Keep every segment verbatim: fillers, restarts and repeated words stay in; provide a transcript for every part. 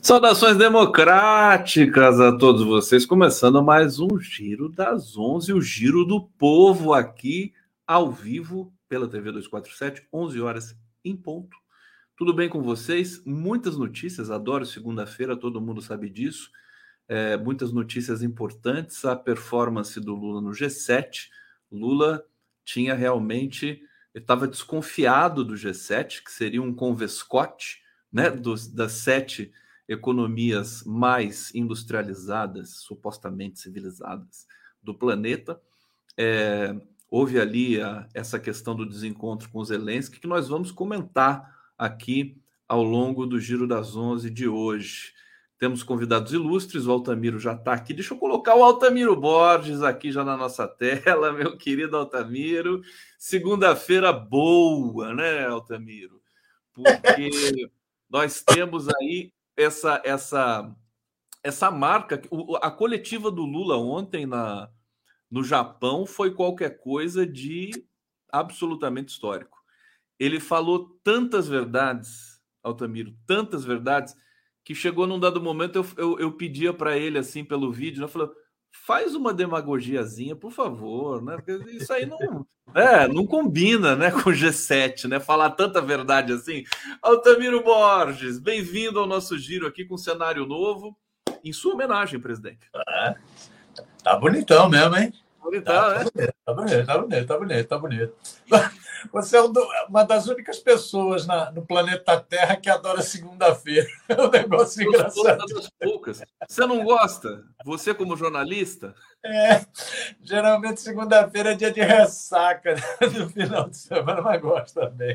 Saudações democráticas a todos vocês, começando mais um Giro das onze, o Giro do Povo aqui ao vivo pela T V duzentos e quarenta e sete, onze horas em ponto. Tudo bem com vocês? Muitas notícias, adoro segunda-feira, todo mundo sabe disso. É, muitas notícias importantes, a performance do Lula no G sete. Lula tinha realmente, estava desconfiado do G sete, que seria um convescote, né, dos, das sete economias mais industrializadas, supostamente civilizadas do planeta. É, houve ali a, essa questão do desencontro com Zelensky, que nós vamos comentar aqui ao longo do Giro das onze de hoje. Temos convidados ilustres, o Altamiro já está aqui. Deixa eu colocar o Altamiro Borges aqui já na nossa tela, meu querido Altamiro. Segunda-feira boa, né, Altamiro? Porque nós temos aí essa essa essa marca. A coletiva do Lula ontem na, no Japão foi qualquer coisa de absolutamente histórico. Ele falou tantas verdades, Altamiro, tantas verdades, que chegou num dado momento, eu, eu, eu pedia para ele, assim, pelo vídeo, né? Eu falei, faz uma demagogiazinha, por favor, né? Porque isso aí não, é, não combina, né, com o G sete, né? Falar tanta verdade assim. Altamiro Borges, bem-vindo ao nosso giro aqui com um cenário novo, em sua homenagem, presidente. Ah, tá bonitão mesmo, hein? Bonitão, tá, né? Tá bonito, tá bonito, tá bonito, tá bonito. Você é uma das únicas pessoas na, no planeta Terra que adora segunda-feira. É um negócio Eu engraçado. sou das poucas. Você não gosta? Você, como jornalista? É, geralmente segunda-feira é dia de ressaca, né? No final de semana, mas gosto também.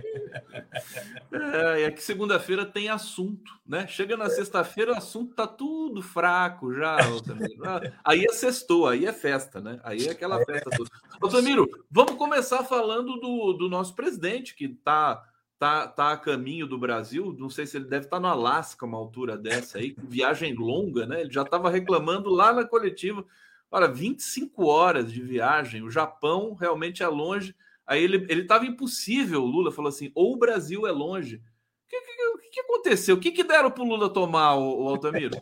É, é que segunda-feira tem assunto, né? Chega na sexta-feira, o assunto tá tudo fraco já, Altamiro. Aí é sextou, aí é festa, né? Aí é aquela festa toda. Altamiro, vamos começar falando do, do nosso presidente, que tá, tá, tá a caminho do Brasil. Não sei se ele deve estar no Alasca, uma altura dessa aí, viagem longa, né? Ele já estava reclamando lá na coletiva. Olha, vinte e cinco horas de viagem, o Japão realmente é longe. Aí ele estava impossível, o Lula falou assim, ou o Brasil é longe. O que, que, que aconteceu? O que, que deram para o Lula tomar, o, o Altamiro?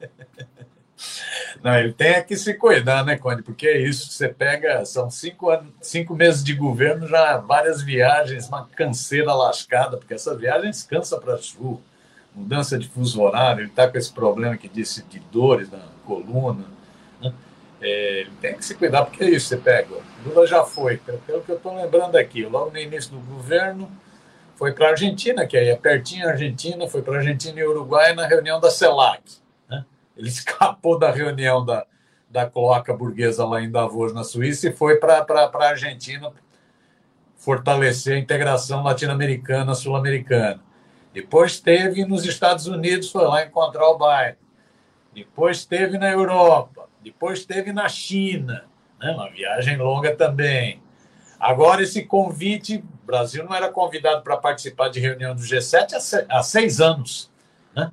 Não, ele tem que se cuidar, né, Conde? Porque é isso, você pega, são cinco, anos, cinco meses de governo, já várias viagens, uma canseira lascada, porque essas viagens cansam para sul, mudança de fuso horário, ele está com esse problema que disse de dores na coluna, né? É, ele tem que se cuidar, porque é isso, você pega. O Lula já foi, pelo que eu estou lembrando aqui, logo no início do governo, foi para a Argentina, que aí é pertinho a Argentina, foi para a Argentina e Uruguai na reunião da CELAC. Né? Ele escapou da reunião da, da cloaca burguesa lá em Davos, na Suíça, e foi para a Argentina fortalecer a integração latino-americana, sul-americana. Depois teve nos Estados Unidos, foi lá encontrar o Biden. Depois teve na Europa. Depois esteve na China, né? Uma viagem longa também. Agora, esse convite, o Brasil não era convidado para participar de reunião do G sete há seis anos. Né?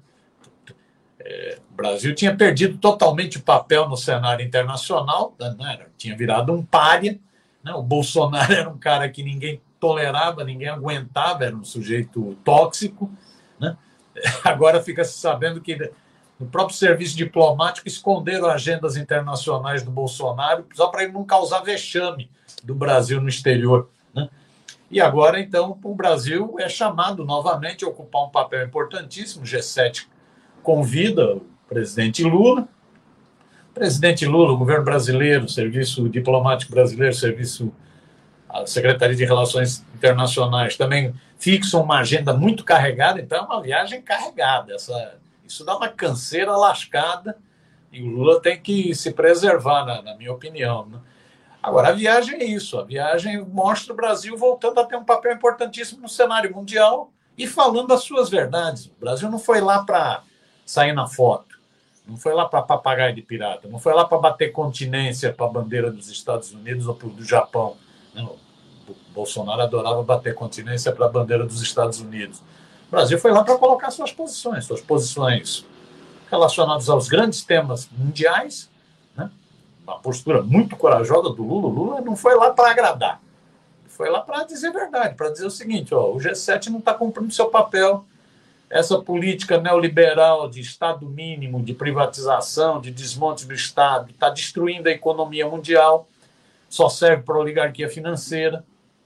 É, o Brasil tinha perdido totalmente o papel no cenário internacional, né? Tinha virado um pária. Né? O Bolsonaro era um cara que ninguém tolerava, ninguém aguentava, era um sujeito tóxico. Né? Agora fica se sabendo que no próprio serviço diplomático, esconderam agendas internacionais do Bolsonaro só para ele não causar vexame do Brasil no exterior. Né? E agora, então, o Brasil é chamado novamente a ocupar um papel importantíssimo. O G sete convida o presidente Lula. O presidente Lula, o governo brasileiro, o Serviço Diplomático Brasileiro, o Serviço, a Secretaria de Relações Internacionais também fixam uma agenda muito carregada, então é uma viagem carregada. Essa... Isso dá uma canseira lascada e o Lula tem que se preservar, na, na minha opinião. Né? Agora, a viagem é isso. A viagem mostra o Brasil voltando a ter um papel importantíssimo no cenário mundial e falando as suas verdades. O Brasil não foi lá para sair na foto, não foi lá para papagaio de pirata, não foi lá para bater continência para a bandeira dos Estados Unidos ou do Japão. Não, o Bolsonaro adorava bater continência para a bandeira dos Estados Unidos. O Brasil foi lá para colocar suas posições, suas posições relacionadas aos grandes temas mundiais, né? Uma postura muito corajosa do Lula. O Lula não foi lá para agradar, foi lá para dizer a verdade, para dizer o seguinte, ó, o G sete não está cumprindo seu papel essa política neoliberal de Estado mínimo, de privatização, de desmonte do Estado, está destruindo a economia mundial, só serve para a oligarquia financeira.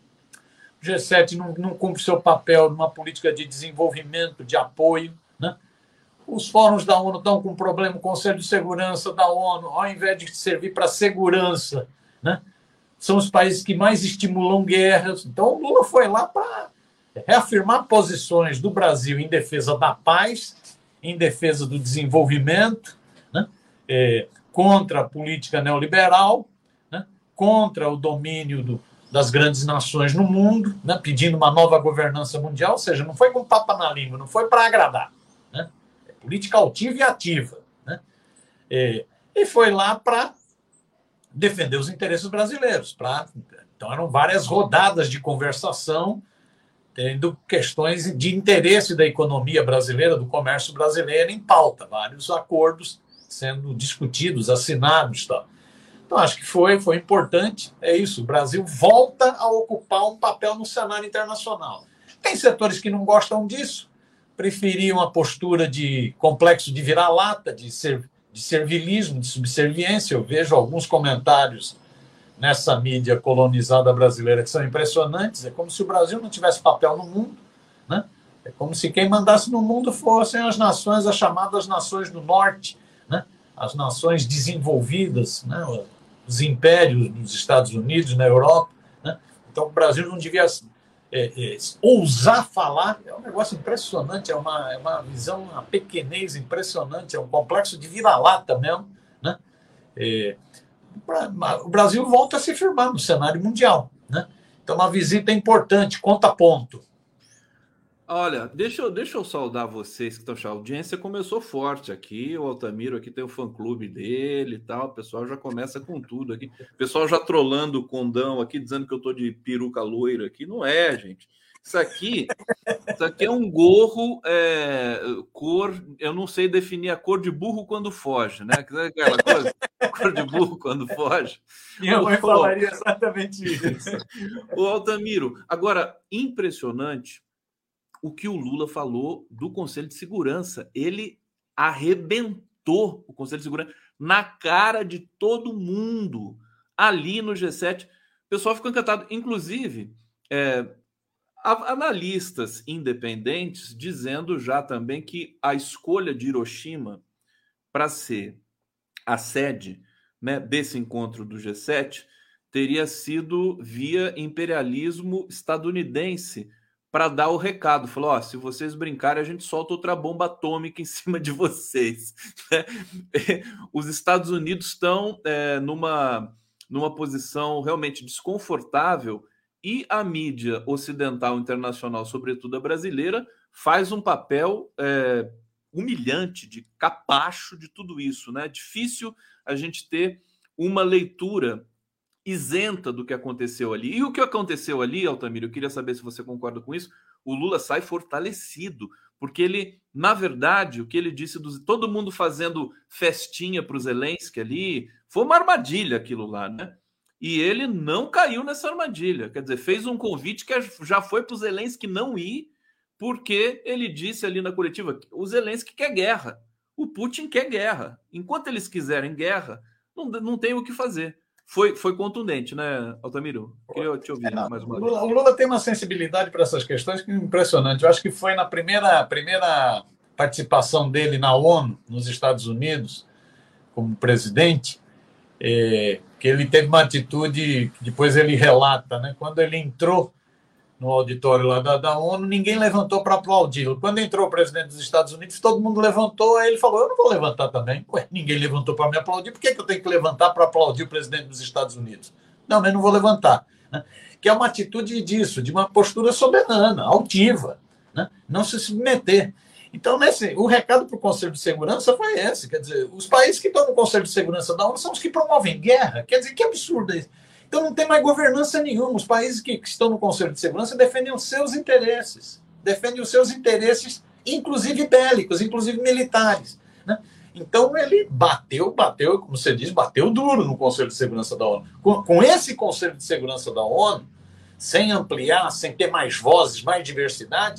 O G sete não, não cumpre seu papel numa política de desenvolvimento, de apoio, né? Os fóruns da ONU estão com problema, o Conselho de Segurança da ONU, ao invés de servir para segurança, né? São os países que mais estimulam guerras. Então, o Lula foi lá para reafirmar posições do Brasil em defesa da paz, em defesa do desenvolvimento, né? É, contra a política neoliberal, né? Contra o domínio do, das grandes nações no mundo, né? Pedindo uma nova governança mundial, ou seja, não foi com papa na língua, não foi para agradar, né? É política altiva e ativa, né? É, e foi lá para defender os interesses brasileiros. Pra, então, eram várias rodadas de conversação, tendo questões de interesse da economia brasileira, do comércio brasileiro em pauta, vários acordos sendo discutidos, assinados. Tal. Então, acho que foi, foi importante. É isso, o Brasil volta a ocupar um papel no cenário internacional. Tem setores que não gostam disso, preferiam a postura de complexo de vira-lata, de, ser, de servilismo, de subserviência. Eu vejo alguns comentários nessa mídia colonizada brasileira que são impressionantes. É como se o Brasil não tivesse papel no mundo, né? É como se quem mandasse no mundo fossem as nações, as chamadas nações do norte, né? As nações desenvolvidas, né? Os impérios nos Estados Unidos, na Europa, né? Então o Brasil não devia é, é, ousar falar. É um negócio impressionante, é uma, é uma visão, uma pequenez impressionante, é um complexo de vira-lata mesmo, né? É, o Brasil volta a se firmar no cenário mundial, né? Então, uma visita importante, conta ponto. Olha, deixa eu, deixa eu saudar vocês que estão achando. A audiência começou forte aqui, o Altamiro aqui tem o fã-clube dele e tal, o pessoal já começa com tudo aqui. O pessoal já trolando o condão aqui, dizendo que eu tô de peruca loira aqui. Não é, gente. Isso aqui, isso aqui é um gorro é, cor, eu não sei definir a cor de burro quando foge, né? Aquela coisa, cor de burro quando foge. Minha mãe falaria exatamente isso. O Altamiro, agora, impressionante o que o Lula falou do Conselho de Segurança. Ele arrebentou o Conselho de Segurança na cara de todo mundo ali no G sete. O pessoal ficou encantado. Inclusive, é, analistas independentes dizendo já também que a escolha de Hiroshima para ser a sede, né, desse encontro do G sete teria sido via imperialismo estadunidense para dar o recado. Falou, ó, se vocês brincarem, a gente solta outra bomba atômica em cima de vocês. Os Estados Unidos estão é, numa, numa posição realmente desconfortável. E a mídia ocidental internacional, sobretudo a brasileira, faz um papel é, humilhante, de capacho de tudo isso, né? É difícil a gente ter uma leitura isenta do que aconteceu ali. E o que aconteceu ali, Altamiro, eu queria saber se você concorda com isso, o Lula sai fortalecido, porque ele, na verdade, o que ele disse, dos, todo mundo fazendo festinha para o Zelensky ali, foi uma armadilha aquilo lá, né? E ele não caiu nessa armadilha. Quer dizer, fez um convite que já foi para o Zelensky não ir, porque ele disse ali na coletiva que o Zelensky quer guerra. O Putin quer guerra. Enquanto eles quiserem guerra, não, não tem o que fazer. Foi, foi contundente, né, Altamiro? Queria te ouvir é, mais uma vez. O Lula tem uma sensibilidade para essas questões que é impressionante. Eu acho que foi na primeira, primeira participação dele na ONU, nos Estados Unidos, como presidente, é, que ele teve uma atitude que depois ele relata, né? Quando ele entrou no auditório lá da, da ONU, ninguém levantou para aplaudir. Quando entrou o presidente dos Estados Unidos, todo mundo levantou, aí ele falou, eu não vou levantar também. Ué, ninguém levantou para me aplaudir, por que, que eu tenho que levantar para aplaudir o presidente dos Estados Unidos? Não, mas não vou levantar. Né? Que é uma atitude disso, de uma postura soberana, altiva, né? Não se submeter. Então, nesse, o recado para o Conselho de Segurança foi esse. Quer dizer, os países que estão no Conselho de Segurança da ONU são os que promovem guerra. Quer dizer, que absurdo é isso? Então, não tem mais governança nenhuma. Os países que, que estão no Conselho de Segurança defendem os seus interesses. Defendem os seus interesses, inclusive bélicos, inclusive militares. Né? Então, ele bateu, bateu, como você diz, bateu duro no Conselho de Segurança da ONU. Com, com esse Conselho de Segurança da ONU, sem ampliar, sem ter mais vozes, mais diversidade,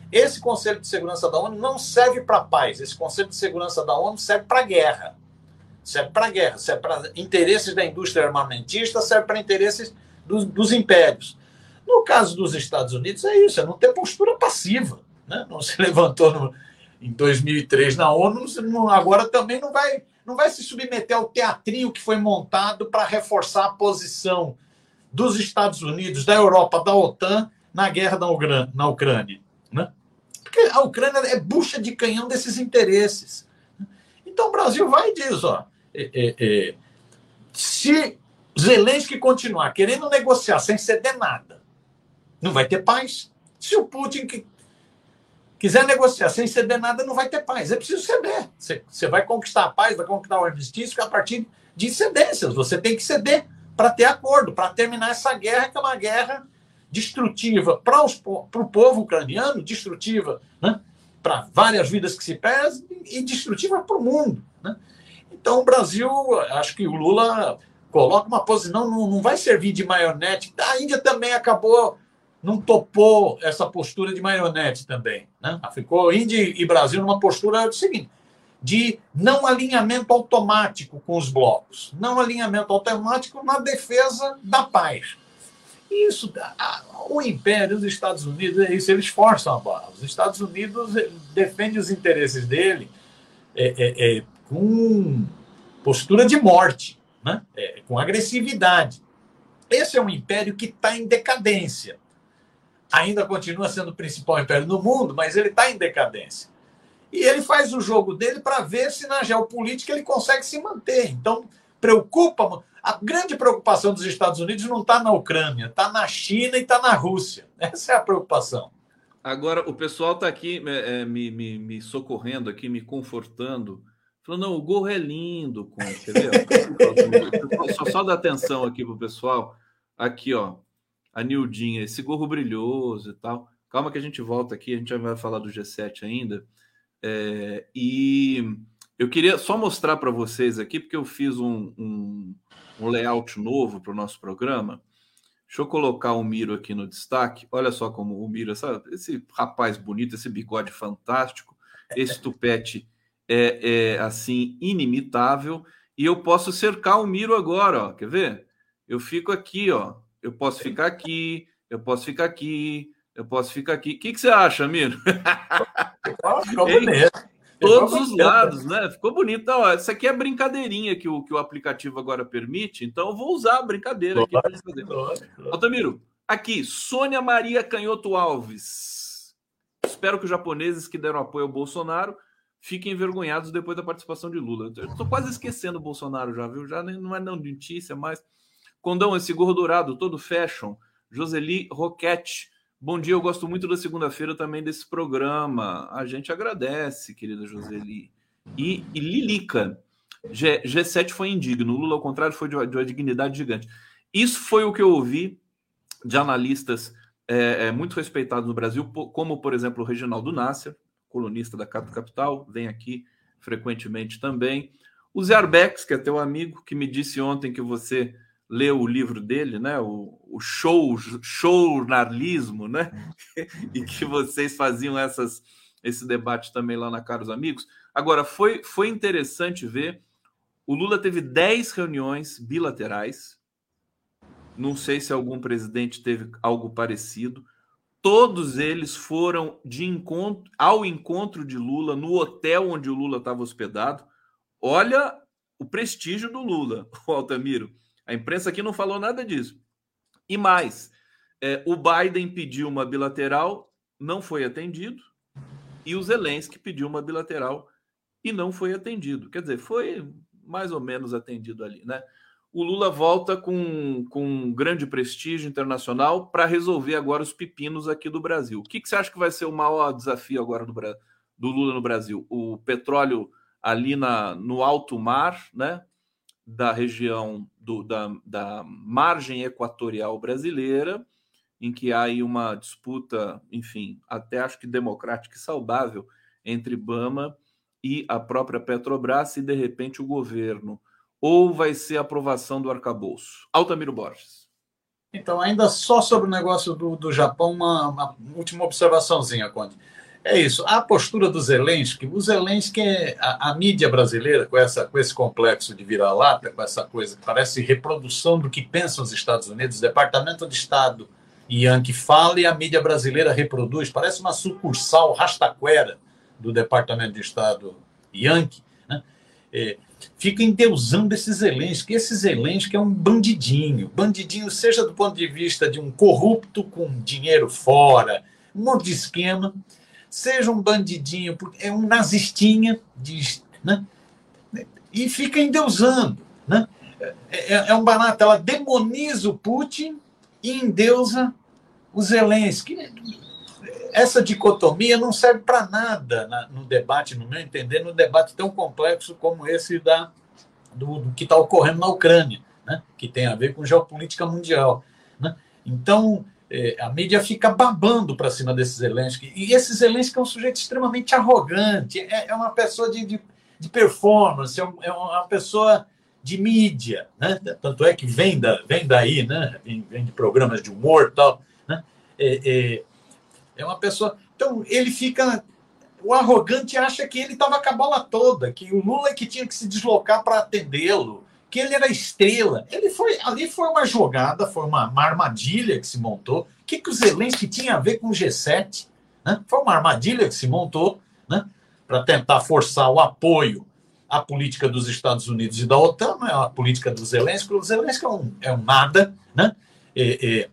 Esse Conselho de Segurança da ONU não serve para a paz. Esse Conselho de Segurança da ONU serve para a guerra. Serve para a guerra, serve para interesses da indústria armamentista, serve para interesses dos, dos impérios. No caso dos Estados Unidos, é isso, é não ter postura passiva. Né? Não se levantou no, em dois mil e três na ONU, não, agora também não vai, não vai se submeter ao teatrinho que foi montado para reforçar a posição dos Estados Unidos, da Europa, da OTAN, na guerra na Ucrânia. Na Ucrânia né? Porque a Ucrânia é bucha de canhão desses interesses. Então o Brasil vai e diz, ó, é, é, é, se Zelensky continuar querendo negociar sem ceder nada, não vai ter paz. Se o Putin que quiser negociar sem ceder nada, não vai ter paz. É preciso ceder. Você, você vai conquistar a paz, vai conquistar o armistício a partir de cedências. Você tem que ceder para ter acordo, para terminar essa guerra, que é uma guerra destrutiva para o povo ucraniano, destrutiva, né, para várias vidas que se perdem e destrutiva para o mundo. Né? Então, o Brasil, acho que o Lula coloca uma posição, não, não vai servir de marionete. A Índia também acabou, não topou essa postura de marionete também. Né? Ficou Índia e Brasil numa postura do seguinte, de não alinhamento automático com os blocos, não alinhamento automático na defesa da paz. Isso, o Império, os Estados Unidos, é isso, eles forçam a barra. Os Estados Unidos defendem os interesses dele é, é, é, com postura de morte, né? É, com agressividade. Esse é um império que está em decadência. Ainda continua sendo o principal império do mundo, mas ele está em decadência. E ele faz o jogo dele para ver se na geopolítica ele consegue se manter. Então, preocupa... A grande preocupação dos Estados Unidos não está na Ucrânia, está na China e está na Rússia. Essa é a preocupação. Agora, o pessoal está aqui é, me, me, me socorrendo, aqui, me confortando, falando, não, o gorro é lindo, Conde, quer ver? Só, só dá atenção aqui para o pessoal. Aqui, ó, a Nildinha, esse gorro brilhoso e tal. Calma que a gente volta aqui, a gente já vai falar do G sete ainda. É, e eu queria só mostrar para vocês aqui, porque eu fiz um... um um layout novo para o nosso programa. Deixa eu colocar o Miro aqui no destaque. Olha só como o Miro, essa, esse rapaz bonito, esse bigode fantástico, esse tupete é, é assim inimitável. E eu posso cercar o Miro agora, ó. Quer ver? Eu fico aqui, ó. Eu posso ficar aqui, eu posso ficar aqui, eu posso ficar aqui. O que, que você acha, Miro? Ficou bonito. Todos os lados, né? Ficou bonito. Então, ó, isso aqui é brincadeirinha que o, que o aplicativo agora permite, então eu vou usar a brincadeira aqui para fazer. Altamiro, aqui, Sônia Maria Canhoto Alves. Espero que os japoneses que deram apoio ao Bolsonaro fiquem envergonhados depois da participação de Lula. Eu estou quase esquecendo o Bolsonaro já, viu? Já nem, não é não de notícia, mas... Condão, esse gorro dourado, todo fashion. Joseli Roquette. Bom dia, eu gosto muito da segunda-feira também desse programa. A gente agradece, querida Joseli. E, e Lilica, G, G sete foi indigno, Lula, ao contrário, foi de uma, de uma dignidade gigante. Isso foi o que eu ouvi de analistas é, é, muito respeitados no Brasil, como, por exemplo, o Reginaldo Nasser, colunista da Cato Capital, vem aqui frequentemente também. O Zé Arbex, que é teu amigo, que me disse ontem que você... leu o livro dele, né? O, o show, jornalismo, né? E que vocês faziam essas, esse debate também lá na Caros Amigos. Agora, foi, foi interessante ver, o Lula teve dez reuniões bilaterais, não sei se algum presidente teve algo parecido, todos eles foram de encontro, ao encontro de Lula, no hotel onde o Lula estava hospedado. Olha o prestígio do Lula, Altamiro. A imprensa aqui não falou nada disso. E mais, é, o Biden pediu uma bilateral, não foi atendido, e o Zelensky pediu uma bilateral e não foi atendido. Quer dizer, foi mais ou menos atendido ali, né? O Lula volta com, com um grande prestígio internacional para resolver agora os pepinos aqui do Brasil. O que, que você acha que vai ser o maior desafio agora do, do Lula no Brasil? O petróleo ali na, no alto mar, né? Da região do, da, da margem equatorial brasileira, em que há aí uma disputa, enfim, até acho que democrática e saudável entre Bama e a própria Petrobras, e de repente o governo, ou vai ser a aprovação do arcabouço? Altamiro Borges. Então, ainda só sobre o negócio do, do Japão, uma, uma última observaçãozinha, Conde. É isso. A postura do Zelensky, o Zelensky, é a, a mídia brasileira, com, essa, com esse complexo de vira-lata, com essa coisa que parece reprodução do que pensam os Estados Unidos, o Departamento de Estado Yankee fala e a mídia brasileira reproduz, parece uma sucursal rastaquera do Departamento de Estado Yankee, né? É, fica endeusando esse Zelensky. Esse Zelensky é um bandidinho, bandidinho seja do ponto de vista de um corrupto com dinheiro fora, um monte de esquema, seja um bandidinho, é um nazistinha, de, né? E fica endeusando, né? É, é um barato, ela demoniza o Putin e endeusa o Zelensky. Essa dicotomia não serve para nada na, no debate, no meu entender, no debate tão complexo como esse da, do, do que está ocorrendo na Ucrânia, né? Que tem a ver com geopolítica mundial, né? Então, é, a mídia fica babando para cima desse Zelensky. E esse Zelensky é um sujeito extremamente arrogante, é, é uma pessoa de, de, de performance, é, um, é uma pessoa de mídia, né? Tanto é que vem, da, vem daí, né? Vem, vem de programas de humor e tal, né? É, é, é uma pessoa... Então, ele fica... O arrogante acha que ele estava com a bola toda, que o Lula é que tinha que se deslocar para atendê-lo, que ele era estrela. Ele foi, ali foi uma jogada, foi uma, uma armadilha que se montou. O que, que o Zelensky tinha a ver com o G sete? Né? Foi uma armadilha que se montou, né? Para tentar forçar o apoio à política dos Estados Unidos e da OTAN, não é a política do Zelensky. O Zelensky é um, é um nada, né? E, e,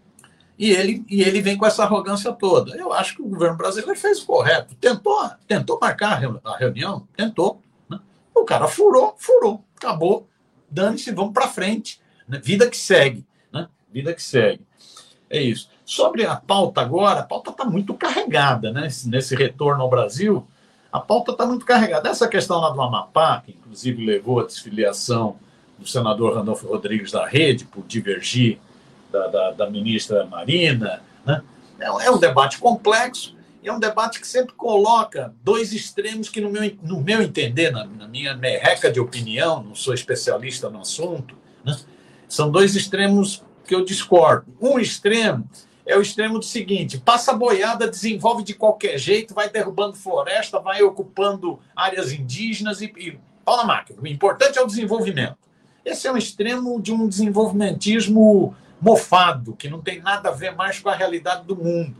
e, ele, e ele vem com essa arrogância toda. Eu acho que o governo brasileiro fez o correto. Tentou, tentou marcar a reunião, tentou. Né? O cara furou, furou, acabou. Dane-se, vamos para frente. Né? Vida que segue. Né? Vida que segue. É isso. Sobre a pauta agora, a pauta está muito carregada, né? Nesse retorno ao Brasil, a pauta está muito carregada. Essa questão lá do Amapá, que inclusive levou à desfiliação do senador Randolfo Rodrigues da Rede, por divergir da, da, da ministra Marina, né? É, é um debate complexo, e é um debate que sempre coloca dois extremos que, no meu, no meu entender, na, na minha merreca de opinião, não sou especialista no assunto, né? São dois extremos que eu discordo. Um extremo é o extremo do seguinte: passa boiada, desenvolve de qualquer jeito, vai derrubando floresta, vai ocupando áreas indígenas e, e pau na máquina. O importante é o desenvolvimento. Esse é um extremo de um desenvolvimentismo mofado, que não tem nada a ver mais com a realidade do mundo.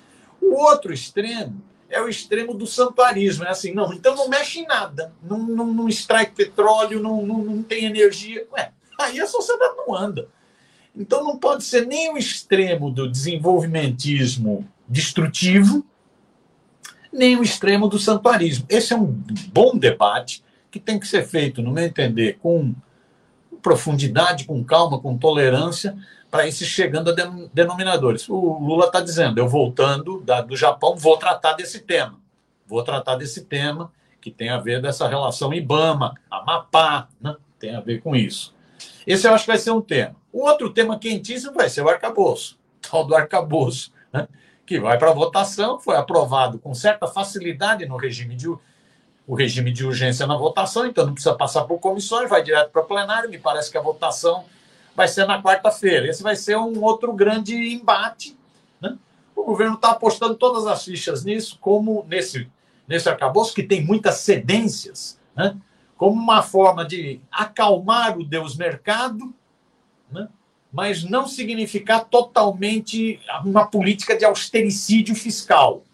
O outro extremo é o extremo do santuarismo. É assim, não, então não mexe em nada, não, não, não extrai petróleo, não, não, não tem energia. Ué, aí a sociedade não anda. Então não pode ser nem o extremo do desenvolvimentismo destrutivo, nem o extremo do santuarismo. Esse é um bom debate que tem que ser feito, no meu entender, com profundidade, com calma, com tolerância, para ir se chegando a denominadores. O Lula está dizendo, eu voltando da, do Japão, vou tratar desse tema. Vou tratar desse tema que tem a ver dessa relação IBAMA, Amapá, né? Tem a ver com isso. Esse eu acho que vai ser um tema. O outro tema quentíssimo vai ser o arcabouço, tal do arcabouço, né? Que vai para votação, foi aprovado com certa facilidade no regime de, o regime de urgência na votação, então não precisa passar por comissões, vai direto para plenário. Me parece que a votação vai ser na quarta-feira. Esse vai ser um outro grande embate, né? O governo está apostando todas as fichas nisso, como nesse, nesse arcabouço, que tem muitas cedências, né? Como uma forma de acalmar o Deus mercado, né? Mas não significar totalmente uma política de austericídio fiscal.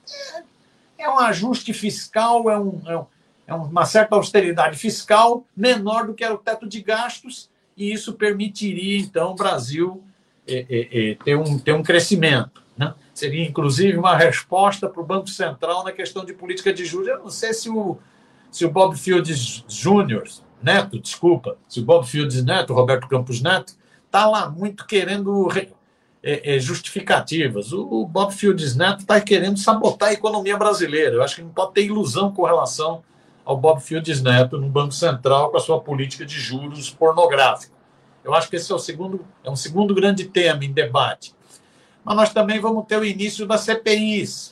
É, é um ajuste fiscal, é, um, é, um, é uma certa austeridade fiscal menor do que era o teto de gastos, e isso permitiria, então, o Brasil é, é, é, ter, um, ter um crescimento, né? Seria, inclusive, uma resposta para o Banco Central na questão de política de juros. Eu não sei se o, se o Bob Fields Júnior, Neto, desculpa, se o Bob Fields Neto, Roberto Campos Neto, está lá muito querendo é, é, justificativas. O Bob Fields Neto está querendo sabotar a economia brasileira. Eu acho que não pode ter ilusão com relação ao Bob Fields Neto no Banco Central com a sua política de juros pornográfica. Eu acho que esse é, o segundo, é um segundo grande tema em debate. Mas nós também vamos ter o início das C P Is.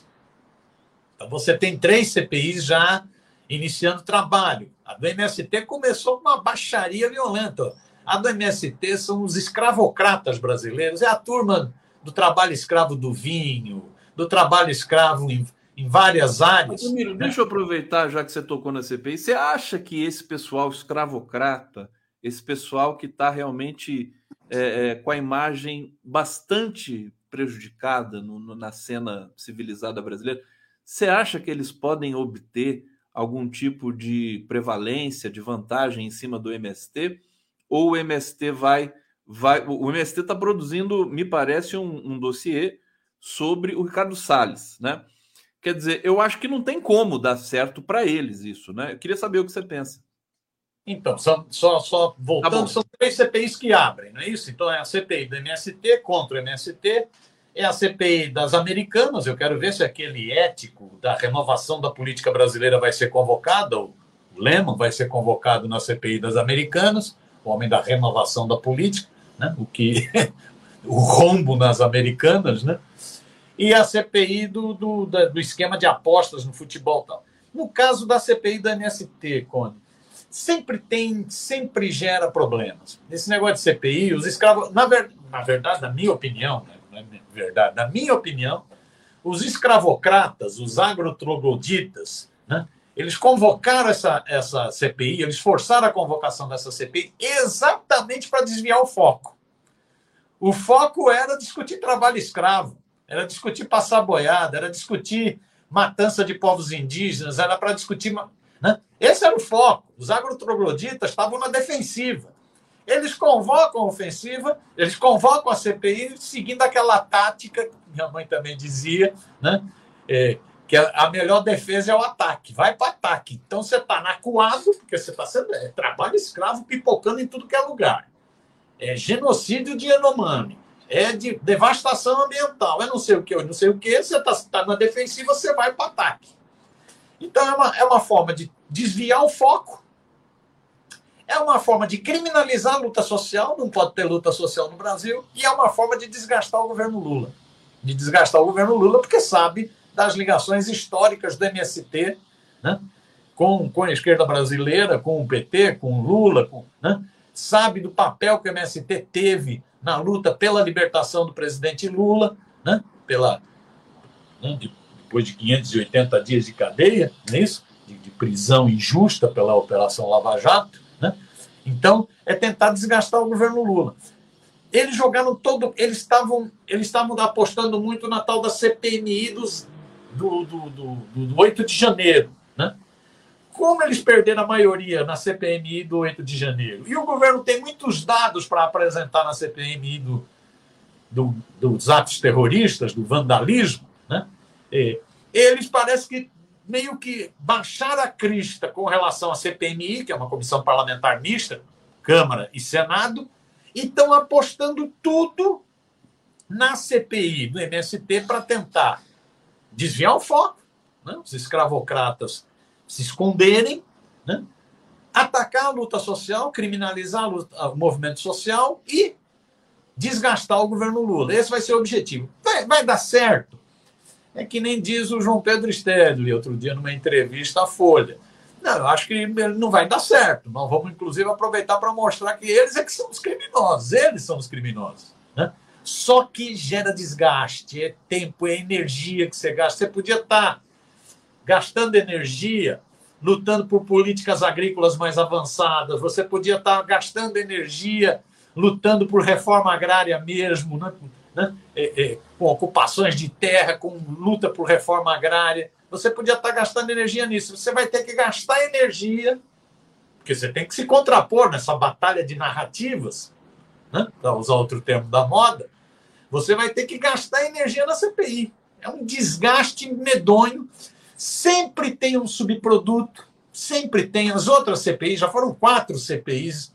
Então você tem três C P Is já iniciando trabalho. A do M S T começou com uma baixaria violenta. A do M S T são os escravocratas brasileiros, é a turma do trabalho escravo do vinho, do trabalho escravo em várias áreas. Miro, né? Deixa eu aproveitar, já que você tocou na C P I, você acha que esse pessoal escravocrata, esse pessoal que está realmente é, é, com a imagem bastante prejudicada no, no, na cena civilizada brasileira, você acha que eles podem obter algum tipo de prevalência, de vantagem em cima do M S T? Ou o M S T vai... vai o M S T está produzindo, me parece, um, um dossiê sobre o Ricardo Salles, né? Quer dizer, eu acho que não tem como dar certo para eles isso, né? Eu queria saber o que você pensa. Então, só, só, só voltando, Tá são três C P Is que abrem, não é isso? Então, é a C P I do M S T contra o M S T, é a C P I das Americanas, eu quero ver se aquele ético da renovação da política brasileira vai ser convocado, o Lehman vai ser convocado na C P I das Americanas, o homem da renovação da política, né? O que o rombo nas Americanas, né? E a C P I do, do, do esquema de apostas no futebol. Tal. No caso da C P I da M S T, Cone, sempre tem, sempre gera problemas. Esse negócio de C P I, os escravos... Na, ver, na verdade, na minha opinião, né, não é verdade, na minha opinião, os escravocratas, os agrotrogloditas, né, eles convocaram essa, essa C P I, eles forçaram a convocação dessa C P I exatamente para desviar o foco. O foco era discutir trabalho escravo, era discutir passar boiada, era discutir matança de povos indígenas, era para discutir... Né? Esse era o foco. Os agrotrogloditas estavam na defensiva. Eles convocam a ofensiva, eles convocam a C P I seguindo aquela tática, que minha mãe também dizia, né? É, que a melhor defesa é o ataque. Vai para o ataque. Então você está nacuado, porque você está sendo é, trabalho escravo pipocando em tudo que é lugar. É genocídio de Yanomami. É de devastação ambiental, é não sei o que, não sei o que, você está tá na defensiva, você vai para o ataque. Então, é uma, é uma forma de desviar o foco, é uma forma de criminalizar a luta social, não pode ter luta social no Brasil, e é uma forma de desgastar o governo Lula. De desgastar o governo Lula, porque sabe das ligações históricas do M S T, né, com, com a esquerda brasileira, com o P T, com o Lula, com, né, sabe do papel que o M S T teve na luta pela libertação do presidente Lula, né? Pela, né? De, depois de quinhentos e oitenta dias de cadeia, não é isso? De, de prisão injusta pela Operação Lava Jato. Né? Então, é tentar desgastar o governo Lula. Eles jogaram todo... Eles estavam eles estavam apostando muito na tal da C P M I dos, do, do, do, do oito de janeiro. Né? Como eles perderam a maioria na C P M I do oito de janeiro, e o governo tem muitos dados para apresentar na C P M I do, do, dos atos terroristas, do vandalismo, né? E eles parecem que meio que baixaram a crista com relação à C P M I, que é uma comissão parlamentar mista, Câmara e Senado, e estão apostando tudo na C P I do M S T para tentar desviar o foco, né? Os escravocratas se esconderem, né? Atacar a luta social, criminalizar a luta, o movimento social e desgastar o governo Lula. Esse vai ser o objetivo. Vai, vai dar certo? É que nem diz o João Pedro Stedley, outro dia numa entrevista à Folha. Não, eu acho que não vai dar certo. Nós vamos, inclusive, aproveitar para mostrar que eles é que são os criminosos. Eles são os criminosos. Né? Só que gera desgaste, é tempo, é energia que você gasta. Você podia estar gastando energia lutando por políticas agrícolas mais avançadas, você podia estar gastando energia lutando por reforma agrária mesmo, né? Né? É, é, com ocupações de terra, com luta por reforma agrária. Você podia estar gastando energia nisso. Você vai ter que gastar energia, porque você tem que se contrapor nessa batalha de narrativas, né? Para usar outro termo da moda. Você vai ter que gastar energia na C P I. É um desgaste medonho. Sempre tem um subproduto, sempre tem. As outras C P Is, já foram quatro C P Is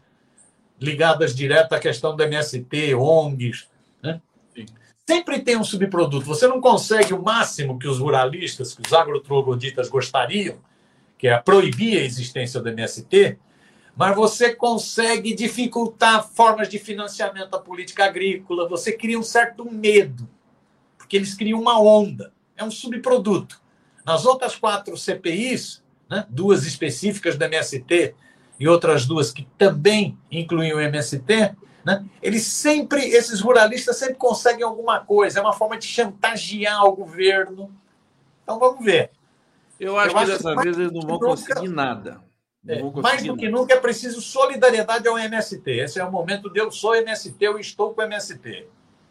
ligadas direto à questão do M S T, O N Gs, né? Sempre tem um subproduto. Você não consegue o máximo que os ruralistas, que os agrotrogloditas gostariam, que é proibir a existência do M S T, mas você consegue dificultar formas de financiamento da política agrícola, você cria um certo medo, porque eles criam uma onda. É um subproduto. Nas outras quatro C P Is, né, duas específicas do M S T e outras duas que também incluem o M S T, né, eles sempre, esses ruralistas sempre conseguem alguma coisa. É uma forma de chantagear o governo Então vamos ver. Eu acho Eu que acho dessa que vez eles não vão nunca, conseguir nada. Não é, vão conseguir mais do nada. que nunca é preciso solidariedade ao M S T. Esse é o momento de eu sou M S T, eu estou com o M S T.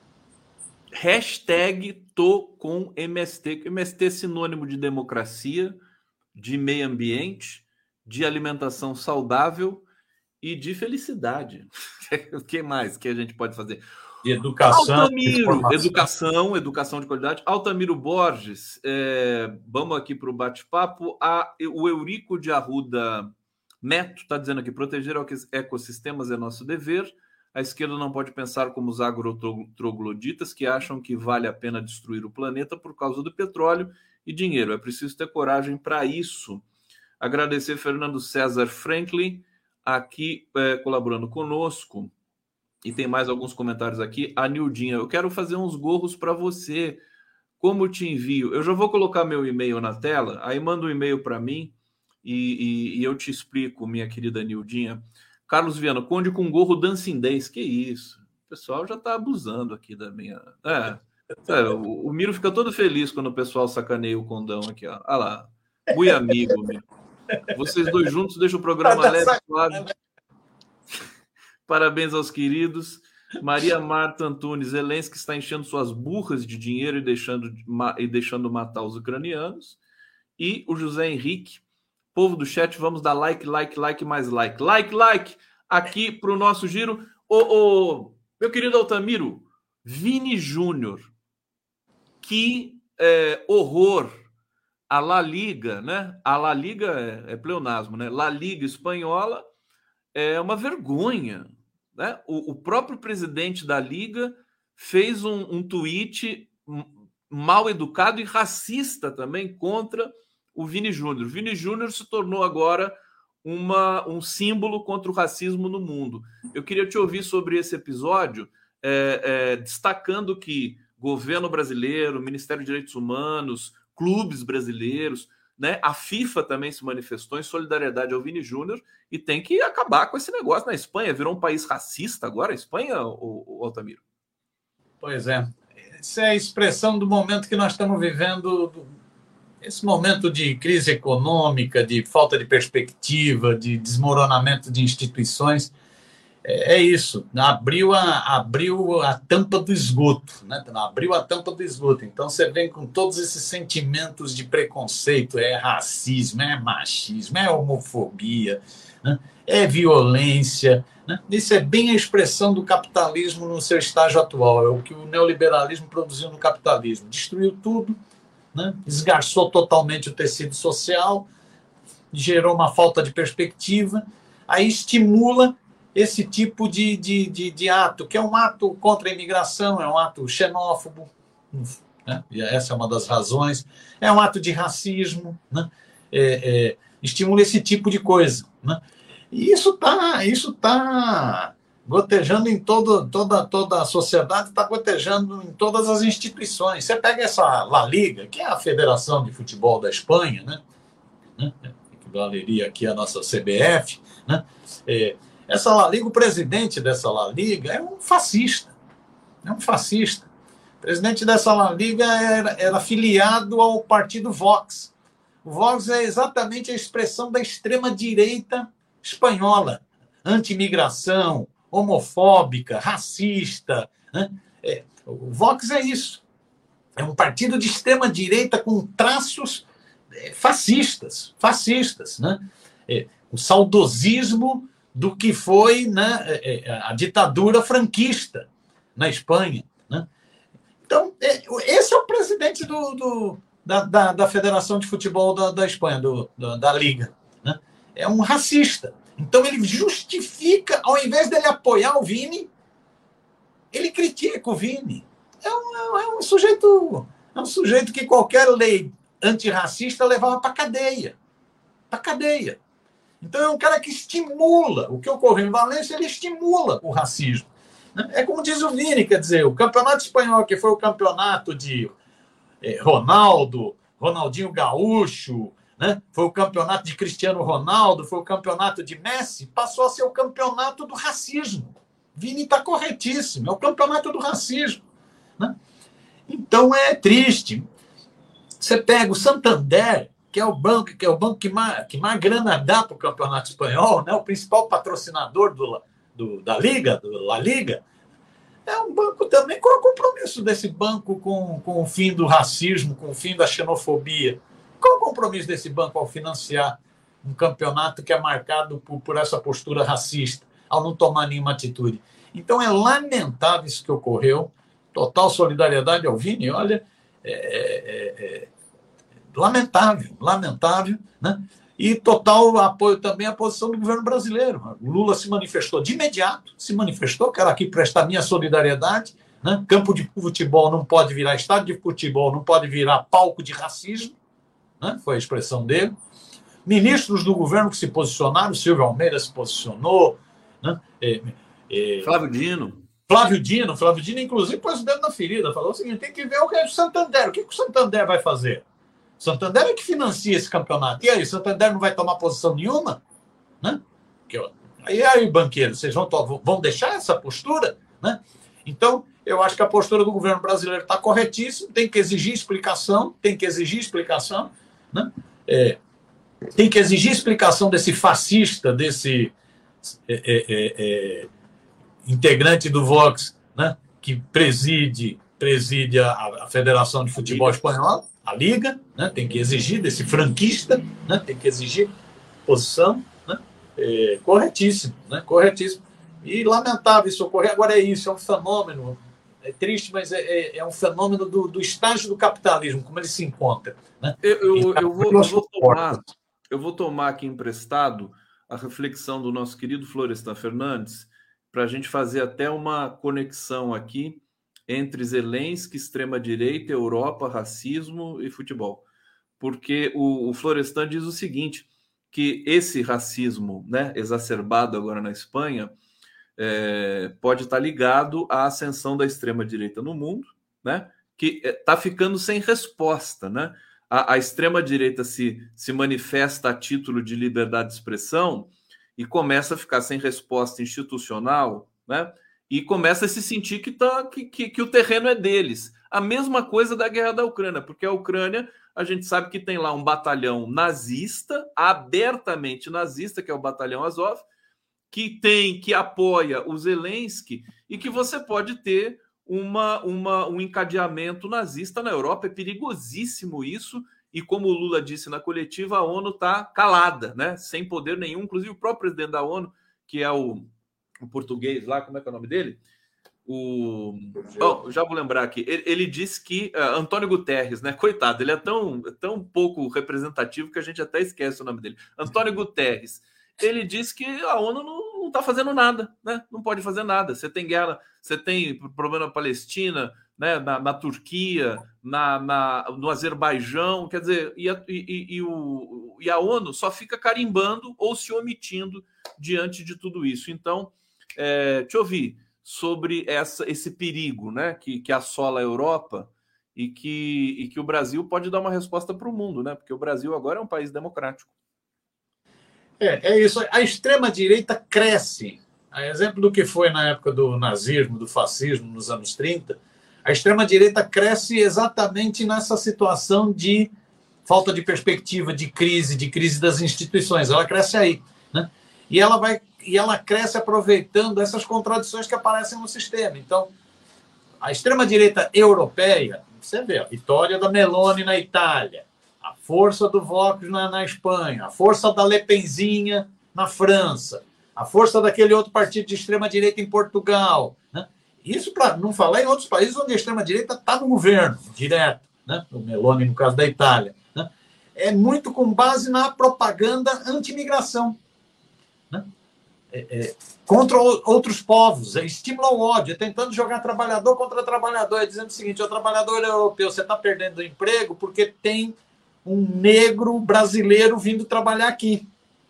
Hashtag tô com M S T. M S T é sinônimo de democracia, de meio ambiente, de alimentação saudável e de felicidade. O que mais que a gente pode fazer? De educação. Altamiro, de educação, educação de qualidade. Altamiro Borges, é, vamos aqui para o bate-papo. O Eurico de Arruda Neto está dizendo aqui: proteger ecossistemas é nosso dever. A esquerda não pode pensar como os agrotrogloditas que acham que vale a pena destruir o planeta por causa do petróleo e dinheiro. É preciso ter coragem para isso. Agradecer Fernando César Franklin aqui é, colaborando conosco. E tem mais alguns comentários aqui. A Nildinha, eu quero fazer uns gorros para você. Como te envio? Eu já vou colocar meu e-mail na tela, aí manda um e-mail para mim e, e, e eu te explico, minha querida Nildinha. Carlos Viana, Conde com gorro Dancing Days. Que isso? O pessoal já está abusando aqui da minha... É, é, o, o Miro fica todo feliz quando o pessoal sacaneia o condão aqui. Ó. Olha lá. Muito amigo, Miro. Vocês dois juntos deixam o programa leve, claro. Parabéns aos queridos. Maria Marta Antunes, Zelensky está enchendo suas burras de dinheiro e deixando, e deixando matar os ucranianos. E o José Henrique, povo do chat, vamos dar like, like, like, mais like. Like, like, aqui para o nosso giro. Ô, ô, meu querido Altamiro, Vini Júnior, que é, horror. A La Liga, né? A La Liga é, é pleonasmo, né? La Liga espanhola é uma vergonha. Né? O, o próprio presidente da Liga fez um, um tweet mal educado e racista também contra o Vini Júnior. O Vini Júnior se tornou agora uma, um símbolo contra o racismo no mundo. Eu queria te ouvir sobre esse episódio, é, é, destacando que governo brasileiro, Ministério de Direitos Humanos, clubes brasileiros, né? A FIFA também se manifestou em solidariedade ao Vini Júnior e tem que acabar com esse negócio na Espanha. Virou um país racista agora, a Espanha, o, o Altamiro? Pois é. Essa é a expressão do momento que nós estamos vivendo, esse momento de crise econômica, de falta de perspectiva, de desmoronamento de instituições. É isso, abriu a, abriu a tampa do esgoto, né? Abriu a tampa do esgoto. Então você vem com todos esses sentimentos de preconceito, é racismo, é machismo, é homofobia, né? É violência, né? Isso é bem a expressão do capitalismo no seu estágio atual, é o que o neoliberalismo produziu no capitalismo. Destruiu tudo, né? Esgarçou totalmente o tecido social, gerou uma falta de perspectiva, aí estimula esse tipo de, de, de, de ato, que é um ato contra a imigração, é um ato xenófobo, né? E essa é uma das razões, é um ato de racismo, né? é, é, estimula esse tipo de coisa. Né? E isso está isso tá gotejando em todo, toda, toda a sociedade, está gotejando em todas as instituições. Você pega essa La Liga, que é a Federação de Futebol da Espanha, né? né? Que valeria aqui a nossa C B F, né? É, essa La Liga, o presidente dessa La Liga é um fascista. É um fascista. O presidente dessa La Liga era, era filiado ao partido Vox. O Vox é exatamente a expressão da extrema-direita espanhola. Anti-imigração, homofóbica, racista. Né? É, o Vox é isso. É um partido de extrema-direita com traços fascistas. Fascistas. Né? É, o saudosismo do que foi, né, a ditadura franquista na Espanha. Né? Então, esse é o presidente do, do, da, da, da Federação de Futebol da, da Espanha, do, da, da Liga. Né? É um racista. Então, ele justifica, ao invés dele apoiar o Vini, ele critica o Vini. É um, é um, sujeito, é um sujeito que qualquer lei antirracista levava para a cadeia. Para a cadeia. Então, é um cara que estimula. O que ocorreu em Valência, ele estimula o racismo. É como diz o Vini, quer dizer, o campeonato espanhol, que foi o campeonato de Ronaldo, Ronaldinho Gaúcho, né? Foi o campeonato de Cristiano Ronaldo, foi o campeonato de Messi, passou a ser o campeonato do racismo. Vini está corretíssimo, é o campeonato do racismo. Né? Então, é triste. Você pega o Santander, que é o banco que é o banco que mais, que mais grana dá para o Campeonato Espanhol, né? O principal patrocinador do, do, da Liga, do La Liga, é um banco também. Qual é o compromisso desse banco com, com o fim do racismo, com o fim da xenofobia? Qual é o compromisso desse banco ao financiar um campeonato que é marcado por, por essa postura racista, ao não tomar nenhuma atitude? Então é lamentável isso que ocorreu. Total solidariedade ao Vini, olha, é, é, é lamentável, lamentável, né? E total apoio também à posição do governo brasileiro. O Lula se manifestou de imediato, se manifestou, quero aqui prestar minha solidariedade, né? Campo de futebol não pode virar estádio de futebol, não pode virar palco de racismo, né? Foi a expressão dele. Ministros do governo que se posicionaram, Silvio Almeida se posicionou, né? É, é, Flávio Dino. Flávio Dino, Flávio Dino, inclusive, pôs o dedo na ferida, falou o seguinte: tem que ver o que é o Santander, o que, que o Santander vai fazer? O Santander é que financia esse campeonato. E aí, o Santander não vai tomar posição nenhuma? Né? E aí, banqueiros, vocês vão, vão deixar essa postura? Né? Então, eu acho que a postura do governo brasileiro está corretíssima, tem que exigir explicação, tem que exigir explicação, né? É, tem que exigir explicação desse fascista, desse é, é, é, integrante do Vox, né? Que preside, preside a, a Federação de Futebol Espanhola, a Liga, né? Tem que exigir desse franquista, né? Tem que exigir posição, né? É, corretíssimo, né? Corretíssimo. E lamentável isso ocorrer. Agora é isso, é um fenômeno, é triste, mas é, é, é um fenômeno do, do estágio do capitalismo, como ele se encontra. Né? Eu, eu, eu, vou, eu, vou tomar, eu vou tomar aqui emprestado a reflexão do nosso querido Florestan Fernandes para a gente fazer até uma conexão aqui entre Zelensky, extrema-direita, Europa, racismo e futebol. Porque o, o Florestan diz o seguinte, que esse racismo, né, exacerbado agora na Espanha, É, pode estar ligado à ascensão da extrema-direita no mundo, né? Que está ficando sem resposta. Né? A, a extrema-direita se, se manifesta a título de liberdade de expressão e começa a ficar sem resposta institucional, né? E começa a se sentir que, tá, que, que, que o terreno é deles. A mesma coisa da guerra da Ucrânia, porque a Ucrânia, a gente sabe que tem lá um batalhão nazista, abertamente nazista, que é o batalhão Azov, que tem, que apoia o Zelensky e que você pode ter uma, uma, um encadeamento nazista na Europa. É perigosíssimo isso. E como o Lula disse na coletiva, a ONU está calada, né? Sem poder nenhum. Inclusive o próprio presidente da ONU, que é o, o português lá, como é que é o nome dele? O... Oh, já vou lembrar aqui. Ele, ele disse que uh, Antônio Guterres, né? Coitado, ele é tão, tão pouco representativo que a gente até esquece o nome dele. Antônio Guterres. Ele disse que a ONU não está fazendo nada, né? Não pode fazer nada. Você tem guerra, você tem problema na Palestina, né? na, na Turquia, na, na, no Azerbaijão, quer dizer, e a, e, e, o, e a ONU só fica carimbando ou se omitindo diante de tudo isso. Então, é, te ouvir sobre essa, esse perigo, né? que, que assola a Europa e que, e que o Brasil pode dar uma resposta para o mundo, né? Porque o Brasil agora é um país democrático. É, é isso. A extrema-direita cresce. A exemplo do que foi na época do nazismo, do fascismo, nos anos trinta, a extrema-direita cresce exatamente nessa situação de falta de perspectiva, de crise, de crise das instituições. Ela cresce aí. Né? E, ela vai, e ela cresce aproveitando essas contradições que aparecem no sistema. Então, a extrema-direita europeia, você vê a vitória da Meloni na Itália, a força do Vox na, na Espanha, a força da Le Penzinha na França, a força daquele outro partido de extrema-direita em Portugal. Né? Isso para não falar em outros países onde a extrema-direita está no governo, direto. Né? O Meloni, no caso da Itália. Né? É muito com base na propaganda anti-imigração. Né? É, é, contra o, outros povos, é, estimula o ódio, é tentando jogar trabalhador contra trabalhador, é dizendo o seguinte: o trabalhador europeu, você está perdendo o emprego porque tem um negro brasileiro vindo trabalhar aqui,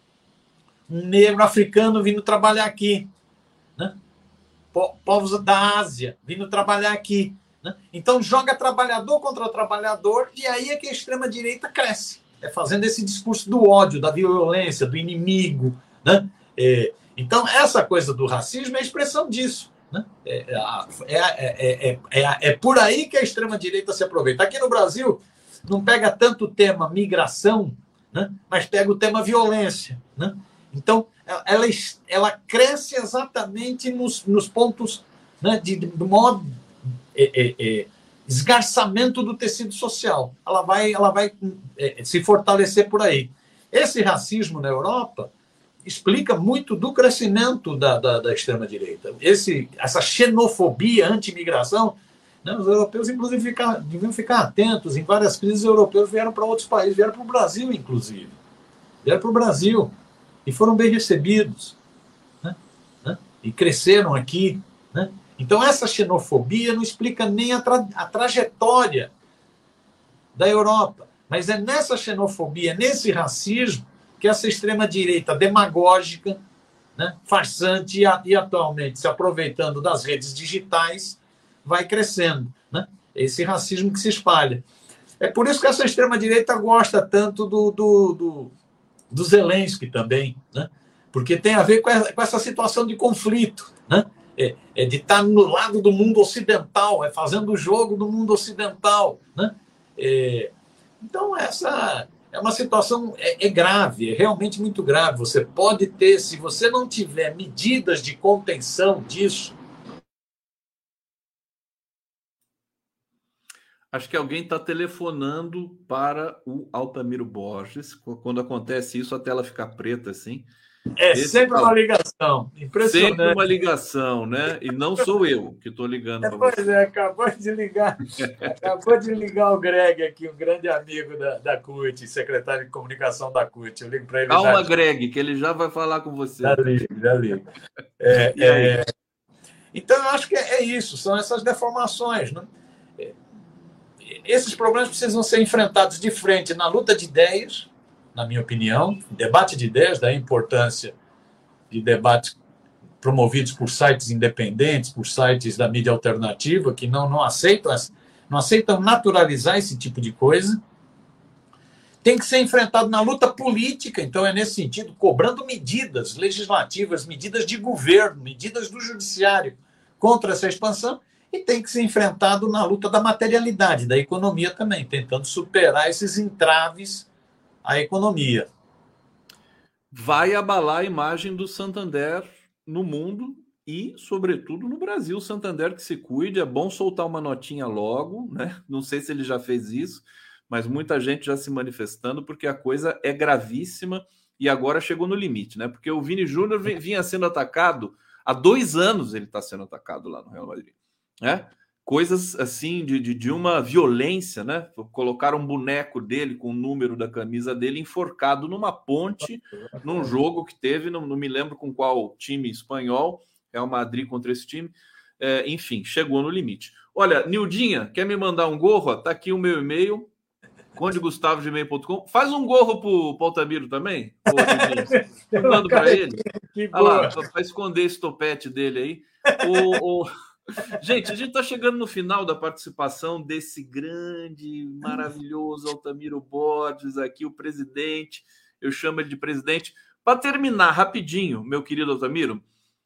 um negro africano vindo trabalhar aqui, né? Povos da Ásia vindo trabalhar aqui. Né? Então joga trabalhador contra trabalhador e aí é que a extrema-direita cresce. É fazendo esse discurso do ódio, da violência, do inimigo. Né? É, então essa coisa do racismo é a expressão disso. Né? É, é, é, é, é, é, é por aí que a extrema-direita se aproveita. Aqui no Brasil, não pega tanto o tema migração, né? Mas pega o tema violência, né? Então, ela, ela cresce exatamente nos, nos pontos, né, de, de, de maior é, é, é, esgarçamento do tecido social. Ela vai, ela vai é, se fortalecer por aí. Esse racismo na Europa explica muito do crescimento da, da, da extrema-direita. Esse, essa xenofobia anti-imigração, né, os europeus, inclusive, ficar, deviam ficar atentos. Em várias crises, os europeus vieram para outros países, vieram para o Brasil, inclusive. Vieram para o Brasil e foram bem recebidos, né? Né? E cresceram aqui, né? Então, essa xenofobia não explica nem a, tra a trajetória da Europa, mas é nessa xenofobia, nesse racismo, que essa extrema-direita demagógica, né, farsante e, e atualmente se aproveitando das redes digitais, vai crescendo, né? Esse racismo que se espalha. É por isso que essa extrema-direita gosta tanto do, do, do do Zelensky também, né? Porque tem a ver com essa, com essa situação de conflito, né? É, é de estar no lado do mundo ocidental, é fazendo o jogo do mundo ocidental, né? É, então, essa é uma situação é, é grave, é realmente muito grave. Você pode ter, se você não tiver medidas de contenção disso. Acho que alguém está telefonando para o Altamiro Borges. Quando acontece isso, a tela fica preta assim. É Esse sempre uma ligação. Impressionante. Sempre uma ligação, né? E não sou eu que estou ligando é, para pois você. É, acabou de ligar. acabou de ligar o Greg aqui, um grande amigo da, da C U T, secretário de comunicação da C U T. Eu ligo para ele. Calma, já... Greg, que ele já vai falar com você. Já ligo, já ligo. É, é... Então, eu acho que é isso, são essas deformações, né? Esses problemas precisam ser enfrentados de frente na luta de ideias, na minha opinião, debate de ideias, da importância de debates promovidos por sites independentes, por sites da mídia alternativa, que não, não, aceitam, não aceitam naturalizar esse tipo de coisa. Tem que ser enfrentado na luta política, então é nesse sentido, cobrando medidas legislativas, medidas de governo, medidas do judiciário contra essa expansão, e tem que ser enfrentado na luta da materialidade, da economia também, tentando superar esses entraves à economia. Vai abalar a imagem do Santander no mundo e, sobretudo, no Brasil. O Santander que se cuide, é bom soltar uma notinha logo, né? Não sei se ele já fez isso, mas muita gente já se manifestando, porque a coisa é gravíssima e agora chegou no limite, né? Porque o Vini Júnior vinha sendo atacado, há dois anos ele está sendo atacado lá no Real Madrid. Né? Coisas assim de, de, de uma violência, né? Colocaram um boneco dele com o número da camisa dele enforcado numa ponte, num jogo que teve, não, não me lembro com qual time espanhol, Real Madrid contra esse time. É, enfim, chegou no limite. Olha, Nildinha, quer me mandar um gorro? Ó, tá aqui o meu e-mail, conde gustavo arroba gmail ponto com. Faz um gorro pro, pro Altamiro também, ô, mando para ele. Olha lá, para esconder esse topete dele aí. O, o... Gente, a gente está chegando no final da participação desse grande, maravilhoso Altamiro Borges aqui, o presidente. Eu chamo ele de presidente. Para terminar rapidinho, meu querido Altamiro,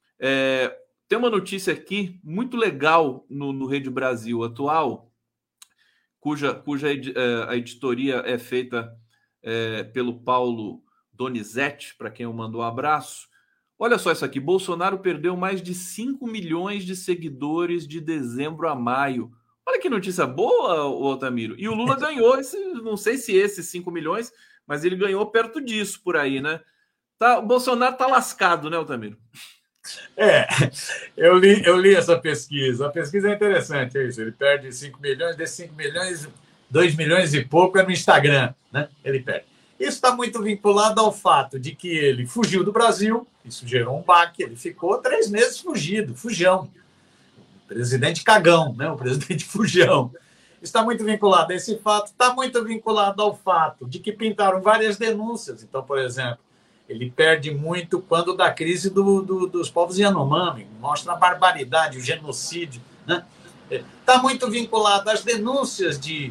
é, tem uma notícia aqui muito legal no, no Rede Brasil atual, cuja, cuja a editoria é feita é, pelo Paulo Donizete, para quem eu mando um abraço. Olha só isso aqui, Bolsonaro perdeu mais de cinco milhões de seguidores de dezembro a maio. Olha que notícia boa, Altamiro. E o Lula ganhou, esse, não sei se esses cinco milhões, mas ele ganhou perto disso por aí, né? Tá, o Bolsonaro tá lascado, né, Altamiro? É, eu li, eu li essa pesquisa. A pesquisa é interessante, é isso. Ele perde cinco milhões, desses cinco milhões, dois milhões e pouco é no Instagram, né? Ele perde. Isso está muito vinculado ao fato de que ele fugiu do Brasil, isso gerou um baque, ele ficou três meses fugido, fujão. O presidente cagão, né? O presidente fujão. Está muito vinculado a esse fato, está muito vinculado ao fato de que pintaram várias denúncias. Então, por exemplo, ele perde muito quando da crise do, do, dos povos Yanomami, mostra a barbaridade, o genocídio, né? Está muito vinculado às denúncias de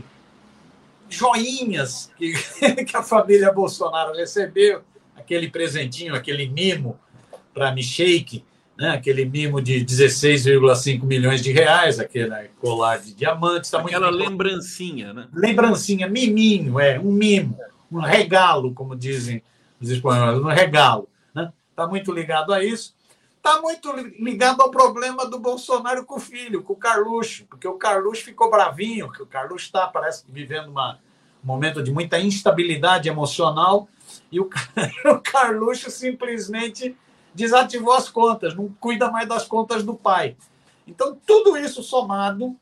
joinhas que, que a família Bolsonaro recebeu, aquele presentinho, aquele mimo para Michele, né? Aquele mimo de dezesseis vírgula cinco milhões de reais, aquele colar de diamantes. Tá Aquela muito lembrancinha, né? Lembrancinha, miminho, é, um mimo, um regalo, como dizem os espanhóis, um regalo. Está, né? Muito ligado a isso. Está muito ligado ao problema do Bolsonaro com o filho, com o Carluxo, porque o Carluxo ficou bravinho, que o Carluxo está, parece, vivendo uma, um momento de muita instabilidade emocional, e o, o Carluxo simplesmente desativou as contas, não cuida mais das contas do pai. Então, tudo isso somado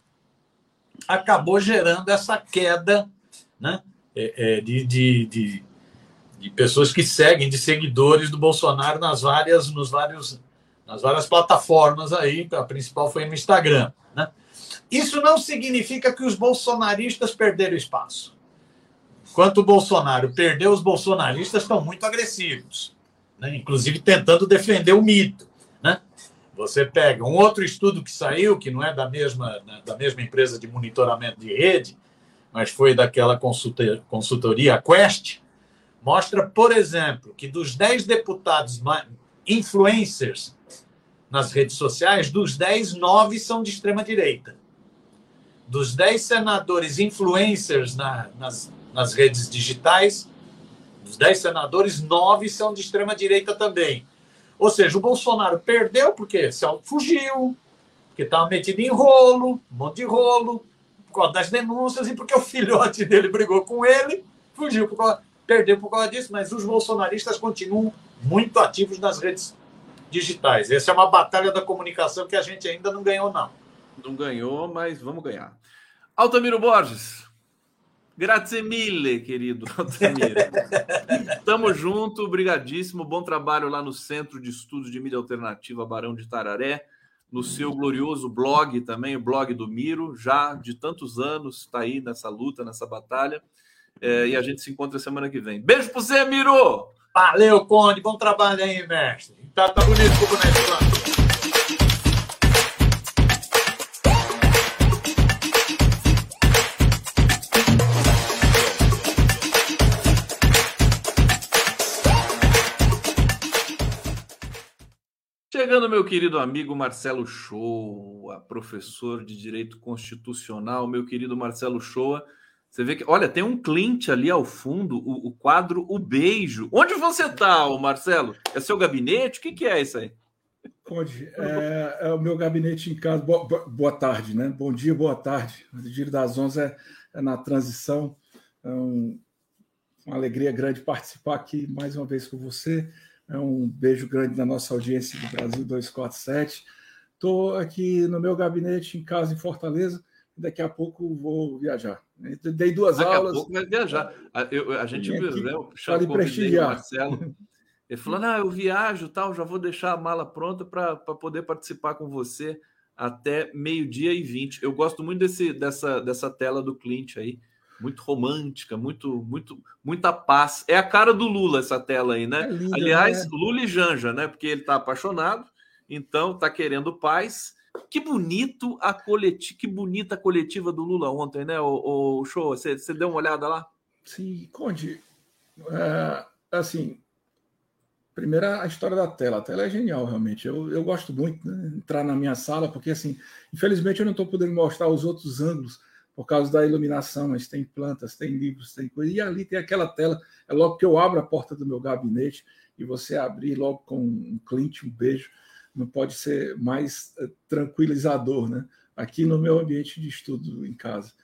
acabou gerando essa queda, né, é, é, de, de, de, de pessoas que seguem, de seguidores do Bolsonaro nas várias, nos vários, nas várias plataformas aí, a principal foi no Instagram, né? Isso não significa que os bolsonaristas perderam espaço. Enquanto o Bolsonaro perdeu, os bolsonaristas estão muito agressivos, né? Inclusive tentando defender o mito, né? Você pega um outro estudo que saiu, que não é da mesma, da mesma empresa de monitoramento de rede, mas foi daquela consultoria, consultoria Quest, mostra, por exemplo, que dos dez deputados influencers nas redes sociais, dos dez, nove são de extrema-direita. Dos dez senadores influencers na, nas, nas redes digitais, dos dez senadores, nove são de extrema-direita também. Ou seja, o Bolsonaro perdeu porque se fugiu, porque estava metido em rolo, um monte de rolo, por causa das denúncias e porque o filhote dele brigou com ele, fugiu, por causa, perdeu por causa disso, mas os bolsonaristas continuam muito ativos nas redes digitais. Essa é uma batalha da comunicação que a gente ainda não ganhou, não. Não ganhou, mas vamos ganhar. Altamiro Borges, grazie mille, querido Altamiro. Tamo junto, brigadíssimo, bom trabalho lá no Centro de Estudos de Mídia Alternativa Barão de Tararé, no seu glorioso blog também, o blog do Miro, já de tantos anos, está aí nessa luta, nessa batalha, é, e a gente se encontra semana que vem. Beijo pra você, Miro! Valeu, Conde, bom trabalho aí, mestre. Tá, tá bonito o boneco lá. Chegando, meu querido amigo Marcelo Shoa, professor de Direito Constitucional, meu querido Marcelo Shoa. Você vê que, olha, tem um Clint ali ao fundo, o, o quadro O Beijo. Onde você está, Marcelo? É seu gabinete? O que, que é isso aí? Conde, é, é o meu gabinete em casa. Boa, boa tarde, né? Bom dia, boa tarde. O Giro das Onze é, é na transição. É um, uma alegria grande participar aqui mais uma vez com você. É um beijo grande da nossa audiência do Brasil duzentos e quarenta e sete. Estou aqui no meu gabinete em casa em Fortaleza. Daqui a pouco vou viajar. Dei duas Daqui aulas. Daqui a pouco vai viajar. A, eu, a gente viu, né? Eu convidei o Marcelo. Ele falou: não, eu viajo, tal, já vou deixar a mala pronta para poder participar com você até meio-dia e vinte. Eu gosto muito desse, dessa, dessa tela do Clint aí. Muito romântica, muito, muito, muita paz. É a cara do Lula essa tela aí, né? É linda, aliás, né? Lula e Janja, né? Porque ele está apaixonado, então está querendo paz. Que bonito a coletiva, que bonita a coletiva do Lula ontem, né? O, o Show, você, você deu uma olhada lá? Sim, Conde. É, assim, primeiro a história da tela. A tela é genial, realmente. Eu, eu gosto muito, né, entrar na minha sala, porque, assim, infelizmente eu não estou podendo mostrar os outros ângulos por causa da iluminação, mas tem plantas, tem livros, tem coisa. E ali tem aquela tela. É logo que eu abro a porta do meu gabinete e você abrir logo com um Clint, um beijo. Não pode ser mais uh, tranquilizador, né? Aqui no meu ambiente de estudo em casa.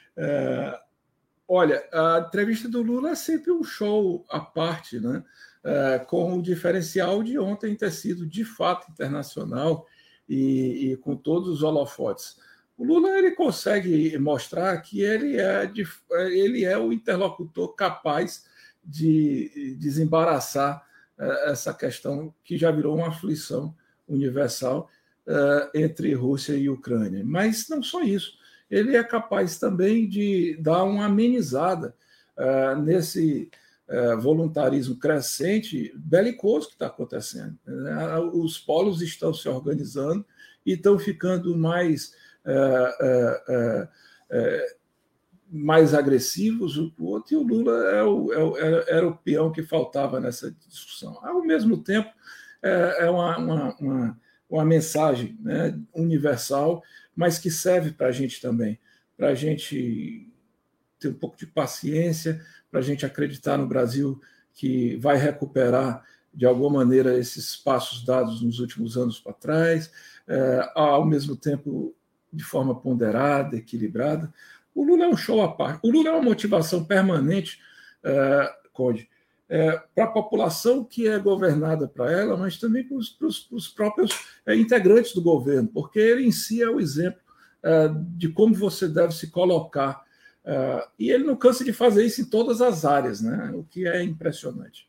É, olha, a entrevista do Lula é sempre um show à parte, né? É, com o diferencial de ontem ter sido de fato internacional e, e com todos os holofotes. O Lula ele consegue mostrar que ele é, de, ele é o interlocutor capaz de desembaraçar uh, essa questão que já virou uma aflição universal uh, entre Rússia e Ucrânia. Mas não só isso, ele é capaz também de dar uma amenizada uh, nesse uh, voluntarismo crescente belicoso que está acontecendo. Uh, os polos estão se organizando e estão ficando mais uh, uh, uh, uh, mais agressivos um com o outro, e o Lula é o, é o, era o peão que faltava nessa discussão. Ao mesmo tempo, é uma, uma, uma, uma mensagem, né, universal, mas que serve para a gente também, para a gente ter um pouco de paciência, para a gente acreditar no Brasil que vai recuperar, de alguma maneira, esses passos dados nos últimos anos para trás, é, ao mesmo tempo de forma ponderada, equilibrada. O Lula é um show à parte. O Lula é uma motivação permanente, é, Conde, é, para a população que é governada para ela, mas também para os próprios é, integrantes do governo, porque ele em si é o exemplo é, de como você deve se colocar. É, e ele não cansa de fazer isso em todas as áreas, né? O que é impressionante.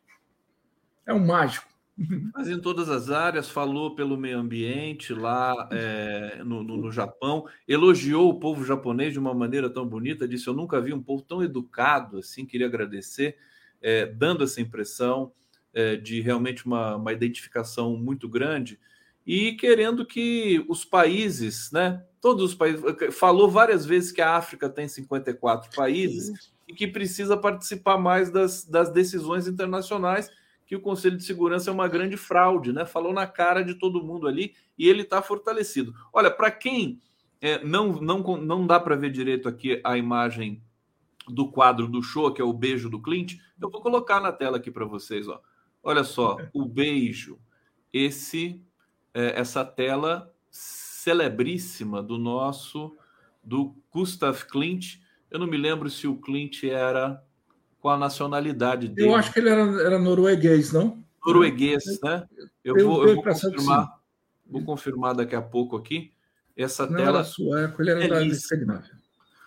É um mágico. Mas em todas as áreas, falou pelo meio ambiente lá é, no, no, no Japão, elogiou o povo japonês de uma maneira tão bonita, disse: eu nunca vi um povo tão educado assim, queria agradecer, é, dando essa impressão é, de realmente uma, uma identificação muito grande e querendo que os países, né, todos os países, falou várias vezes que a África tem cinquenta e quatro países e que precisa participar mais das, das decisões internacionais, que o Conselho de Segurança é uma grande fraude, né? Falou na cara de todo mundo ali e ele está fortalecido. Olha, para quem é, não, não, não dá para ver direito aqui a imagem do quadro do show, que é o beijo do Clint, eu vou colocar na tela aqui para vocês. Ó. Olha só, o beijo, esse, é, essa tela celebríssima do nosso, do Gustav Klimt. Eu não me lembro se o Klimt era... com a nacionalidade dele. Eu acho que ele era, era norueguês, não? Norueguês, né? Eu, eu vou, eu vou confirmar, vou confirmar daqui a pouco aqui. Essa não tela. Era sueco, ele era da Escandinávia.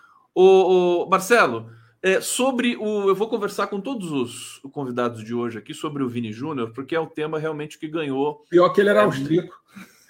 O, o Marcelo, é, sobre o. Eu vou conversar com todos os convidados de hoje aqui sobre o Vini Júnior, porque é o tema realmente que ganhou. Pior que ele era é, austríaco.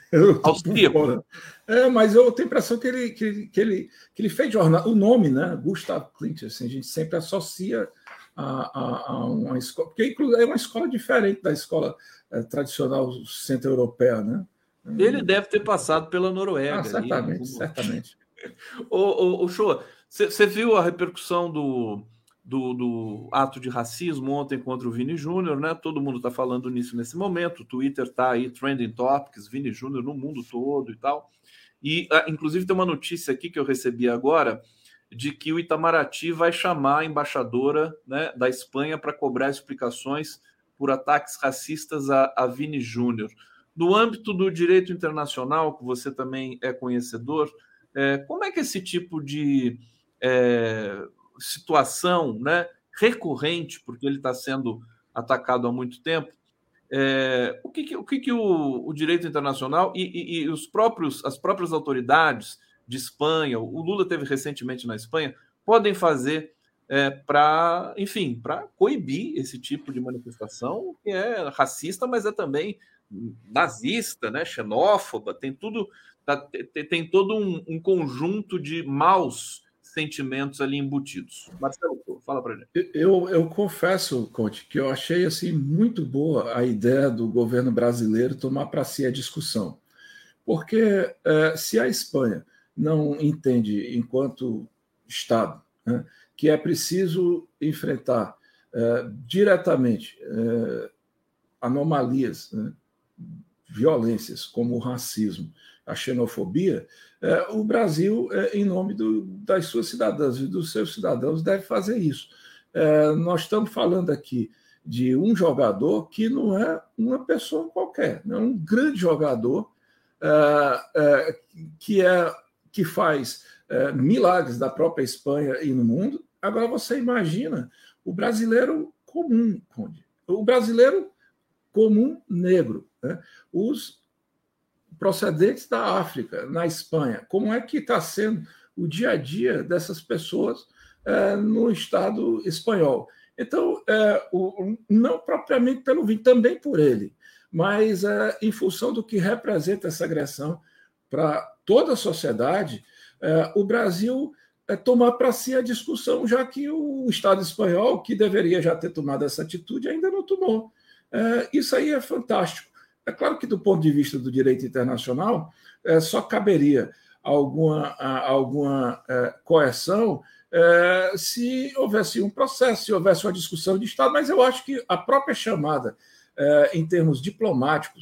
Austríaco. É, mas eu tenho a impressão que ele, que, que ele, que ele fez jornal. O nome, né? Gustav Klimt, assim, a gente sempre associa a, a, a uma escola, porque é uma escola diferente da escola é, tradicional centro-europeia, né? Ele deve ter passado pela Noruega. Ah, certamente, ali, certamente. O, o, o Shoa, você viu a repercussão do, do, do ato de racismo ontem contra o Vini Júnior, né? Todo mundo está falando nisso nesse momento. O Twitter está aí, trending topics, Vini Júnior no mundo todo e tal. E, inclusive, tem uma notícia aqui que eu recebi agora de que o Itamaraty vai chamar a embaixadora, né, da Espanha para cobrar explicações por ataques racistas a, a Vini Júnior. No âmbito do direito internacional, que você também é conhecedor, é, como é que esse tipo de é, situação, né, recorrente, porque ele está sendo atacado há muito tempo, é, o que, que, o, que que o, o direito internacional e, e, e os próprios, as próprias autoridades de Espanha, o Lula teve recentemente na Espanha, podem fazer é, para, enfim, para coibir esse tipo de manifestação que é racista, mas é também nazista, né, xenófoba, tem tudo, tá, tem, tem todo um, um conjunto de maus sentimentos ali embutidos. Marcelo, fala para gente. Eu, eu confesso, Conte, que eu achei assim muito boa a ideia do governo brasileiro tomar para si a discussão, porque é, se a Espanha não entende, enquanto Estado, né, que é preciso enfrentar é, diretamente é, anomalias, né, violências como o racismo, a xenofobia, é, o Brasil, é, em nome do, das suas cidadãs e dos seus cidadãos, deve fazer isso. É, nós estamos falando aqui de um jogador que não é uma pessoa qualquer, é um grande jogador é, é, que é que faz é, milagres da própria Espanha e no mundo. Agora você imagina o brasileiro comum, Conde, o brasileiro comum negro, né? Os procedentes da África, na Espanha, como é que está sendo o dia a dia dessas pessoas é, no Estado espanhol. Então, é, o, não propriamente pelo Vini, também por ele, mas é, em função do que representa essa agressão para toda a sociedade, é, o Brasil é, tomar para si a discussão, já que o Estado espanhol, que deveria já ter tomado essa atitude, ainda não tomou. É, isso aí é fantástico. É claro que, do ponto de vista do direito internacional, é, só caberia alguma, alguma é, coerção é, se houvesse um processo, se houvesse uma discussão de Estado, mas eu acho que a própria chamada, é, em termos diplomáticos,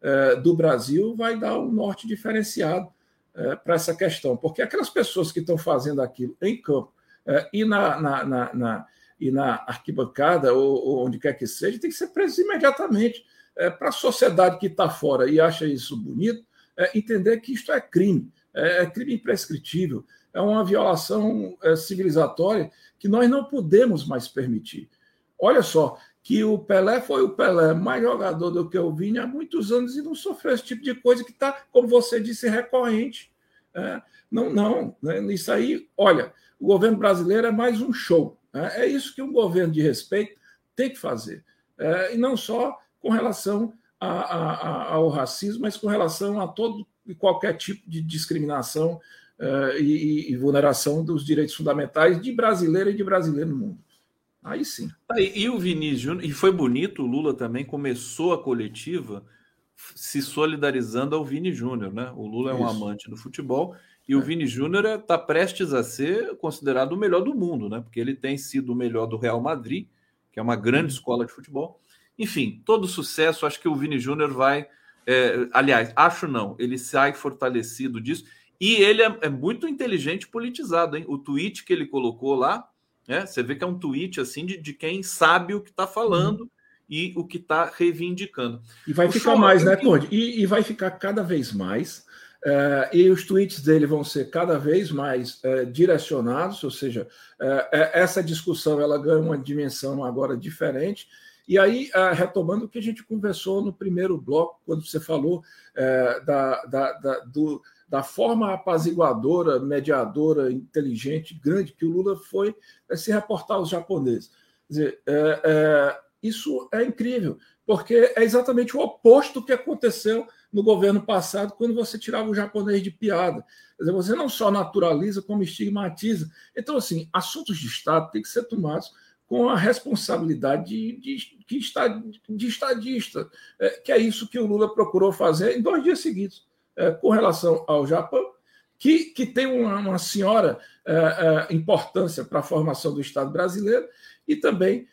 é, do Brasil vai dar um norte diferenciado é, para essa questão, porque aquelas pessoas que estão fazendo aquilo em campo é, e, na, na, na, na, e na arquibancada, ou, ou onde quer que seja, tem que ser presas imediatamente. É, para a sociedade que está fora e acha isso bonito, é, entender que isto é crime, é, é crime imprescritível, é uma violação é, civilizatória que nós não podemos mais permitir. Olha só, que o Pelé foi o Pelé, mais jogador do que o Vini há muitos anos e não sofreu esse tipo de coisa que está, como você disse, recorrente. É, não, não, né? Isso aí, olha, o governo brasileiro é mais um show. Né? É isso que um governo de respeito tem que fazer. É, e não só com relação a, a, a, ao racismo, mas com relação a todo e qualquer tipo de discriminação uh, e, e vulneração dos direitos fundamentais de brasileiro e de brasileiro no mundo. Aí sim. E, e o Vinícius Júnior, e foi bonito, o Lula também começou a coletiva se solidarizando ao Vini Júnior, né? O Lula é um Isso. amante do futebol e é. o Vini Júnior está prestes a ser considerado o melhor do mundo, né? Porque ele tem sido o melhor do Real Madrid, que é uma grande escola de futebol. Enfim, todo sucesso, acho que o Vini Júnior vai... É, aliás, acho não, ele sai fortalecido disso. E ele é, é muito inteligente politizado, hein? O tweet que ele colocou lá, né? Você vê que é um tweet assim de, de quem sabe o que está falando uhum. e o que está reivindicando. E vai o ficar mais, né, Conde? E, e vai ficar cada vez mais. Uh, e os tweets dele vão ser cada vez mais uh, direcionados, ou seja, uh, essa discussão ela ganha uma dimensão agora diferente. E aí, uh, retomando o que a gente conversou no primeiro bloco, quando você falou uh, da, da, da, do, da forma apaziguadora, mediadora, inteligente, grande, que o Lula foi uh, se reportar aos japoneses. Quer dizer, uh, uh, isso é incrível, porque é exatamente o oposto do que aconteceu no governo passado, quando você tirava o japonês de piada. Quer dizer, você não só naturaliza, como estigmatiza. Então, assim, assuntos de Estado têm que ser tomados com a responsabilidade de, de, de, está, de estadista, é, que é isso que o Lula procurou fazer em dois dias seguidos, é, com relação ao Japão, que, que tem uma, uma senhora é, é, importância para a formação do Estado brasileiro e também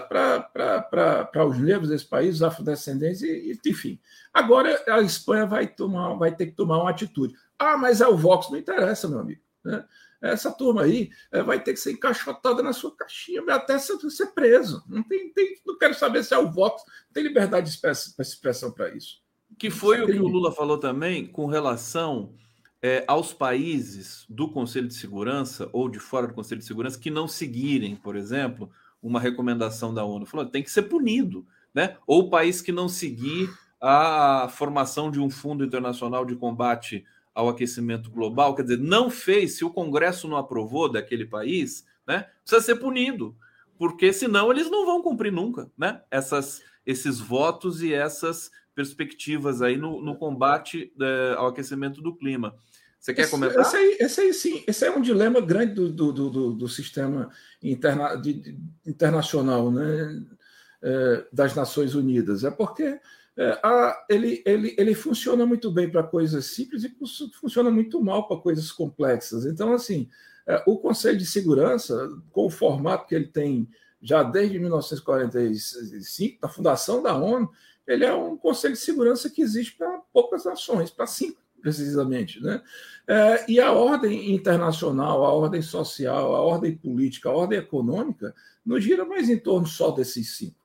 para os negros desse país, os afrodescendentes, e, e, enfim. Agora a Espanha vai, tomar, vai ter que tomar uma atitude. Ah, mas é o Vox, não interessa, meu amigo, né? Essa turma aí vai ter que ser encaixotada na sua caixinha, até ser preso. Não, tem, tem, não quero saber se é o Vox, não tem liberdade de expressão para isso. Que foi o que o Lula falou também com relação é, aos países do Conselho de Segurança ou de fora do Conselho de Segurança que não seguirem, por exemplo, uma recomendação da ONU. Falou, tem que ser punido, né? Ou o país que não seguir a formação de um fundo internacional de combate ao aquecimento global, quer dizer, não fez, se o Congresso não aprovou daquele país, né, precisa ser punido, porque senão eles não vão cumprir nunca, né, essas, esses votos e essas perspectivas aí no, no combate é, ao aquecimento do clima. Você quer esse, comentar? Esse aí, esse aí sim, esse é um dilema grande do, do, do, do sistema interna, de, de, internacional, né, é, das Nações Unidas, é porque É, a, ele, ele, ele funciona muito bem para coisas simples e funciona muito mal para coisas complexas. Então, assim, é, o Conselho de Segurança, com o formato que ele tem já desde mil novecentos e quarenta e cinco, da fundação da ONU, ele é um Conselho de Segurança que existe para poucas nações, para cinco, precisamente, né? É, e a ordem internacional, a ordem social, a ordem política, a ordem econômica, não gira mais em torno só desses cinco.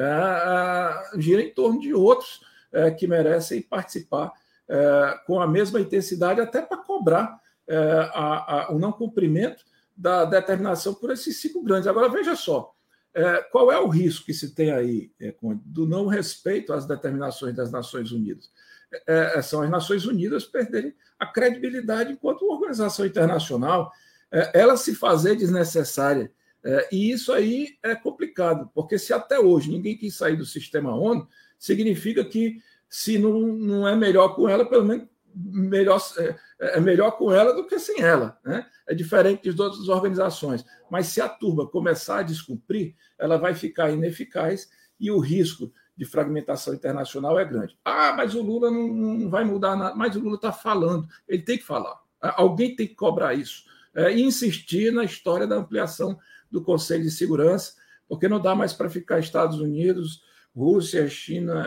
É, gira em torno de outros é, que merecem participar é, com a mesma intensidade, até para cobrar é, a, a, o não cumprimento da determinação por esses cinco grandes. Agora, veja só, é, qual é o risco que se tem aí é, do não respeito às determinações das Nações Unidas? É, são as Nações Unidas perderem a credibilidade enquanto organização internacional, é, ela se fazer desnecessária. É, e isso aí é complicado, porque se até hoje ninguém quis sair do sistema ONU, significa que se não, não é melhor com ela, pelo menos melhor, é, é melhor com ela do que sem ela, né? É diferente das outras organizações. Mas se a turma começar a descumprir, ela vai ficar ineficaz e o risco de fragmentação internacional é grande. Ah, mas o Lula não, não vai mudar nada. Mas o Lula está falando, ele tem que falar. Alguém tem que cobrar isso. É, e insistir na história da ampliação do Conselho de Segurança, porque não dá mais para ficar Estados Unidos Rússia, China,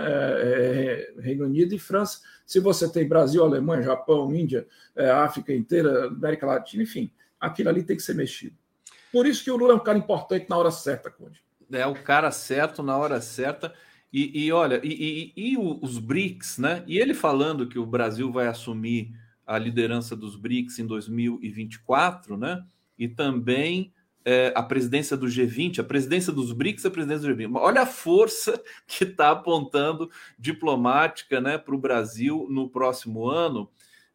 é, é, Reino Unido e França. Se você tem Brasil, Alemanha, Japão, Índia, é, África inteira, América Latina, enfim, aquilo ali tem que ser mexido. Por isso que o Lula é um cara importante na hora certa, Conde. É o cara certo na hora certa. E, e olha, e, e, e os BRICS, né? E ele falando que o Brasil vai assumir a liderança dos BRICS em dois mil e vinte e quatro, né? E também é, a presidência do G vinte, a presidência dos BRICS, a presidência do G vinte. Olha a força que está apontando diplomática, né, para o Brasil no próximo ano.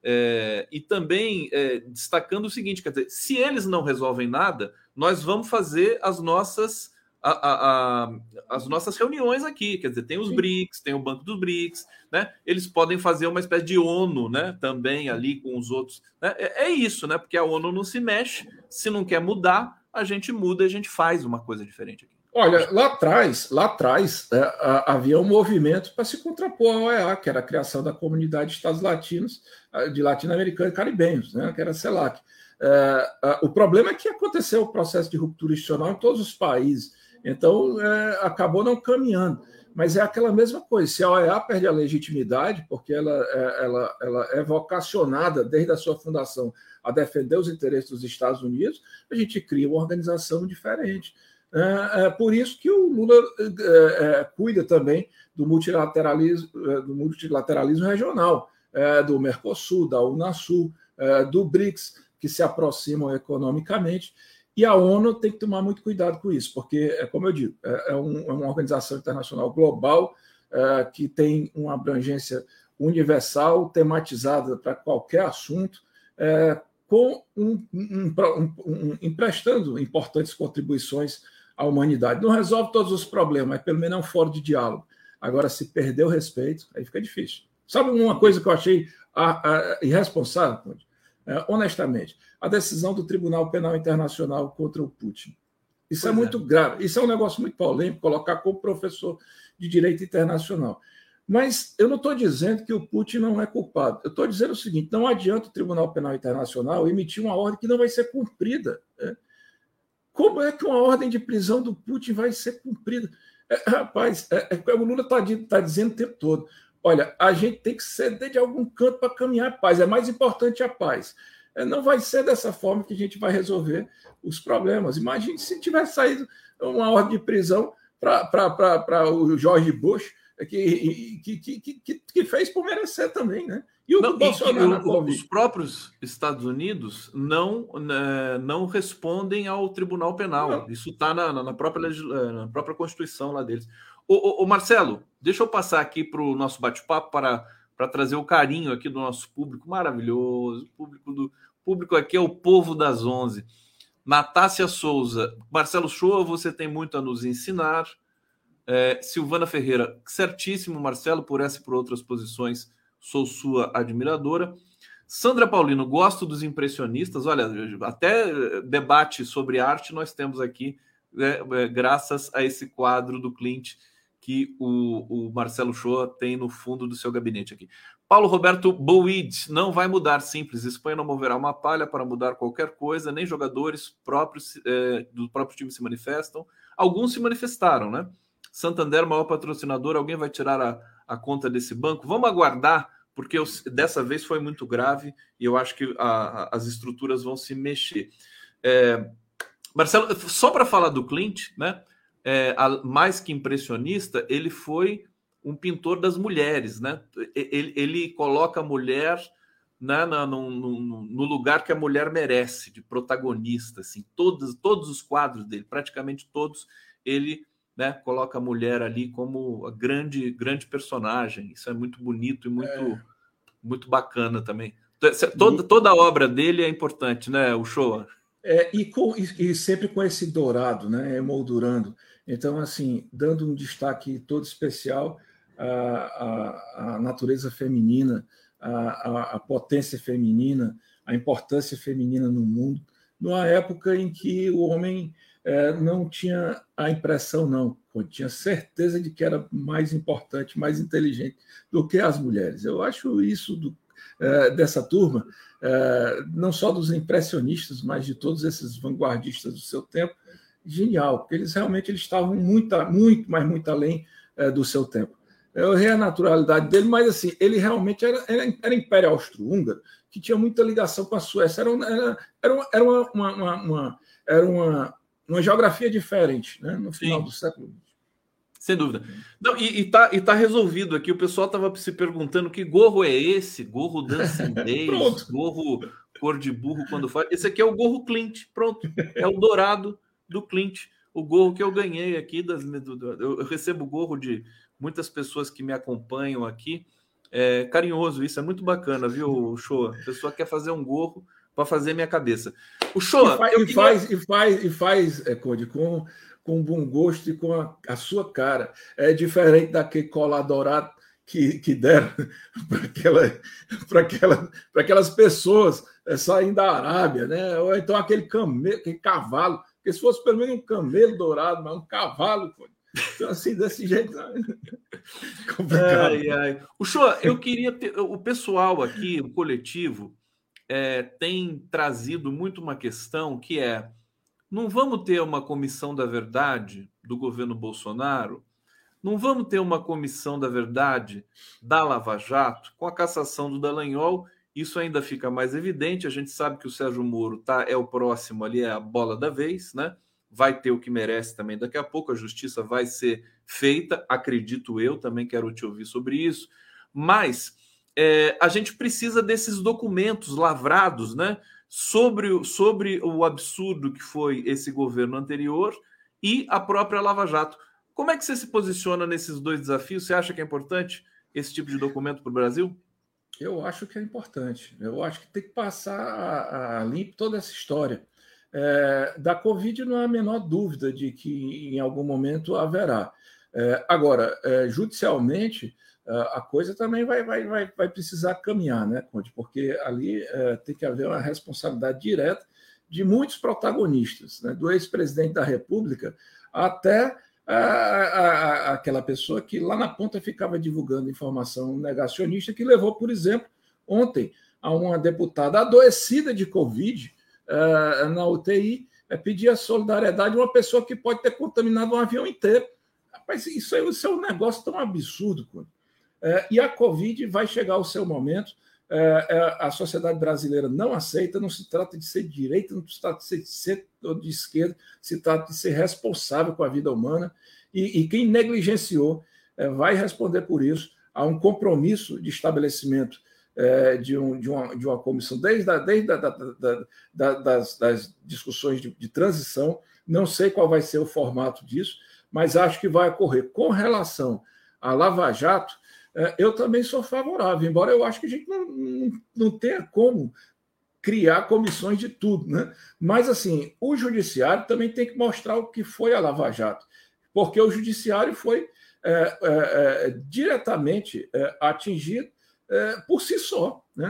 É, e também é, destacando o seguinte, quer dizer, se eles não resolvem nada, nós vamos fazer as nossas A, a, a, as nossas reuniões aqui, quer dizer, tem os Sim. BRICS, tem o Banco dos BRICS, né? Eles podem fazer uma espécie de ONU, né? Também ali com os outros, né? É, é isso, né? Porque a ONU não se mexe, se não quer mudar, a gente muda, a gente faz uma coisa diferente aqui. Olha, lá atrás, lá atrás é, a, havia um movimento para se contrapor à O E A, que era a criação da Comunidade de Estados Latinos, de latino-americanos e caribenhos, né? Que era a CELAC. É, a, o problema é que aconteceu o processo de ruptura institucional em todos os países. Então, é, acabou não caminhando. Mas é aquela mesma coisa. Se a O E A perde a legitimidade, porque ela é, ela, ela é vocacionada desde a sua fundação a defender os interesses dos Estados Unidos, a gente cria uma organização diferente. É, é por isso que o Lula é, é, cuida também do multilateralismo, do multilateralismo regional, é, do Mercosul, da Unasul, é, do BRICS, que se aproximam economicamente. E a ONU tem que tomar muito cuidado com isso, porque, é como eu digo, é, um, é uma organização internacional global é, que tem uma abrangência universal, tematizada para qualquer assunto, é, com um, um, um, um, emprestando importantes contribuições à humanidade. Não resolve todos os problemas, mas pelo menos é um fórum de diálogo. Agora, se perder o respeito, aí fica difícil. Sabe uma coisa que eu achei a, a, irresponsável, é, honestamente? A decisão do Tribunal Penal Internacional contra o Putin. Isso pois é muito é. grave. Isso é um negócio muito polêmico, colocar como professor de direito internacional. Mas eu não estou dizendo que o Putin não é culpado. Eu estou dizendo o seguinte: não adianta o Tribunal Penal Internacional emitir uma ordem que não vai ser cumprida. Né? Como é que uma ordem de prisão do Putin vai ser cumprida? É, rapaz, é, é, o Lula está tá dizendo o tempo todo: olha, a gente tem que ceder de algum canto para caminhar a paz. É mais importante a paz. Não vai ser dessa forma que a gente vai resolver os problemas. Imagine se tivesse saído uma ordem de prisão para o George Bush, que, que, que, que, que fez por merecer também, né? E o não, Bolsonaro. E o, os próprios Estados Unidos não, né, não respondem ao Tribunal Penal. Não. Isso está na, na, própria, na própria Constituição lá deles. Ô, ô, ô Marcelo, deixa eu passar aqui para o nosso bate-papo para. para trazer o carinho aqui do nosso público maravilhoso. O público, do, público aqui é o povo das onze. Natácia Souza. Marcelo Shoa, você tem muito a nos ensinar. É, Silvana Ferreira. Certíssimo, Marcelo, por essa e por outras posições, sou sua admiradora. Sandra Paulino, gosto dos impressionistas. Olha, até debate sobre arte nós temos aqui, né, graças a esse quadro do Clint que o, o Marcelo Shoa tem no fundo do seu gabinete aqui. Paulo Roberto Boid, não vai mudar, simples. Espanha não moverá uma palha para mudar qualquer coisa, nem jogadores próprios é, do próprio time se manifestam. Alguns se manifestaram, né? Santander, maior patrocinador, alguém vai tirar a, a conta desse banco? Vamos aguardar, porque eu, dessa vez foi muito grave e eu acho que a, a, as estruturas vão se mexer. É, Marcelo, só para falar do Clint, né? É, a, mais que impressionista, ele foi um pintor das mulheres, né? Ele, ele coloca a mulher, né, no, no, no lugar que a mulher merece, de protagonista, assim, todos, todos os quadros dele, praticamente todos, ele, né, coloca a mulher ali como a grande, grande personagem. Isso é muito bonito e muito, é. muito bacana também. Toda, toda a obra dele é importante, né, o Shoa? É, e, com, e, e sempre com esse dourado, né, emoldurando. Então, assim, dando um destaque todo especial à, à, à natureza feminina, à, à potência feminina, à importância feminina no mundo, numa época em que o homem é, não tinha a impressão, não, tinha certeza de que era mais importante, mais inteligente do que as mulheres. Eu acho isso do, é, dessa turma, é, não só dos impressionistas, mas de todos esses vanguardistas do seu tempo, genial, porque eles realmente eles estavam muito, muito, mas muito além é, do seu tempo. Eu errei a naturalidade dele, mas assim, ele realmente era, era, era Império Austro-Húngaro, que tinha muita ligação com a Suécia. Era, era, era, uma, era, uma, uma, uma, era uma, uma geografia diferente, né, no final Sim. do século. Sem dúvida. Não, e, e, tá, e tá resolvido aqui. O pessoal estava se perguntando que gorro é esse? Gorro dançandês, gorro cor de burro quando faz. Esse aqui é o gorro Clint. Pronto. É o dourado do Clint. O gorro que eu ganhei aqui. Das, do, do, eu recebo gorro de muitas pessoas que me acompanham aqui. É carinhoso isso. É muito bacana, viu, Shoa? A pessoa quer fazer um gorro para fazer minha cabeça. O Shoa... E faz, eu e faz, e faz, e faz é, Conde, com... com bom gosto e com a, a sua cara. É diferente daquele colar dourado que, que deram para aquela, aquela, aquelas pessoas é, saindo da Arábia, né? Ou então aquele camelo, aquele cavalo, porque se fosse pelo menos um camelo dourado, mas um cavalo. Então, assim, desse jeito. Complicado. Ai, ai. O Shoa, eu queria ter. O pessoal aqui, o coletivo, é, tem trazido muito uma questão que é. Não vamos ter uma comissão da verdade do governo Bolsonaro? Não vamos ter uma comissão da verdade da Lava Jato? Com a cassação do Dallagnol, isso ainda fica mais evidente. A gente sabe que o Sérgio Moro tá, é o próximo ali, é a bola da vez, né? Vai ter o que merece também daqui a pouco. A justiça vai ser feita, acredito eu. Também quero te ouvir sobre isso. Mas é, a gente precisa desses documentos lavrados, né? Sobre, sobre o absurdo que foi esse governo anterior e a própria Lava Jato. Como é que você se posiciona nesses dois desafios? Você acha que é importante esse tipo de documento para o Brasil? Eu acho que é importante. Eu acho que tem que passar a, a limpo toda essa história. É, da Covid não há a menor dúvida de que em algum momento haverá. É, agora, é, judicialmente, a coisa também vai, vai, vai, vai precisar caminhar, né, Conde? Porque ali é, tem que haver uma responsabilidade direta de muitos protagonistas, né, do ex-presidente da República até a, a, a, aquela pessoa que lá na ponta ficava divulgando informação negacionista, que levou, por exemplo, ontem a uma deputada adoecida de Covid é, na U T I é, pedir a solidariedade de uma pessoa que pode ter contaminado um avião inteiro. Rapaz, isso, aí, isso é um negócio tão absurdo, Conde. É, e a Covid vai chegar ao seu momento. É, é, a sociedade brasileira não aceita, não se trata de ser de direita, não se trata de ser de centro ou de esquerda, se trata de ser responsável com a vida humana. E, e quem negligenciou é, vai responder por isso. Há um compromisso de estabelecimento é, de, um, de, uma, de uma comissão, desde, a, desde a, da, da, da, das, das discussões de, de transição. Não sei qual vai ser o formato disso, mas acho que vai ocorrer. Com relação à Lava Jato, eu também sou favorável, embora eu acho que a gente não, não, não tenha como criar comissões de tudo, né? Mas, assim, o judiciário também tem que mostrar o que foi a Lava Jato, porque o judiciário foi é, é, é, diretamente é, atingido é, por si só, né?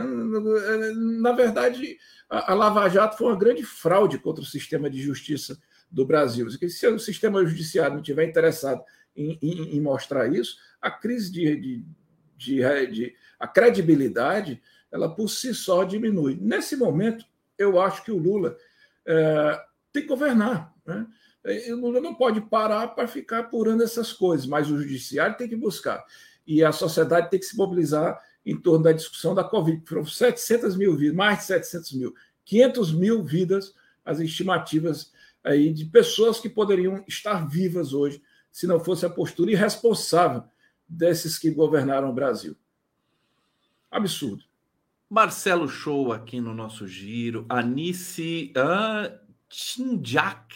Na verdade, a, a Lava Jato foi uma grande fraude contra o sistema de justiça do Brasil. Se o sistema judiciário não estiver interessado em, em, em mostrar isso, a crise de, de, de, de a credibilidade, ela por si só diminui. Nesse momento, eu acho que o Lula é, tem que governar, né? O Lula não pode parar para ficar apurando essas coisas, mas o judiciário tem que buscar. E a sociedade tem que se mobilizar em torno da discussão da Covid. Foram setecentas mil vidas, mais de setecentas mil, quinhentas mil vidas, as estimativas aí de pessoas que poderiam estar vivas hoje, se não fosse a postura irresponsável desses que governaram o Brasil. Absurdo. Marcelo Show aqui no nosso giro. Anice ah, Tinjak.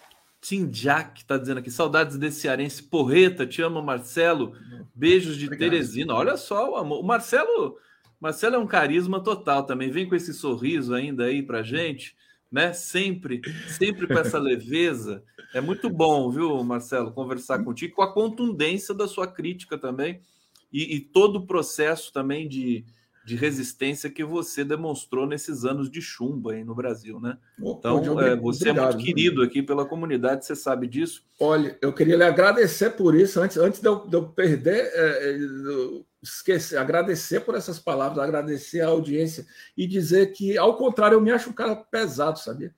Tinjak está dizendo aqui. Saudades desse cearense. Porreta, te amo, Marcelo. Beijos de Obrigado. Teresina. Olha só o amor. O Marcelo, Marcelo é um carisma total também. Vem com esse sorriso ainda aí pra gente, né? Sempre, sempre com essa leveza. É muito bom, viu, Marcelo, conversar contigo, com a contundência da sua crítica também e, e todo o processo também de, de resistência que você demonstrou nesses anos de chumbo aí no Brasil, né? Então, oh, é, você Obrigado, é muito querido aqui pela comunidade, você sabe disso. Olha, eu queria lhe agradecer por isso, antes, antes de, eu, de eu perder, é, eu esquecer, agradecer por essas palavras, agradecer a audiência e dizer que, ao contrário, eu me acho um cara pesado, sabia?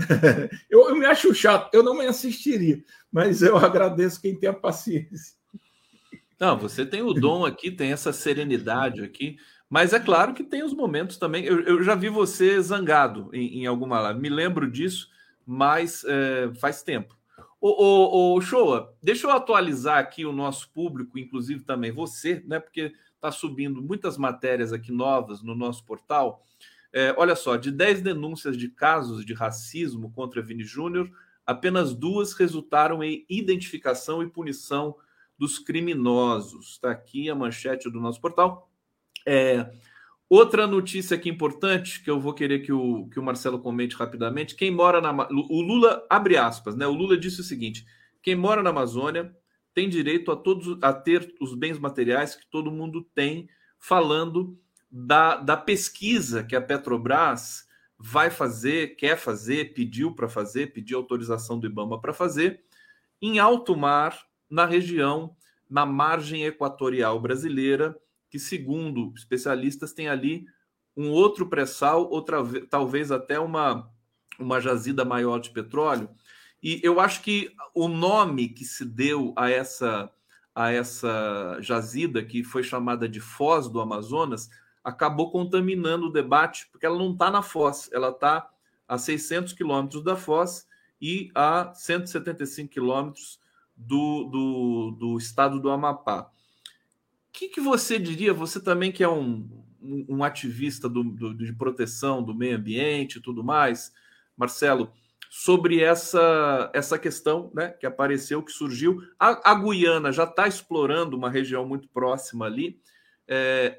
eu, eu me acho chato, eu não me assistiria, mas eu agradeço quem tem a paciência. Não, você tem o dom aqui, tem essa serenidade aqui, mas é claro que tem os momentos também. Eu, eu já vi você zangado em, em alguma live, me lembro disso, mas é, faz tempo. Ô, ô, ô, Shoa, deixa eu atualizar aqui o nosso público, inclusive também você, né? Porque está subindo muitas matérias aqui novas no nosso portal. É, olha só, de dez denúncias de casos de racismo contra Vini Júnior, apenas duas resultaram em identificação e punição dos criminosos. Está aqui a manchete do nosso portal. É, outra notícia aqui importante, que eu vou querer que o, que o Marcelo comente rapidamente. Quem mora na... O Lula, abre aspas, né? O Lula disse o seguinte: quem mora na Amazônia tem direito a, todos, a ter os bens materiais que todo mundo tem, falando da, da pesquisa que a Petrobras vai fazer, quer fazer, pediu para fazer, pediu autorização do IBAMA para fazer, em alto mar, na região, na margem equatorial brasileira, que, segundo especialistas, tem ali um outro pré-sal, outra, talvez até uma, uma jazida maior de petróleo. E eu acho que o nome que se deu a essa, a essa jazida, que foi chamada de Foz do Amazonas, acabou contaminando o debate, porque ela não está na Foz, ela está a seiscentos quilômetros da Foz e a cento e setenta e cinco quilômetros do, do, do estado do Amapá. O que, que você diria, você também que é um, um, um ativista do, do, de proteção do meio ambiente e tudo mais, Marcelo, sobre essa, essa questão, né, que apareceu, que surgiu. A, a Guiana já está explorando uma região muito próxima ali. É,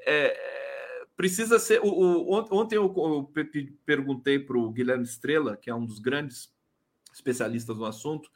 é, precisa ser... O, o, ontem eu, eu perguntei para o Guilherme Estrela, que é um dos grandes especialistas no assunto,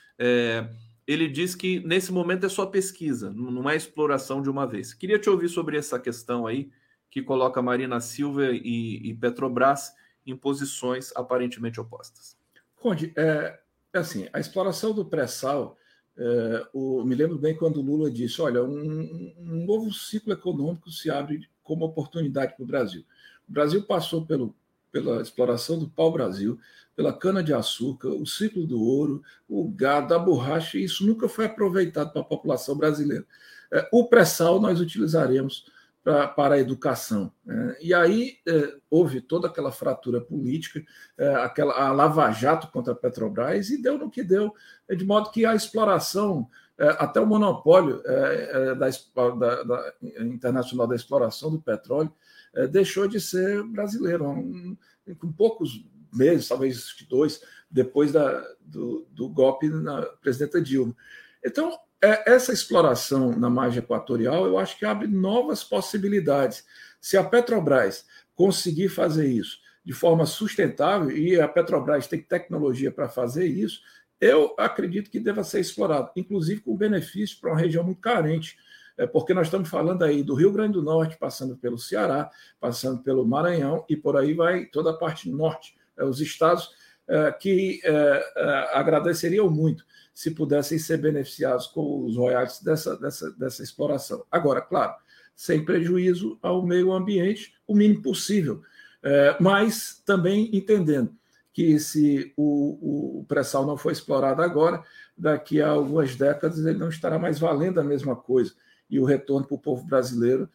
é, ele diz que nesse momento é só pesquisa, não é exploração de uma vez. Queria te ouvir sobre essa questão aí, que coloca Marina Silva e, e Petrobras em posições aparentemente opostas. Conde, é, é assim, a exploração do pré-sal, é, o, me lembro bem quando o Lula disse, olha, um, um novo ciclo econômico se abre como oportunidade para o Brasil. O Brasil passou pelo, pela exploração do pau-brasil, pela cana-de-açúcar, o ciclo do ouro, o gado, a borracha, e isso nunca foi aproveitado para a população brasileira. É, o pré-sal nós utilizaremos pra, para a educação. É, e aí é, houve toda aquela fratura política, é, aquela, a lava-jato contra a Petrobras, e deu no que deu, de modo que a exploração, é, até o monopólio é, é, da, da, da internacional da exploração do petróleo, é, deixou de ser brasileiro, um, com poucos meses, talvez dois, depois da, do, do golpe na presidenta Dilma. Então, é, essa exploração na margem equatorial, eu acho que abre novas possibilidades. Se a Petrobras conseguir fazer isso de forma sustentável, e a Petrobras tem tecnologia para fazer isso, eu acredito que deva ser explorado, inclusive com benefício para uma região muito carente, é, porque nós estamos falando aí do Rio Grande do Norte, passando pelo Ceará, passando pelo Maranhão, e por aí vai toda a parte norte, os estados eh, que eh, eh, agradeceriam muito se pudessem ser beneficiados com os royalties dessa, dessa, dessa exploração. Agora, claro, sem prejuízo ao meio ambiente, o mínimo possível, eh, mas também entendendo que se o, o pré-sal não for explorado agora, daqui a algumas décadas ele não estará mais valendo a mesma coisa e o retorno para o povo brasileiro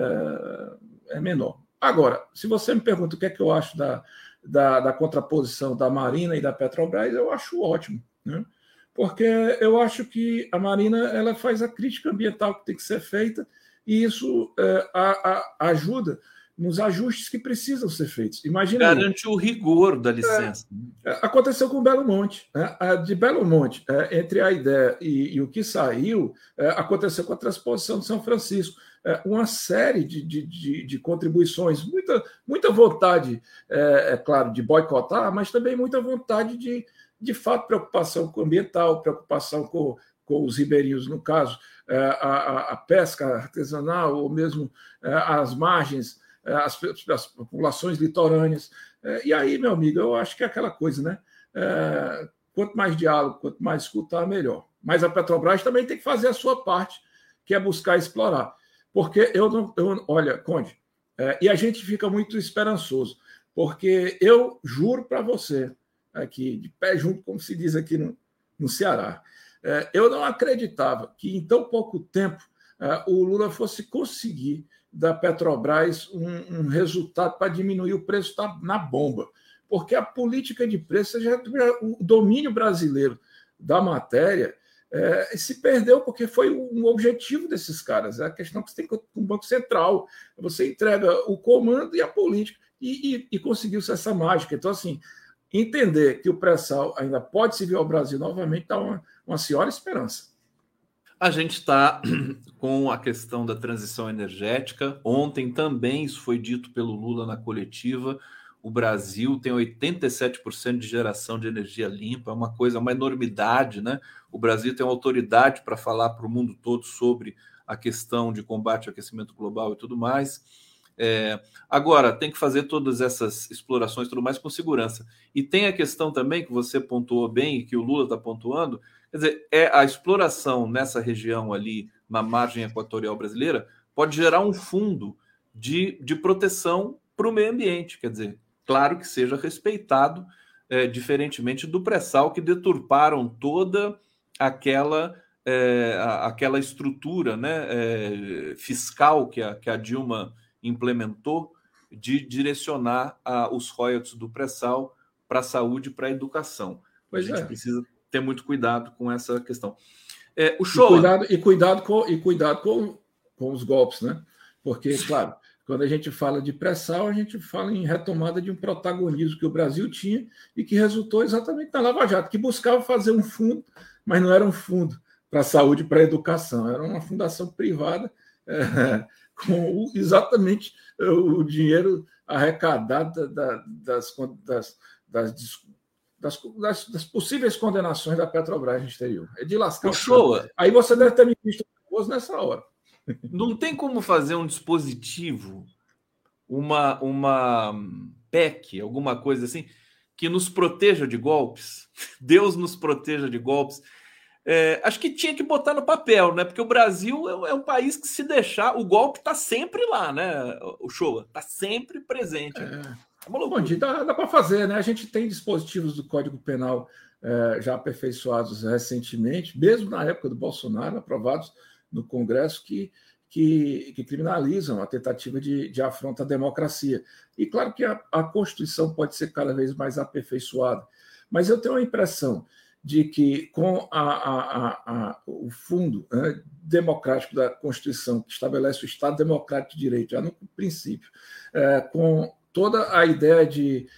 eh, é menor. Agora, se você me pergunta o que é que eu acho da Da, da contraposição da Marina e da Petrobras, eu acho ótimo, né? Porque eu acho que a Marina ela faz a crítica ambiental que tem que ser feita e isso é, a, a, ajuda nos ajustes que precisam ser feitos. Imagina Garante aí. O rigor da licença. É, aconteceu com Belo Monte. Né? De Belo Monte, é, entre a ideia e, e o que saiu, é, aconteceu com a transposição de São Francisco. É, uma série de, de, de, de contribuições, muita, muita vontade, é, é claro, de boicotar, mas também muita vontade de, de fato, preocupação com o ambiental, preocupação com, com os ribeirinhos, no caso, é, a, a pesca artesanal, ou mesmo é, as margens, As, as populações litorâneas. E aí, meu amigo, eu acho que é aquela coisa, né? É, quanto mais diálogo, quanto mais escutar, melhor. Mas a Petrobras também tem que fazer a sua parte, que é buscar explorar. Porque eu não. Eu, olha, Conde, é, e a gente fica muito esperançoso, porque eu juro para você, aqui, de pé junto, como se diz aqui no, no Ceará, é, eu não acreditava que em tão pouco tempo uh, o Lula fosse conseguir da Petrobras um, um resultado para diminuir o preço da, na bomba. Porque a política de preço, já, o domínio brasileiro da matéria é, se perdeu, porque foi um objetivo desses caras. É a questão que você tem com o Banco Central. Você entrega o comando e a política, e, e, e conseguiu-se essa mágica. Então, assim, entender que o pré-sal ainda pode servir ao Brasil novamente dá uma, uma senhora esperança. A gente está com a questão da transição energética. Ontem também isso foi dito pelo Lula na coletiva. O Brasil tem oitenta e sete por cento de geração de energia limpa, é uma coisa, uma enormidade, né? O Brasil tem uma autoridade para falar para o mundo todo sobre a questão de combate ao aquecimento global e tudo mais. É, agora, tem que fazer todas essas explorações e tudo mais com segurança. E tem a questão também que você pontuou bem e que o Lula está pontuando, quer dizer, é a exploração nessa região ali, na margem equatorial brasileira, pode gerar um fundo de, de proteção para o meio ambiente, quer dizer, claro que seja respeitado, é, diferentemente do pré-sal, que deturparam toda aquela, é, aquela estrutura, né, é, fiscal que a, que a Dilma implementou de direcionar a, os royalties do pré-sal para a saúde e para a educação. Pois a gente é. precisa ter muito cuidado com essa questão. É, o show... e cuidado, e cuidado, com, e cuidado com, com os golpes, né? Porque, claro, quando a gente fala de pré-sal, a gente fala em retomada de um protagonismo que o Brasil tinha e que resultou exatamente na Lava Jato, que buscava fazer um fundo, mas não era um fundo para a saúde e para a educação, era uma fundação privada é, com exatamente o dinheiro arrecadado da, das, das, das, das, das, das possíveis condenações da Petrobras no exterior. É de lascar o show. Aí você deve ter me visto nervoso nessa hora. Não tem como fazer um dispositivo, uma, uma P E C, alguma coisa assim, que nos proteja de golpes? Deus nos proteja de golpes. É, acho que tinha que botar no papel, né? Porque o Brasil é, é um país que, se deixar, o golpe está sempre lá, né? O Showa está sempre presente. É, é uma loucura. Bom, dá, dá para fazer, né? A gente tem dispositivos do Código Penal é, já aperfeiçoados recentemente, mesmo na época do Bolsonaro, aprovados no Congresso, que, que, que criminalizam a tentativa de, de afronta à democracia. E claro que a, a Constituição pode ser cada vez mais aperfeiçoada, mas eu tenho a impressão de que, com a, a, a, a, o fundo né, democrático da Constituição, que estabelece o Estado Democrático de Direito, já no princípio, é, com toda a ideia de,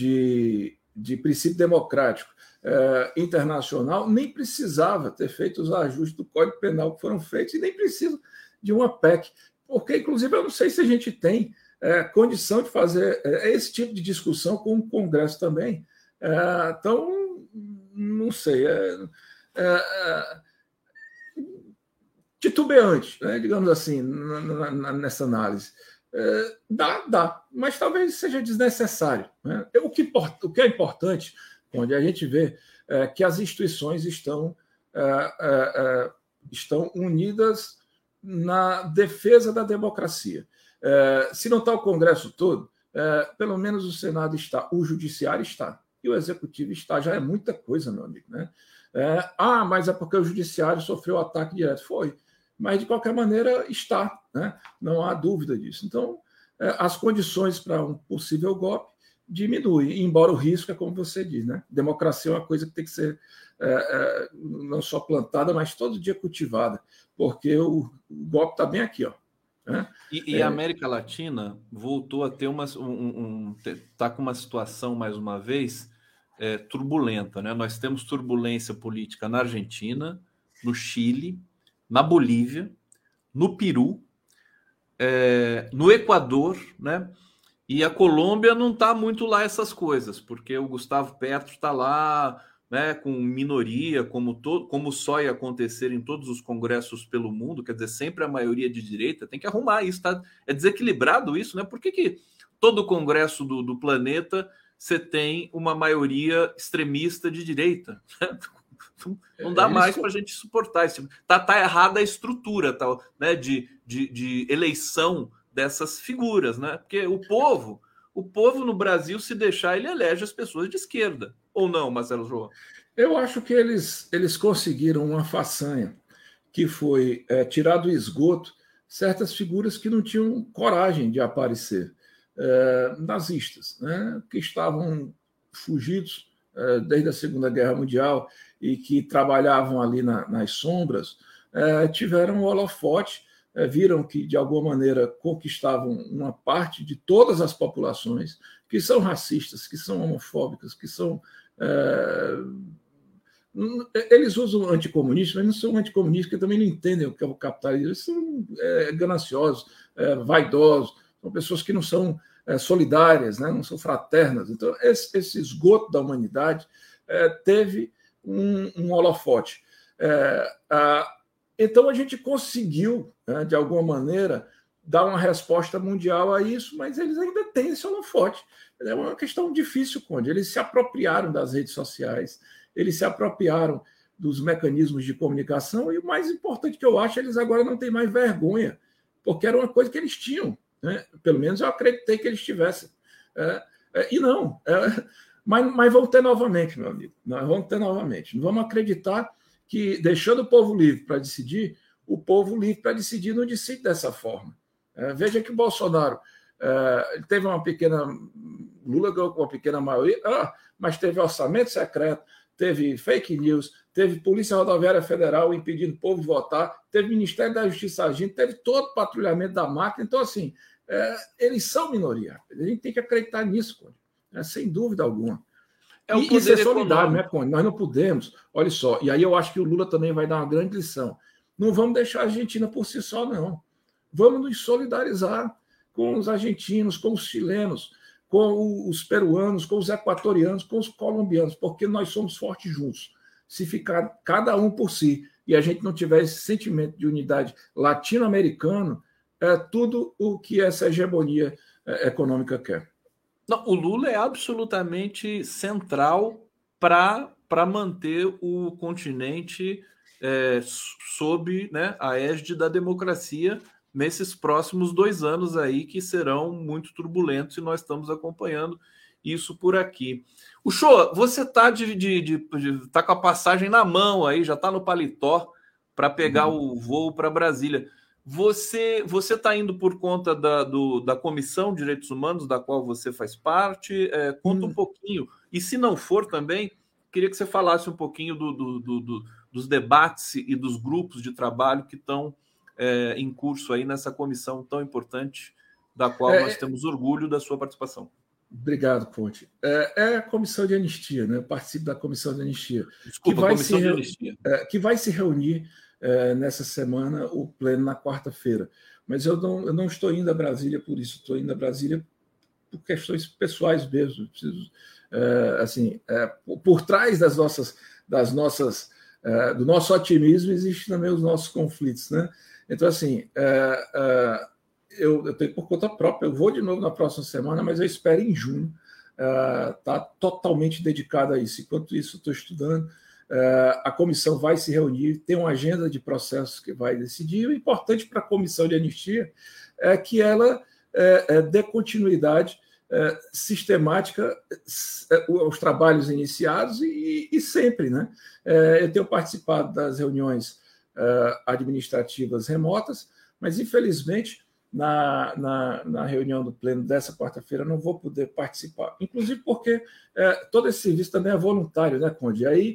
de, de princípio democrático é, internacional, nem precisava ter feito os ajustes do Código Penal que foram feitos, e nem precisa de uma P E C, porque, inclusive, eu não sei se a gente tem é, condição de fazer é, esse tipo de discussão com o Congresso também. É, então, não sei, é, é, é titubeante, né, digamos assim, na, na, nessa análise. É, dá, dá, mas talvez seja desnecessário. Né? O, que, o que é importante, onde a gente vê é, que as instituições estão, é, é, estão unidas na defesa da democracia. É, se não está o Congresso todo, é, pelo menos o Senado está, o Judiciário está. E o Executivo está, já é muita coisa, meu amigo. Né? É, ah, mas é porque o Judiciário sofreu ataque direto. Foi. Mas, de qualquer maneira, está. Né? Não há dúvida disso. Então, é, as condições para um possível golpe diminuem, embora o risco é como você diz. Né? Democracia é uma coisa que tem que ser é, é, não só plantada, mas todo dia cultivada, porque o, o golpe está bem aqui. Ó. Né? E, e a América Latina voltou a ter uma... Está um, um, tá com uma situação, mais uma vez, é, turbulenta. Né? Nós temos turbulência política na Argentina, no Chile, na Bolívia, no Peru, é, no Equador, né? E a Colômbia não está muito lá essas coisas, porque o Gustavo Petro está lá, né, com minoria, como, todo, como só ia acontecer em todos os congressos pelo mundo, quer dizer, sempre a maioria de direita, tem que arrumar isso, tá? É desequilibrado isso, né? Por que, que todo o congresso do, do planeta você tem uma maioria extremista de direita? Não dá mais para a gente suportar isso. Tá, tá errada a estrutura tal, né, de, de, de eleição dessas figuras, né? Porque o povo, o povo no Brasil, se deixar, ele elege as pessoas de esquerda. Ou não, Marcelo João? Eu acho que eles, eles conseguiram uma façanha que foi é, tirar do esgoto certas figuras que não tinham coragem de aparecer, é, nazistas, né, que estavam fugidos é, desde a Segunda Guerra Mundial e que trabalhavam ali na, nas sombras, é, tiveram um holofote, é, viram que, de alguma maneira, conquistavam uma parte de todas as populações que são racistas, que são homofóbicas, que são... É, eles usam anticomunistas, mas não são anticomunistas, porque também não entendem o que é o capitalismo. Eles são é, gananciosos, é, vaidosos, são pessoas que não são é, solidárias, né? Não são fraternas. Então, esse, esse esgoto da humanidade é, teve um, um holofote. É, a, então, a gente conseguiu, né, de alguma maneira, dar uma resposta mundial a isso, mas eles ainda têm esse holofote. É uma questão difícil, Conde. Eles se apropriaram das redes sociais, eles se apropriaram dos mecanismos de comunicação e o mais importante que eu acho, eles agora não têm mais vergonha, porque era uma coisa que eles tinham, né? Pelo menos eu acreditei que eles tivessem. É, é, e não, é, mas, mas vão ter novamente, meu amigo, nós vamos ter novamente. Não vamos acreditar que, deixando o povo livre para decidir, o povo livre para decidir não decide dessa forma. É, veja que o Bolsonaro é, teve uma pequena... Lula ganhou com uma pequena maioria, ah, mas teve orçamento secreto, teve fake news, teve Polícia Rodoviária Federal impedindo o povo de votar, teve Ministério da Justiça agindo, teve todo o patrulhamento da máquina. Então, assim, é, eles são minoria. A gente tem que acreditar nisso, Conde, é, sem dúvida alguma. É o e, e ser solidário, econômico, né, Conde? Nós não podemos, olha só, e aí eu acho que o Lula também vai dar uma grande lição. Não vamos deixar a Argentina por si só, não. Vamos nos solidarizar com os argentinos, com os chilenos, com os peruanos, com os equatorianos, com os colombianos, porque nós somos fortes juntos. Se ficar cada um por si e a gente não tiver esse sentimento de unidade latino-americano, é tudo o que essa hegemonia econômica quer. Não, o Lula é absolutamente central para manter o continente é, sob, né, a égide da democracia nesses próximos dois anos aí que serão muito turbulentos e nós estamos acompanhando isso por aqui. O Show, você está de, de, de, de, tá com a passagem na mão aí, já está no paletó para pegar uhum. o voo para Brasília. Você você está indo por conta da, do, da Comissão de Direitos Humanos, da qual você faz parte? É, conta uhum. um pouquinho. E se não for também, queria que você falasse um pouquinho do, do, do, do, dos debates e dos grupos de trabalho que estão É, em curso aí nessa comissão tão importante, da qual é, nós temos orgulho da sua participação. Obrigado, Ponte. É, é a comissão de anistia, né? Eu participo da comissão de anistia. Desculpa, que vai comissão se de anistia. É, que vai se reunir é, nessa semana, o pleno na quarta-feira. Mas eu não, eu não estou indo a Brasília por isso, estou indo a Brasília por questões pessoais mesmo. Preciso, é, assim, é, por, por trás das nossas, das nossas, é, do nosso otimismo, existem também os nossos conflitos, né? Então, assim, é, é, eu, eu tenho por conta própria, eu vou de novo na próxima semana, mas eu espero em junho estar é, tá totalmente dedicado a isso. Enquanto isso, estou estudando, é, a comissão vai se reunir, tem uma agenda de processos que vai decidir. O importante para a comissão de anistia é que ela é, é, dê continuidade é, sistemática aos trabalhos iniciados e, e sempre, né? É, eu tenho participado das reuniões Uh, administrativas remotas, mas infelizmente na, na, na reunião do pleno dessa quarta-feira não vou poder participar, inclusive porque uh, todo esse serviço também é voluntário, né, Conde? E aí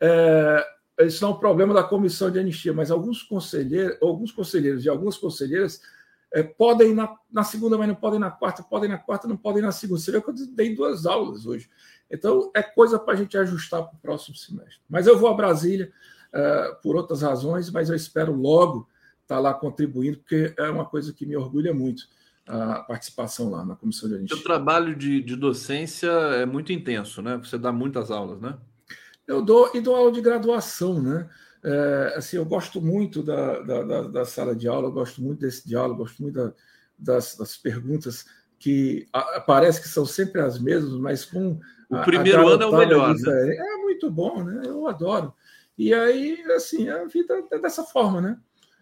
uh, isso não é um problema da comissão de anistia, mas alguns conselheiros, alguns conselheiros e algumas conselheiras uh, podem ir na, na segunda, mas não podem na quarta, podem na quarta, não podem na segunda. Você vê que eu dei duas aulas hoje. Então é coisa para a gente ajustar para o próximo semestre. Mas eu vou a Brasília Uh, por outras razões, mas eu espero logo estar lá contribuindo, porque é uma coisa que me orgulha muito, a participação lá na Comissão de Anistia. O trabalho de, de docência é muito intenso, né? Você dá muitas aulas, né? Eu dou, e dou aula de graduação, né? É, assim, eu gosto muito da, da, da, da sala de aula, eu gosto muito desse diálogo, gosto muito da, das, das perguntas que a, parece que são sempre as mesmas, mas com... O a, primeiro a ano é o melhor, né? É muito bom, né? Eu adoro. E aí, assim, a vida é dessa forma, né?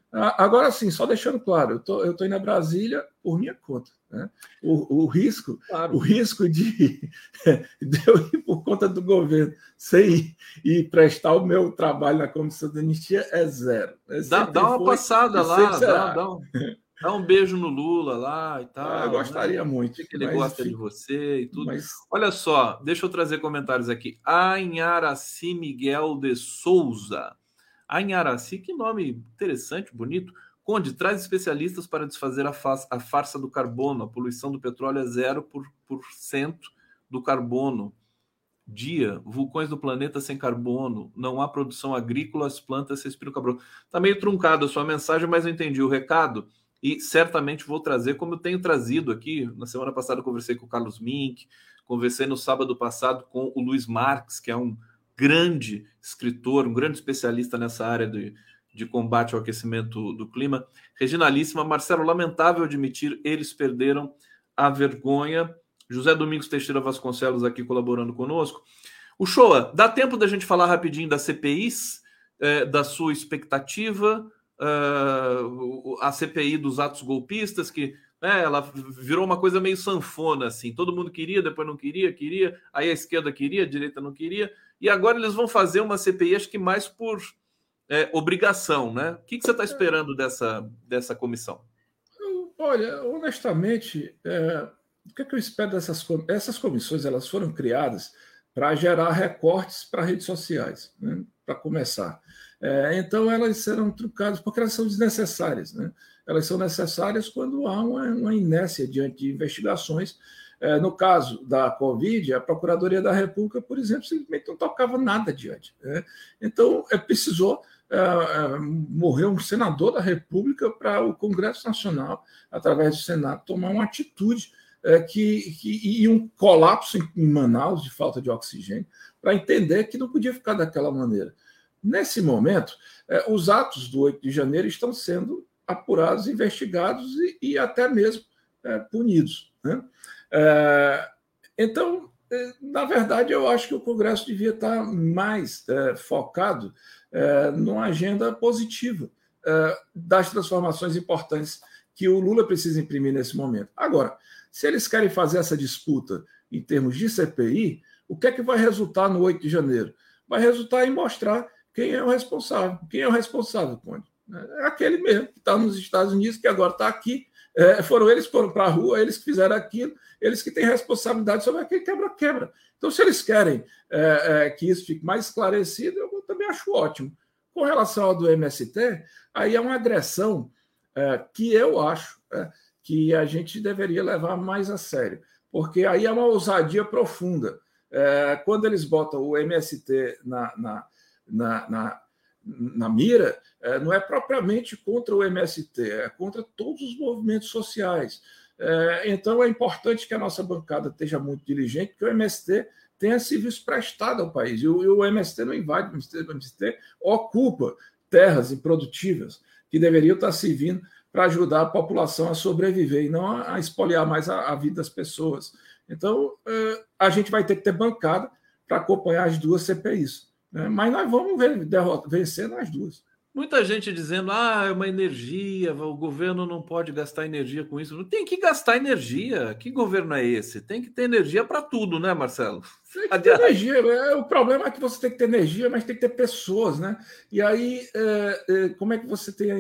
Agora sim, só deixando claro, eu tô, eu tô indo a Brasília por minha conta. Né? O, o risco, claro. o risco de, de eu ir por conta do governo sem ir, ir prestar o meu trabalho na Comissão de Anistia é zero. Dá, dá uma foi, passada lá, dá, dá, um, dá um beijo no Lula lá e tal. Eu gostaria né? muito. Que ele mas, gosta enfim, de você e tudo. Mas... Olha só, deixa eu trazer comentários aqui. Anharaci Miguel de Souza. Anharaci, que nome interessante, bonito. Conde, traz especialistas para desfazer a, fa a farsa do carbono. A poluição do petróleo é zero por cento do carbono. Dia, vulcões do planeta sem carbono. Não há produção agrícola, as plantas respiram carbono. Está meio truncado a sua mensagem, mas eu entendi o recado. E certamente vou trazer, como eu tenho trazido aqui. Na semana passada eu conversei com o Carlos Mink, conversei no sábado passado com o Luiz Marques, que é um grande escritor, um grande especialista nessa área de, de combate ao aquecimento do clima. Reginalíssima, Marcelo, lamentável admitir, eles perderam a vergonha. José Domingos Teixeira Vasconcelos aqui colaborando conosco. O Shoa, dá tempo da gente falar rapidinho das C P Is, eh, da sua expectativa, uh, a C P I dos atos golpistas, que né, ela virou uma coisa meio sanfona, assim, todo mundo queria, depois não queria, queria, aí a esquerda queria, a direita não queria, e agora eles vão fazer uma C P I, acho que mais por é, obrigação, né? O que, que você está esperando dessa, dessa comissão? Olha, honestamente, é, o que, é que eu espero dessas essas comissões? Elas foram criadas para gerar recortes para redes sociais, né, para começar. É, então, elas serão trucadas porque elas são desnecessárias. Né? Elas são necessárias quando há uma, uma inércia diante de investigações. É, no caso da Covid, a Procuradoria da República, por exemplo, simplesmente não tocava nada adiante. Né? Então, é, precisou é, é, morrer um senador da República para o Congresso Nacional, através do Senado, tomar uma atitude é, que, que, e um colapso em, em Manaus de falta de oxigênio, para entender que não podia ficar daquela maneira. Nesse momento, é, os atos do oito de janeiro estão sendo apurados, investigados e, e até mesmo é, punidos. Né? É, então, é, na verdade, eu acho que o Congresso devia estar mais é, focado é, numa agenda positiva é, das transformações importantes que o Lula precisa imprimir nesse momento. Agora, se eles querem fazer essa disputa em termos de C P I, o que é que vai resultar no oito de janeiro? Vai resultar em mostrar quem é o responsável. Quem é o responsável, Conde? É aquele mesmo que está nos Estados Unidos, que agora está aqui. É, foram eles que foram para a rua, eles que fizeram aquilo, eles que têm responsabilidade sobre aquele quebra-quebra. Então, se eles querem é, é, que isso fique mais esclarecido, eu também acho ótimo. Com relação ao do M S T, aí é uma agressão é, que eu acho é, que a gente deveria levar mais a sério, porque aí é uma ousadia profunda. É, quando eles botam o M S T na, na, na, na, na mira, é, não é propriamente contra o M S T, é contra todos os movimentos sociais. É, então é importante que a nossa bancada esteja muito diligente, porque o M S T tenha serviço prestado ao país. E o, e o M S T não invade, o M S T, o M S T ocupa terras improdutivas que deveriam estar servindo para ajudar a população a sobreviver e não a, a espoliar mais a, a vida das pessoas. Então, é, a gente vai ter que ter bancada para acompanhar as duas C P Is. Né? Mas nós vamos ver, derrota, vencer nas duas. Muita gente dizendo, ah, é uma energia, o governo não pode gastar energia com isso. Não tem que gastar energia. Que governo é esse? Tem que ter energia para tudo, né, Marcelo? Tem que ter energia. É, o problema é que você tem que ter energia, mas tem que ter pessoas, né? E aí, é, é, como é que você tem...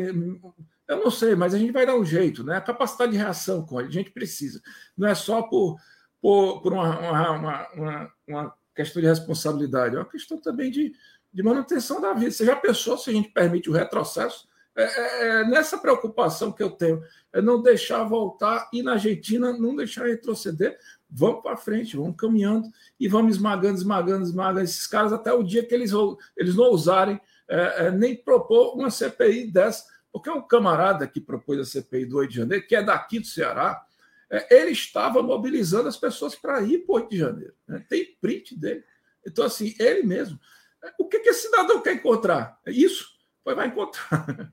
Eu não sei, mas a gente vai dar um jeito, né? A capacidade de reação, a gente precisa. Não é só por, por, por uma, uma, uma, uma questão de responsabilidade, é uma questão também de, de manutenção da vida. Você já pensou se a gente permite o retrocesso? É, é, é nessa preocupação que eu tenho, é não deixar voltar, e na Argentina não deixar retroceder. Vamos para frente, vamos caminhando e vamos esmagando, esmagando, esmagando esses caras até o dia que eles, eles não ousarem é, é, nem propor uma C P I dessa. Porque o camarada que propôs a C P I do oito de janeiro, que é daqui do Ceará, é, ele estava mobilizando as pessoas para ir para o oito de janeiro. Né? Tem print dele. Então, assim, ele mesmo. O que, que esse cidadão quer encontrar? É isso? Pois vai encontrar.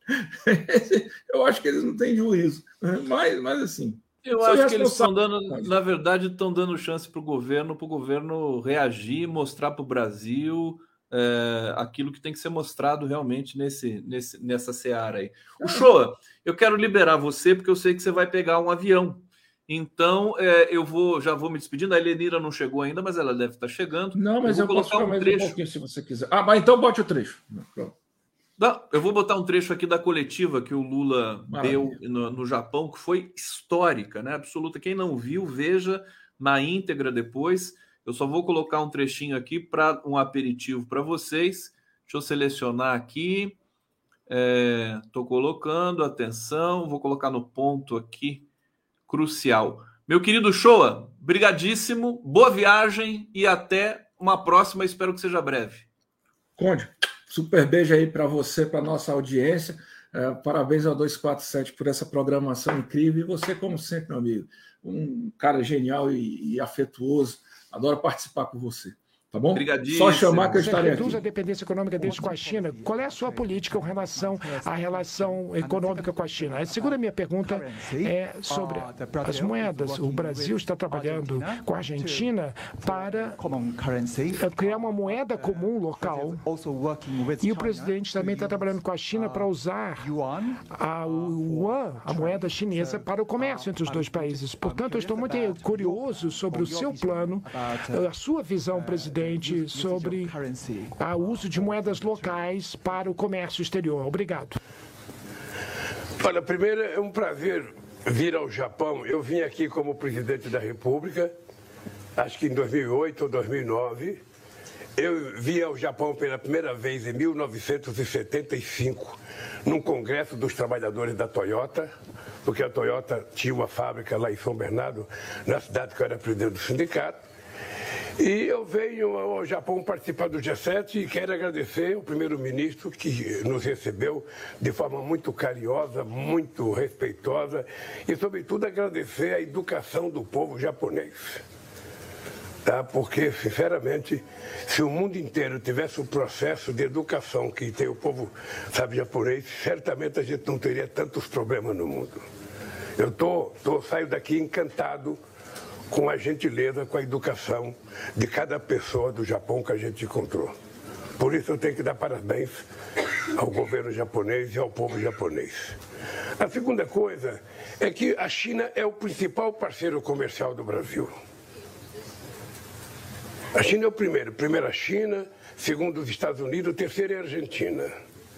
Eu acho que eles não têm juízo. Né? Mas, mas, assim... Eu acho que eles estão dando, na verdade, estão dando chance para o governo, para o governo reagir, mostrar para o Brasil é, aquilo que tem que ser mostrado realmente nesse, nesse, nessa seara aí. O Shoa, eu quero liberar você, porque eu sei que você vai pegar um avião. Então, é, eu vou, já vou me despedindo. A Helenira não chegou ainda, mas ela deve estar chegando. Não, mas eu eu, vou eu colocar posso um trecho. Um pouquinho, se você quiser. Ah, mas então bote o trecho. Pronto. Não, eu vou botar um trecho aqui da coletiva que o Lula Maravilha. deu no, no Japão, que foi histórica, né? Absoluta. Quem não viu, veja na íntegra depois. Eu só vou colocar um trechinho aqui para um aperitivo para vocês. Deixa eu selecionar aqui. Estou é, colocando, atenção, vou colocar no ponto aqui crucial. Meu querido Shoa, brigadíssimo, boa viagem e até uma próxima, espero que seja breve. Conde, super beijo aí para você, para nossa audiência. É, parabéns ao dois quatro sete por essa programação incrível. E você, como sempre, meu amigo, um cara genial e, e afetuoso. Adoro participar com você. Tá bom? Só chamar que eu estarei aqui. Reduz a dependência econômica deles com a China. Qual é a sua política com relação à relação econômica com a China? A segunda minha pergunta é sobre as moedas. O Brasil está trabalhando com a Argentina para criar uma moeda comum local. E o presidente também está trabalhando com a China para usar a yuan, a moeda chinesa, para o comércio entre os dois países. Portanto, eu estou muito curioso sobre o seu plano, a sua visão, presidente, sobre o uso de moedas locais para o comércio exterior. Obrigado. Olha, primeiro é um prazer vir ao Japão. Eu vim aqui como presidente da República, acho que em dois mil e oito ou dois mil e nove. Eu vim ao Japão pela primeira vez em mil novecentos e setenta e cinco, num congresso dos trabalhadores da Toyota, porque a Toyota tinha uma fábrica lá em São Bernardo, na cidade que eu era presidente do sindicato. E eu venho ao Japão participar do G sete e quero agradecer ao primeiro-ministro que nos recebeu de forma muito carinhosa, muito respeitosa e, sobretudo, agradecer a educação do povo japonês. Tá? Porque, sinceramente, se o mundo inteiro tivesse o processo de educação que tem o povo, sabe, japonês, certamente a gente não teria tantos problemas no mundo. Eu tô, tô, saio daqui encantado com a gentileza, com a educação de cada pessoa do Japão que a gente encontrou. Por isso eu tenho que dar parabéns ao governo japonês e ao povo japonês. A segunda coisa é que a China é o principal parceiro comercial do Brasil. A China é o primeiro. Primeiro a China, segundo os Estados Unidos, terceiro é a Argentina.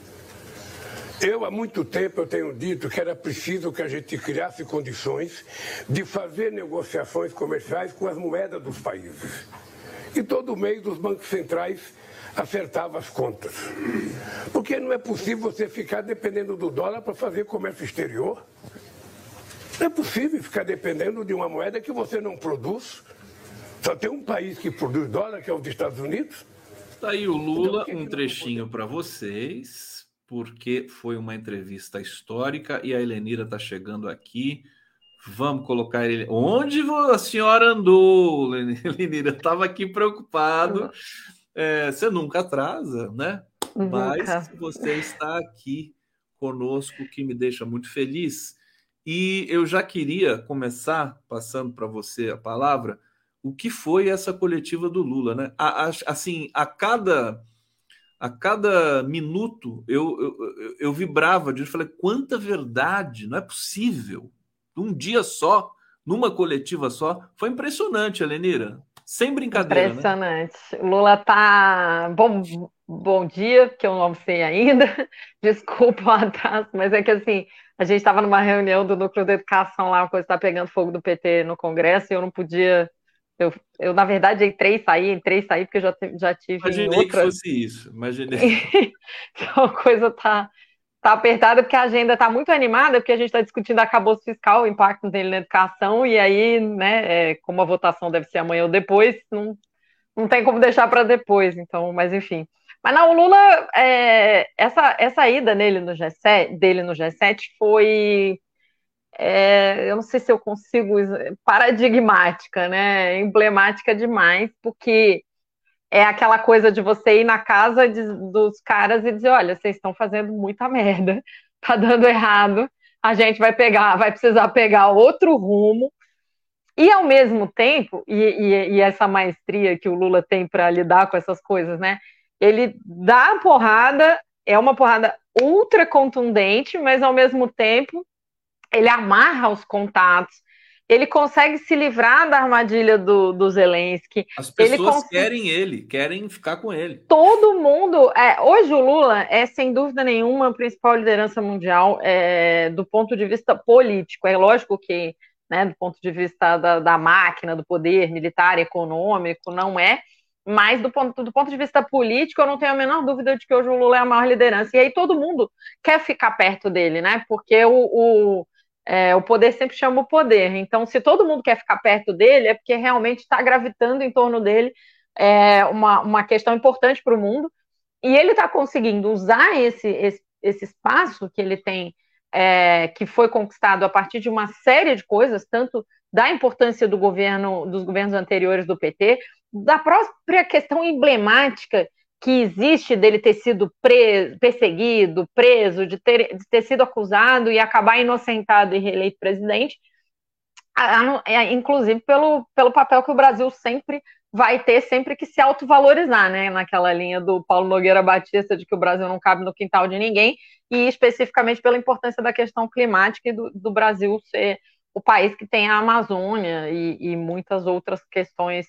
Eu, há muito tempo, eu tenho dito que era preciso que a gente criasse condições de fazer negociações comerciais com as moedas dos países. E todo mês os bancos centrais acertavam as contas. Porque não é possível você ficar dependendo do dólar para fazer comércio exterior. Não é possível ficar dependendo de uma moeda que você não produz. Só tem um país que produz dólar, que é os Estados Unidos. Tá aí o Lula, um trechinho para vocês, porque foi uma entrevista histórica e a Helenira está chegando aqui. Vamos colocar ele. Onde a senhora andou, Helenira? Estava aqui preocupado. É, você nunca atrasa, né? Nunca. Mas você está aqui conosco, que me deixa muito feliz. E eu já queria começar passando para você a palavra. O que foi essa coletiva do Lula, né? A, a, assim, a cada A cada minuto eu, eu, eu, eu vibrava disso, falei, quanta verdade, não é possível. Num dia só, numa coletiva só, foi impressionante, Helenira. Sem brincadeira, impressionante. Né? Lula tá... Bom, bom dia, porque eu não almocei ainda. Desculpa o atraso, mas é que assim, a gente estava numa reunião do Núcleo da Educação lá, uma coisa está pegando fogo do P T no Congresso, e eu não podia... Eu, eu, na verdade, entrei e saí, entrei e saí, porque eu já, já tive Imaginei outra... que fosse isso, imaginei. Então, a coisa tá, tá apertada, porque a agenda tá muito animada, porque a gente está discutindo arcabouço fiscal, o impacto dele na educação, e aí, né, é, como a votação deve ser amanhã ou depois, não, não tem como deixar para depois, então, mas enfim. Mas não, o Lula, é, essa, essa ida nele no G sete, dele no G sete foi... É, eu não sei se eu consigo, paradigmática, né? Emblemática demais, porque é aquela coisa de você ir na casa de, dos caras e dizer, olha, vocês estão fazendo muita merda, tá dando errado, a gente vai pegar, vai precisar pegar outro rumo, e ao mesmo tempo, e, e, e essa maestria que o Lula tem para lidar com essas coisas, né? ele dá a porrada, é uma porrada ultra contundente, mas ao mesmo tempo ele amarra os contatos, ele consegue se livrar da armadilha do, do Zelensky. As pessoas ele consegue... querem ele, querem ficar com ele. Todo mundo... É, hoje o Lula é, sem dúvida nenhuma, a principal liderança mundial é, do ponto de vista político. É lógico que, né, do ponto de vista da, da máquina, do poder militar, econômico, não é, mas do ponto, do ponto de vista político, eu não tenho a menor dúvida de que hoje o Lula é a maior liderança. E aí todo mundo quer ficar perto dele, né? Porque o... o É, o poder sempre chama o poder. Então, se todo mundo quer ficar perto dele, é porque realmente está gravitando em torno dele é, uma, uma questão importante para o mundo. E ele está conseguindo usar esse, esse, esse espaço que ele tem, é, que foi conquistado a partir de uma série de coisas, tanto da importância do governo, dos governos anteriores do P T, da própria questão emblemática que existe dele ter sido preso, perseguido, preso, de ter, de ter sido acusado e acabar inocentado e reeleito presidente, inclusive pelo, pelo papel que o Brasil sempre vai ter, sempre que se autovalorizar, né? Naquela linha do Paulo Nogueira Batista de que o Brasil não cabe no quintal de ninguém, e especificamente pela importância da questão climática e do, do Brasil ser o país que tem a Amazônia e, e muitas outras questões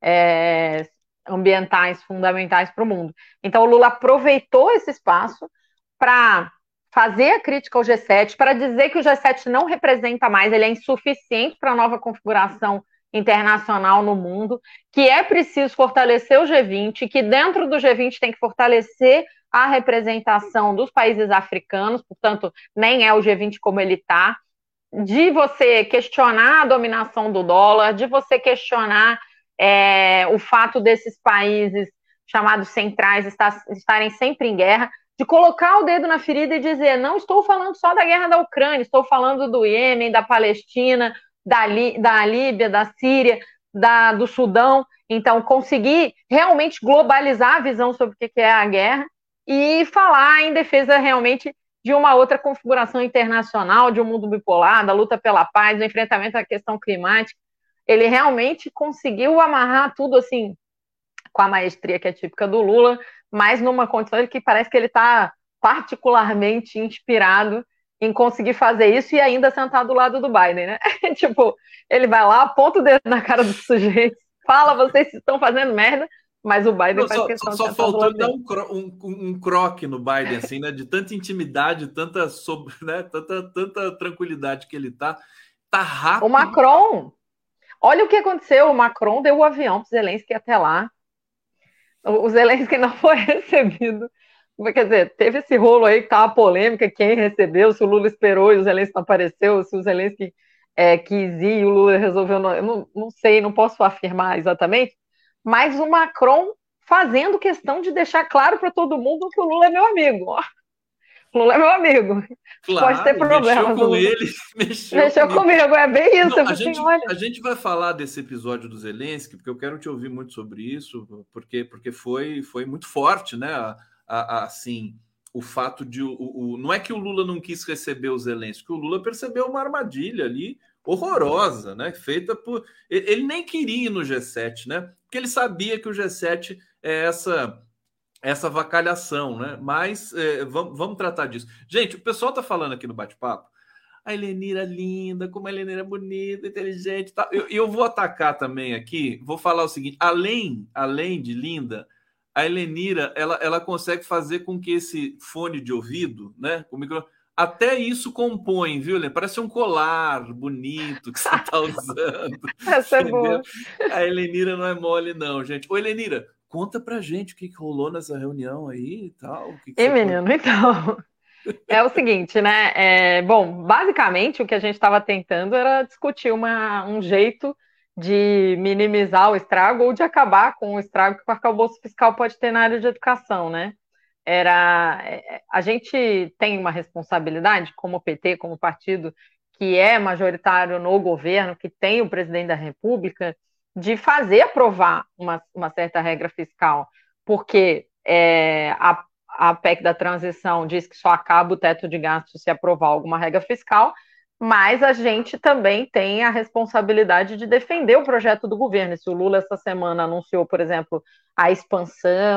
é, ambientais fundamentais para o mundo. Então o Lula aproveitou esse espaço para fazer a crítica ao G sete, para dizer que o G sete não representa mais, ele é insuficiente para a nova configuração internacional no mundo, que é preciso fortalecer o G vinte, que dentro do G vinte tem que fortalecer a representação dos países africanos, portanto, nem é o G vinte como ele está, de você questionar a dominação do dólar, de você questionar É, o fato desses países chamados centrais estar, estarem sempre em guerra, de colocar o dedo na ferida e dizer, não estou falando só da guerra da Ucrânia, estou falando do Iêmen, da Palestina, da, Lí- da Líbia, da Síria, da, do Sudão. Então, conseguir realmente globalizar a visão sobre o que é a guerra e falar em defesa realmente de uma outra configuração internacional, de um mundo bipolar, da luta pela paz, do enfrentamento à questão climática. Ele realmente conseguiu amarrar tudo assim, com a maestria que é típica do Lula, mas numa condição que parece que ele está particularmente inspirado em conseguir fazer isso e ainda sentar do lado do Biden, né? Tipo, ele vai lá, aponta o dedo na cara do sujeito, fala, vocês estão fazendo merda, mas o Biden Não, faz só, questão só de sentar do faltou lado dar dele. um, cro, um, um croque no Biden, assim, né? De tanta intimidade, tanta, sobre, né? tanta, tanta tranquilidade que ele tá. Tá rápido. O Macron... Olha o que aconteceu, o Macron deu o avião para o Zelensky até lá, o Zelensky não foi recebido, quer dizer, teve esse rolo aí que estava polêmica, quem recebeu, se o Lula esperou e o Zelensky não apareceu, se o Zelensky é, quis ir e o Lula resolveu, não, eu não, não sei, não posso afirmar exatamente, mas o Macron fazendo questão de deixar claro para todo mundo que o Lula é meu amigo, Lula é meu amigo. Claro, pode ter problemas. Mexeu com ele. Mexeu, mexeu comigo. comigo, é bem isso. Não, eu a, assim, gente, olha... a gente vai falar desse episódio do Zelensky, porque eu quero te ouvir muito sobre isso, porque, porque foi, foi muito forte, né? A, a, a, assim, o fato de. O, o, não é que o Lula não quis receber o Zelensky, o Lula percebeu uma armadilha ali horrorosa, né? Feita por. Ele, ele nem queria ir no G sete, né? Porque ele sabia que o G sete é essa. essa vacalhação, né? Mas é, vamos, vamos tratar disso. Gente, o pessoal tá falando aqui no bate-papo, a Helenira linda, como a Helenira é bonita, inteligente, tá? Eu, eu vou atacar também aqui, vou falar o seguinte, além, além de linda, a Helenira, ela, ela consegue fazer com que esse fone de ouvido, né, com o micro, até isso compõe, viu, Helena? Parece um colar bonito que você tá usando. Essa é boa. A Helenira não é mole não, gente. Ô, Helenira, conta pra gente o que, que rolou nessa reunião aí e tal. O que que e, menino, pode... então, é o seguinte, né? É, bom, basicamente o que a gente estava tentando era discutir uma, um jeito de minimizar o estrago ou de acabar com o estrago que o arcabouço fiscal pode ter na área de educação, né? Era, a gente tem uma responsabilidade como P T, como partido que é majoritário no governo, que tem o presidente da República, de fazer aprovar uma, uma certa regra fiscal, porque é, a, a P E C da transição diz que só acaba o teto de gastos se aprovar alguma regra fiscal, mas a gente também tem a responsabilidade de defender o projeto do governo. Se o Lula essa semana anunciou, por exemplo, a expansão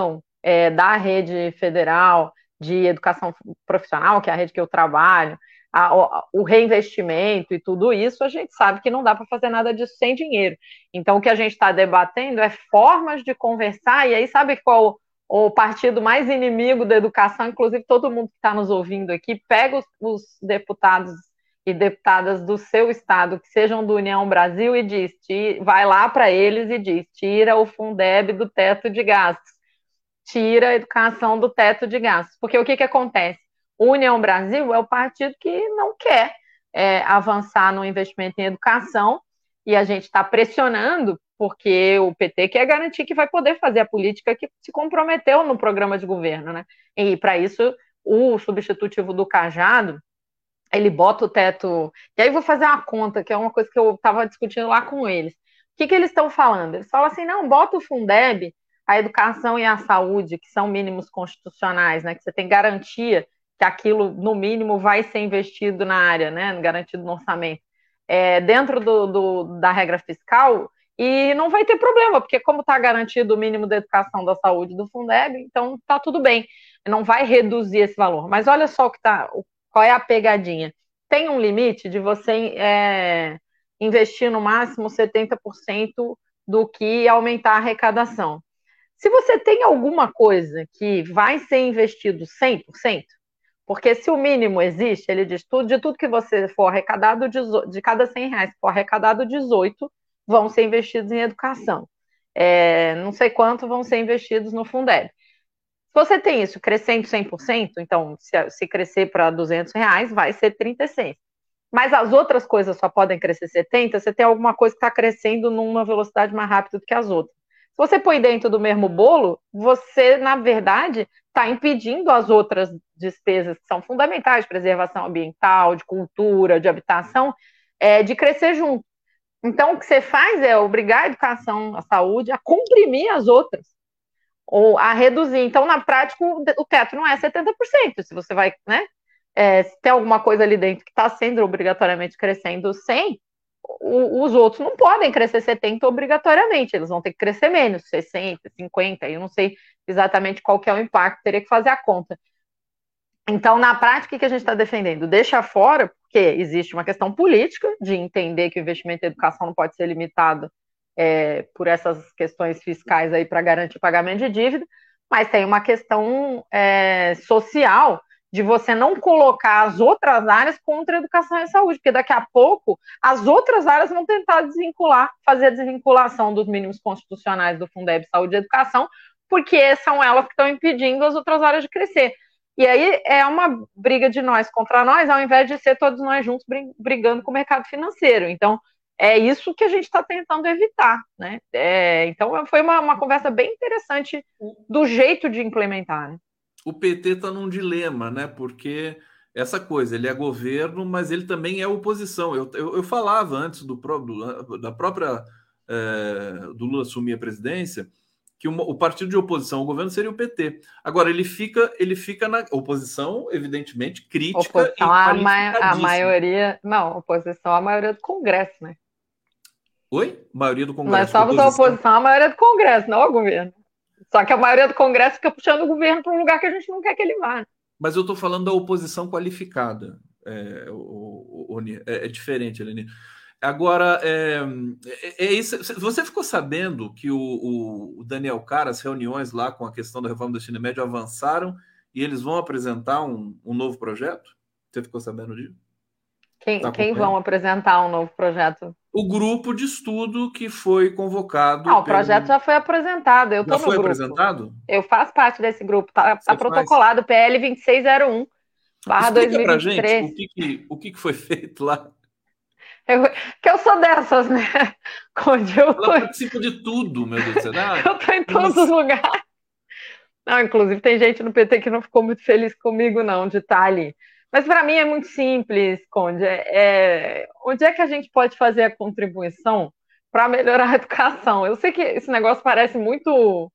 é, da rede federal de educação profissional, que é a rede que eu trabalho, a, o, o reinvestimento e tudo isso, a gente sabe que não dá para fazer nada disso sem dinheiro. Então, o que a gente está debatendo é formas de conversar, e aí sabe qual o partido mais inimigo da educação? Inclusive, todo mundo que está nos ouvindo aqui, pega os, os deputados e deputadas do seu estado, que sejam do União Brasil, e diz, vai lá para eles e diz, tira o Fundeb do teto de gastos, tira a educação do teto de gastos. Porque o que, que acontece? O União Brasil é o partido que não quer é, avançar no investimento em educação, e a gente está pressionando, porque o P T quer garantir que vai poder fazer a política que se comprometeu no programa de governo, né? E para isso, o substitutivo do Cajado, ele bota o teto... E aí vou fazer uma conta, que é uma coisa que eu estava discutindo lá com eles. O que, que eles estão falando? Eles falam assim, não, bota o Fundeb, a educação e a saúde, que são mínimos constitucionais, né? Que você tem garantia que aquilo, no mínimo, vai ser investido na área, né? Garantido no orçamento. É, dentro do, do, da regra fiscal, e não vai ter problema, porque como está garantido o mínimo da educação, da saúde do Fundeb, então está tudo bem, não vai reduzir esse valor. Mas olha só o que tá, qual é a pegadinha. Tem um limite de você é, investir no máximo setenta por cento do que aumentar a arrecadação. Se você tem alguma coisa que vai ser investido cem por cento, porque se o mínimo existe, ele diz tudo, de tudo que você for arrecadado, de cada cem reais que for arrecadado, dezoito vão ser investidos em educação. É, não sei quanto vão ser investidos no Fundeb. Se você tem isso crescendo cem por cento, então, se, se crescer para duzentos reais, vai ser trinta e seis. Mas as outras coisas só podem crescer setenta, você tem alguma coisa que está crescendo numa velocidade mais rápida do que as outras. Se você põe dentro do mesmo bolo, você, na verdade, está impedindo as outras despesas que são fundamentais, de preservação ambiental, de cultura, de habitação, é, de crescer junto. Então, o que você faz é obrigar a educação, a saúde, a comprimir as outras, ou a reduzir. Então, na prática, o teto não é setenta por cento. Se você vai, né, é, se tem alguma coisa ali dentro que está sendo obrigatoriamente crescendo cem, o, os outros não podem crescer setenta obrigatoriamente, eles vão ter que crescer menos, sessenta, cinquenta, eu não sei exatamente qual que é o impacto, teria que fazer a conta. Então, na prática, o que a gente está defendendo? Deixa fora, porque existe uma questão política de entender que o investimento em educação não pode ser limitado é, por essas questões fiscais aí para garantir pagamento de dívida, mas tem uma questão é, social de você não colocar as outras áreas contra a educação e a saúde, porque daqui a pouco as outras áreas vão tentar desvincular, fazer a desvinculação dos mínimos constitucionais do Fundeb Saúde e Educação, porque são elas que estão impedindo as outras áreas de crescer. E aí é uma briga de nós contra nós, ao invés de ser todos nós juntos brigando com o mercado financeiro. Então, é isso que a gente está tentando evitar, né? É, então, foi uma, uma conversa bem interessante do jeito de implementar, né? O P T está num dilema, né? Porque essa coisa, ele é governo, mas ele também é oposição. Eu, eu, eu falava antes do, do, da própria é, do Lula assumir a presidência que uma, o partido de oposição ao governo seria o P T. Agora, ele fica, ele fica na oposição, evidentemente, crítica oposição e a, ma a maioria... Não, oposição à maioria do Congresso, né? Oi? Maioria do Congresso. Nós somos a oposição à maioria do Congresso, não ao governo. Só que a maioria do Congresso fica puxando o governo para um lugar que a gente não quer que ele vá. Mas eu estou falando da oposição qualificada. É, o, o, o, é, é diferente, Helene. Agora, é, é, é isso. Você ficou sabendo que o, o Daniel Cara, as reuniões lá com a questão da reforma do ensino médio avançaram e eles vão apresentar um, um novo projeto? Você ficou sabendo disso? Quem, tá quem vão apresentar um novo projeto? O grupo de estudo que foi convocado. Não, o projeto pelo... já foi apresentado. Eu tô já no foi grupo. apresentado? Eu faço parte desse grupo. Tá, tá protocolado, P L vinte e seis zero um barra dois mil e vinte e três. Pra gente o que, que, o que foi feito lá. Eu, que eu sou dessas, né? Onde eu... Ela participa de tudo, meu Deus do céu. Eu tô em todos Mas... os lugares. Não, inclusive tem gente no P T que não ficou muito feliz comigo, não, de estar ali. Mas para mim é muito simples, Conde. É, onde é que a gente pode fazer a contribuição para melhorar a educação? Eu sei que esse negócio parece muito,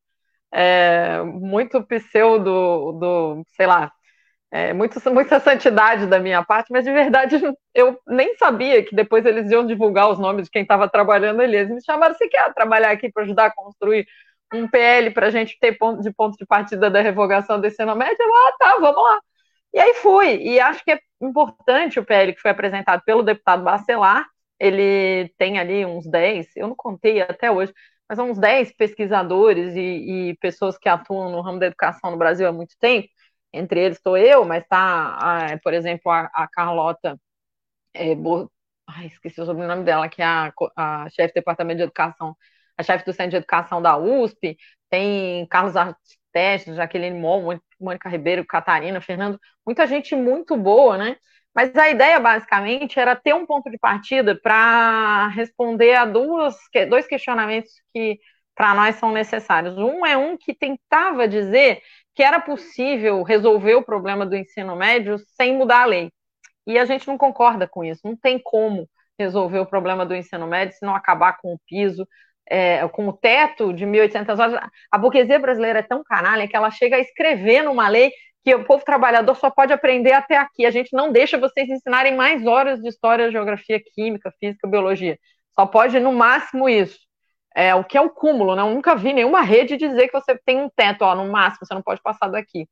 é, muito pseudo, do, sei lá, é, muito, muita santidade da minha parte, mas de verdade eu nem sabia que depois eles iam divulgar os nomes de quem estava trabalhando ali. Eles me chamaram, você quer trabalhar aqui para ajudar a construir um P L para a gente ter ponto de ponto de partida da revogação do ensino médio, eu, ah, tá, vamos lá. E aí fui, e acho que é importante o P L que foi apresentado pelo deputado Bacelar, ele tem ali uns dez, eu não contei até hoje, mas uns dez pesquisadores e, e pessoas que atuam no ramo da educação no Brasil há muito tempo, entre eles estou eu, mas está, por exemplo, a, a Carlota, é, Bo... Ai, esqueci o sobrenome dela, que é a, a chefe do departamento de educação, a chefe do centro de educação da U S P, tem Carlos Testes, Jaqueline Mon, Mônica Ribeiro, Catarina, Fernando, muita gente muito boa, né? Mas a ideia, basicamente, era ter um ponto de partida para responder a duas, dois questionamentos que, para nós, são necessários. Um é um que tentava dizer que era possível resolver o problema do ensino médio sem mudar a lei. E a gente não concorda com isso. Não tem como resolver o problema do ensino médio se não acabar com o piso, é, com o teto de mil e oitocentas horas. A burguesia brasileira é tão canalha que ela chega a escrever numa lei que o povo trabalhador só pode aprender até aqui. A gente não deixa vocês ensinarem mais horas de história, geografia, química, física, biologia. Só pode, no máximo, isso. É, o que é o cúmulo, né? Eu nunca vi nenhuma rede dizer que você tem um teto, ó, no máximo, você não pode passar daqui.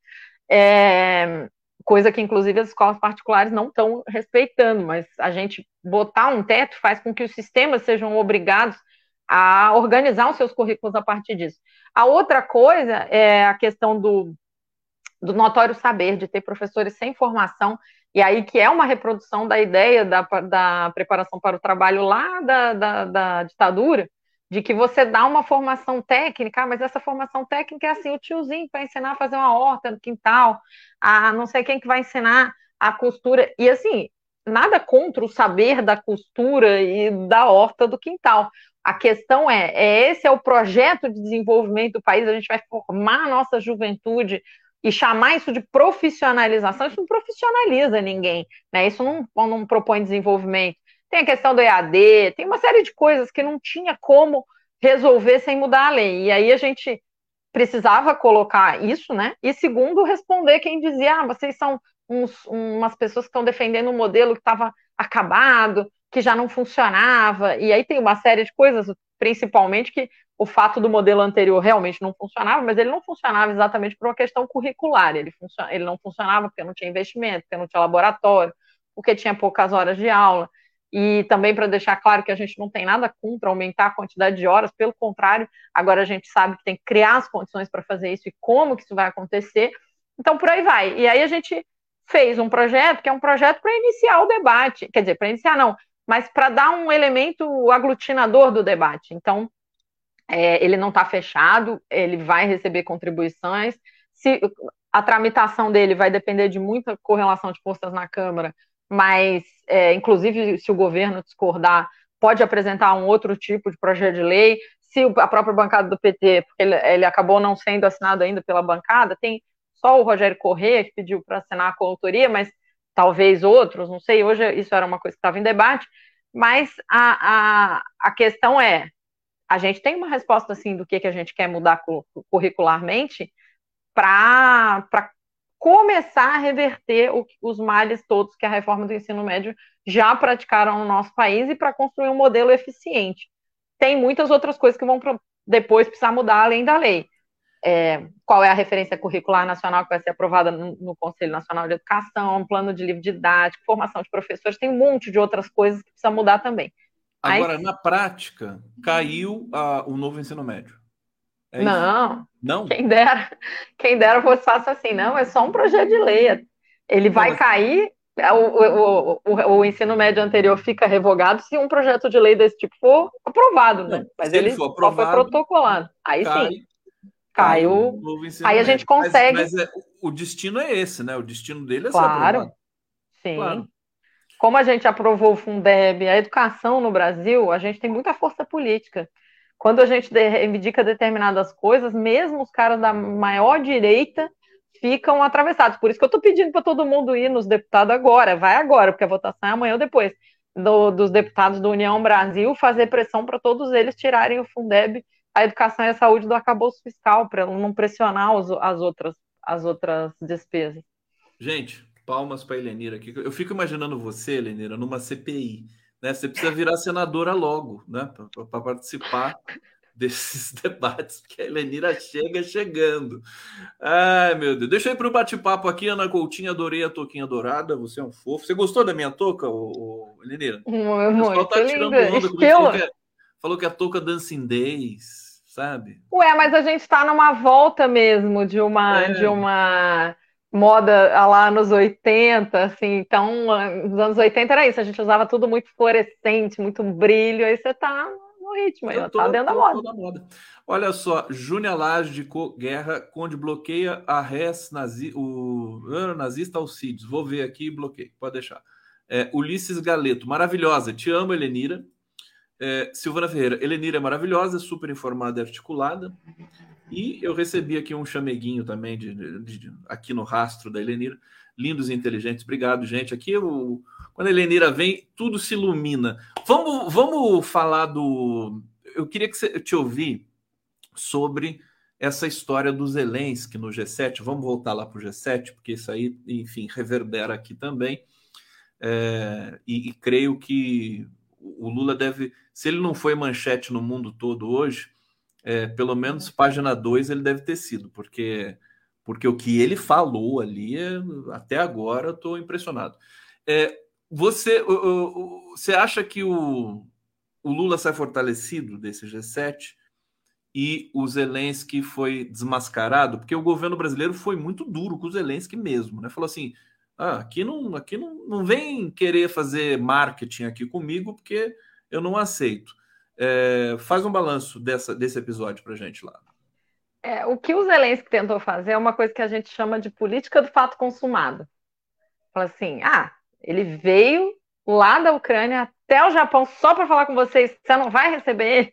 É, coisa que, inclusive, as escolas particulares não estão respeitando, mas a gente botar um teto faz com que os sistemas sejam obrigados a organizar os seus currículos a partir disso. A outra coisa é a questão do do notório saber, de ter professores sem formação, e aí que é uma reprodução da ideia da, da preparação para o trabalho lá da, da, da ditadura, de que você dá uma formação técnica, mas essa formação técnica é assim, o tiozinho vai ensinar a fazer uma horta no quintal, a não sei quem que vai ensinar a costura, e assim, nada contra o saber da costura e da horta do quintal. A questão é, é esse é o projeto de desenvolvimento do país, a gente vai formar a nossa juventude e chamar isso de profissionalização, isso não profissionaliza ninguém, né? Isso não, não propõe desenvolvimento. Tem a questão do E A D, tem uma série de coisas que não tinha como resolver sem mudar a lei. E aí a gente precisava colocar isso, né? E segundo, responder quem dizia, ah, vocês são uns, umas pessoas que estão defendendo um modelo que estava acabado, que já não funcionava. E aí tem uma série de coisas, principalmente que o fato do modelo anterior realmente não funcionava, mas ele não funcionava exatamente por uma questão curricular, ele, funciona, ele não funcionava porque não tinha investimento, porque não tinha laboratório, porque tinha poucas horas de aula, e também para deixar claro que a gente não tem nada contra aumentar a quantidade de horas, pelo contrário, agora a gente sabe que tem que criar as condições para fazer isso e como que isso vai acontecer, então por aí vai, e aí a gente fez um projeto que é um projeto para iniciar o debate, quer dizer, para iniciar não, mas para dar um elemento aglutinador do debate, então É, ele não está fechado, ele vai receber contribuições. Se, a tramitação dele vai depender de muita correlação de forças na Câmara, mas, é, inclusive, se o governo discordar, pode apresentar um outro tipo de projeto de lei. Se a própria bancada do P T, porque ele, ele acabou não sendo assinado ainda pela bancada, tem só o Rogério Corrêa que pediu para assinar a coautoria, mas talvez outros, não sei, hoje isso era uma coisa que estava em debate, mas a, a, a questão é, a gente tem uma resposta assim do que, que a gente quer mudar curricularmente para começar a reverter o, os males todos que a reforma do ensino médio já praticaram no nosso país e para construir um modelo eficiente. Tem muitas outras coisas que vão depois precisar mudar além da lei. É, qual é a referência curricular nacional que vai ser aprovada no, no Conselho Nacional de Educação, um plano de livro didático, formação de professores, tem um monte de outras coisas que precisa mudar também. Agora, Mas... na prática, caiu a, o novo ensino médio. É não, isso? Não. Quem dera, quem dera fosse fácil assim. Não, é só um projeto de lei. Ele vai não, mas... cair, o, o, o, o ensino médio anterior fica revogado se um projeto de lei desse tipo for aprovado. Não, né? Mas ele, ele for aprovado, só foi protocolado. Aí cai, sim, caiu. Aí a gente médio. consegue... Mas, mas é, o destino é esse, né? O destino dele é claro, ser aprovado. Sim. Claro. Como a gente aprovou o Fundeb, a educação no Brasil, a gente tem muita força política. Quando a gente reivindica determinadas coisas, mesmo os caras da maior direita ficam atravessados. Por isso que eu estou pedindo para todo mundo ir nos deputados agora, vai agora, porque a votação é amanhã ou depois, do, dos deputados do União Brasil, fazer pressão para todos eles tirarem o Fundeb, a educação e a saúde do arcabouço fiscal, para não pressionar os, as, outras, as outras despesas. Gente... Palmas para a Helenira aqui. Eu fico imaginando você, Helenira, numa C P I. Né? Você precisa virar senadora logo, né? Para participar desses debates, porque a Helenira chega chegando. Ai, meu Deus. Deixa eu ir para o bate-papo aqui, Ana Coutinho. Adorei a touquinha dourada. Você é um fofo. Você gostou da minha touca, ô, ô, Helenira? Muito, o pessoal tá linda. tirando onda comigo. Falou que, é, falou que a touca Dancing Days, sabe? Ué, mas a gente está numa volta mesmo de uma, é. de uma moda lá nos oitenta, assim. Então, nos anos oitenta era isso. A gente usava tudo muito fluorescente, muito brilho. Aí você tá no ritmo, aí, tô, tá dentro tô, da, moda. da moda. Olha só, Júnia Lage de Guerra, Conde bloqueia a res nazi, o uh, nazista Alcides. Vou ver aqui e bloqueio, pode deixar. É, Ulisses Galeto, maravilhosa, te amo, Helenira. É, Silvana Ferreira, Helenira é maravilhosa, super informada e articulada. E eu recebi aqui um chameguinho também de, de, de, aqui no rastro da Helenira. Lindos e inteligentes, obrigado, gente. Aqui, eu, quando a Helenira vem, tudo se ilumina. Vamos, vamos falar do... Eu queria que você te ouvir sobre essa história do Zelensky no G sete. Vamos voltar lá para o G sete, porque isso aí, enfim, reverbera aqui também. É, e, e creio que o Lula deve... Se ele não foi manchete no mundo todo hoje, é, pelo menos página dois ele deve ter sido, porque... Porque o que ele falou ali, até agora, eu estou impressionado. É, você, você acha que o, o Lula sai fortalecido desse G sete e o Zelensky foi desmascarado? Porque o governo brasileiro foi muito duro com o Zelensky mesmo, né? Falou assim, ah, aqui, não, aqui não, não vem querer fazer marketing aqui comigo, porque eu não aceito. É, faz um balanço dessa, desse episódio para a gente lá. É, o que o Zelensky tentou fazer é uma coisa que a gente chama de política do fato consumado. Fala assim, ah, ele veio lá da Ucrânia até o Japão só para falar com vocês, você não vai receber ele?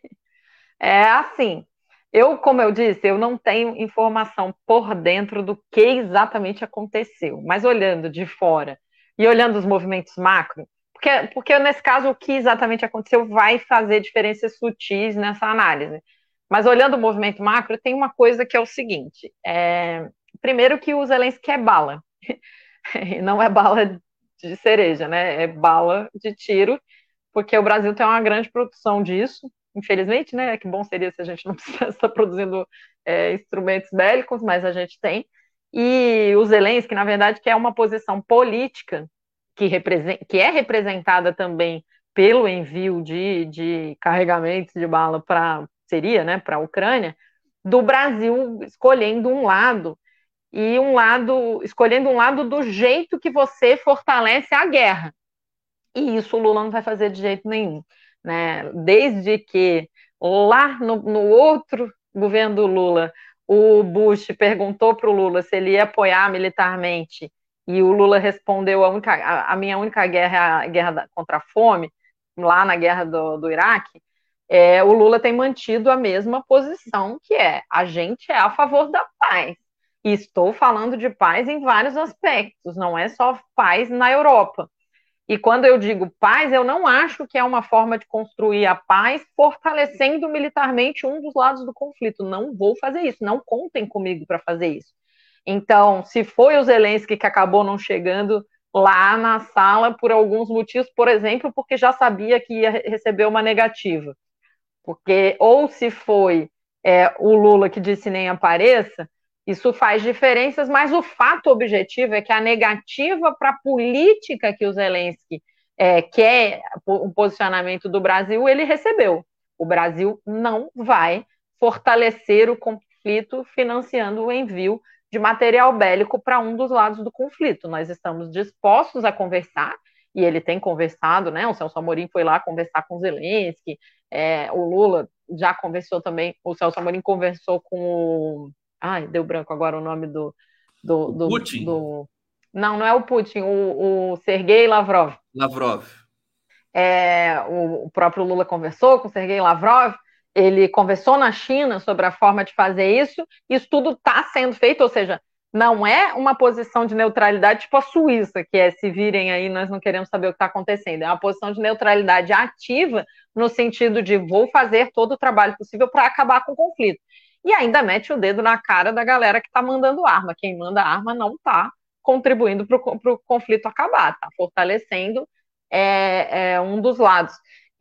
É assim, eu, como eu disse, eu não tenho informação por dentro do que exatamente aconteceu, mas olhando de fora e olhando os movimentos macro, porque, porque nesse caso o que exatamente aconteceu vai fazer diferenças sutis nessa análise. Mas olhando o movimento macro, tem uma coisa que é o seguinte. É, primeiro que o Zelensky é bala. Não é bala de cereja, né? É bala de tiro, porque o Brasil tem uma grande produção disso, infelizmente, né? Que bom seria se a gente não precisasse estar produzindo é, instrumentos bélicos, mas a gente tem. E o Zelensky, na verdade, que é uma posição política que, representa, que é representada também pelo envio de, de carregamentos de bala para seria, né, para a Ucrânia, do Brasil escolhendo um lado, e um lado, escolhendo um lado do jeito que você fortalece a guerra. E isso o Lula não vai fazer de jeito nenhum, né? Desde que lá no, no outro governo do Lula, o Bush perguntou para o Lula se ele ia apoiar militarmente, e o Lula respondeu, a, única, a, a minha única guerra é a guerra contra a fome, lá na guerra do, do Iraque. É, o Lula tem mantido a mesma posição, que é, a gente é a favor da paz. E estou falando de paz em vários aspectos, não é só paz na Europa. E quando eu digo paz, eu não acho que é uma forma de construir a paz fortalecendo militarmente um dos lados do conflito. Não vou fazer isso, não contem comigo para fazer isso. Então, se foi o Zelensky que acabou não chegando lá na sala por alguns motivos, por exemplo, porque já sabia que ia receber uma negativa. Porque, ou se foi é, o Lula que disse nem apareça, isso faz diferenças, mas o fato objetivo é que a negativa para a política que o Zelensky é, quer, o posicionamento do Brasil, ele recebeu. O Brasil não vai fortalecer o conflito financiando o envio de material bélico para um dos lados do conflito. Nós estamos dispostos a conversar, e ele tem conversado, né? O Celso Amorim foi lá conversar com o Zelensky, é, o Lula já conversou também, o Celso Amorim conversou com o... Ai, deu branco agora o nome do... do, do Putin? Do, não, não é o Putin, o, o Sergei Lavrov. Lavrov. É, o, o próprio Lula conversou com o Sergei Lavrov, ele conversou na China sobre a forma de fazer isso, isso tudo está sendo feito, ou seja, não é uma posição de neutralidade tipo a Suíça, que é se virem aí, nós não queremos saber o que está acontecendo. É uma posição de neutralidade ativa, no sentido de vou fazer todo o trabalho possível para acabar com o conflito. E ainda mete o dedo na cara da galera que está mandando arma. Quem manda arma não está contribuindo para o conflito acabar, está fortalecendo é, é, um dos lados.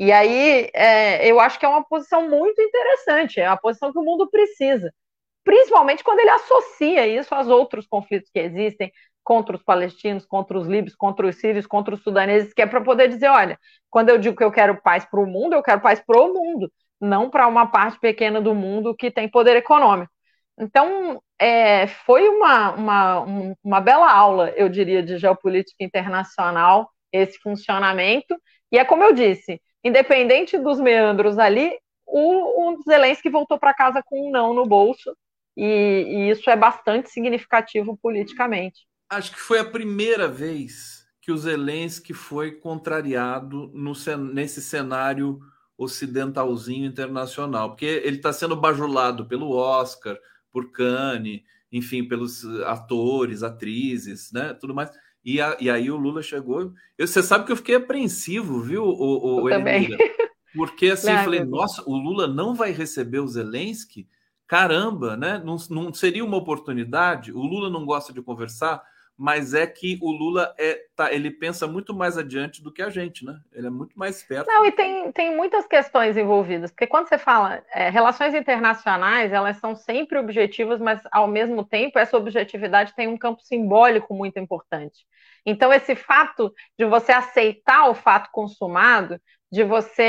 E aí, é, eu acho que é uma posição muito interessante, é a posição que o mundo precisa, principalmente quando ele associa isso aos outros conflitos que existem, contra os palestinos, contra os líbios, contra os sírios, contra os sudaneses, que é para poder dizer, olha, quando eu digo que eu quero paz para o mundo, eu quero paz para o mundo, não para uma parte pequena do mundo que tem poder econômico. Então, é, foi uma, uma, uma bela aula, eu diria, de geopolítica internacional, esse funcionamento, e é como eu disse, independente dos meandros ali, o, o Zelensky voltou para casa com um não no bolso, e, e isso é bastante significativo politicamente. Acho que foi a primeira vez que o Zelensky foi contrariado no, nesse cenário ocidentalzinho internacional, porque ele está sendo bajulado pelo Oscar, por Cannes, enfim, pelos atores, atrizes, né, tudo mais. E, a, e aí o Lula chegou. Eu, você sabe que eu fiquei apreensivo, viu, o, o Elenira? Porque assim, eu falei, nossa, o Lula não vai receber o Zelensky? Caramba, né? Não, não seria uma oportunidade? O Lula não gosta de conversar, mas é que o Lula é, tá, ele pensa muito mais adiante do que a gente, né? Ele é muito mais esperto. Não, e tem, tem muitas questões envolvidas, porque quando você fala é, relações internacionais, elas são sempre objetivas, mas ao mesmo tempo essa objetividade tem um campo simbólico muito importante. Então, esse fato de você aceitar o fato consumado, de você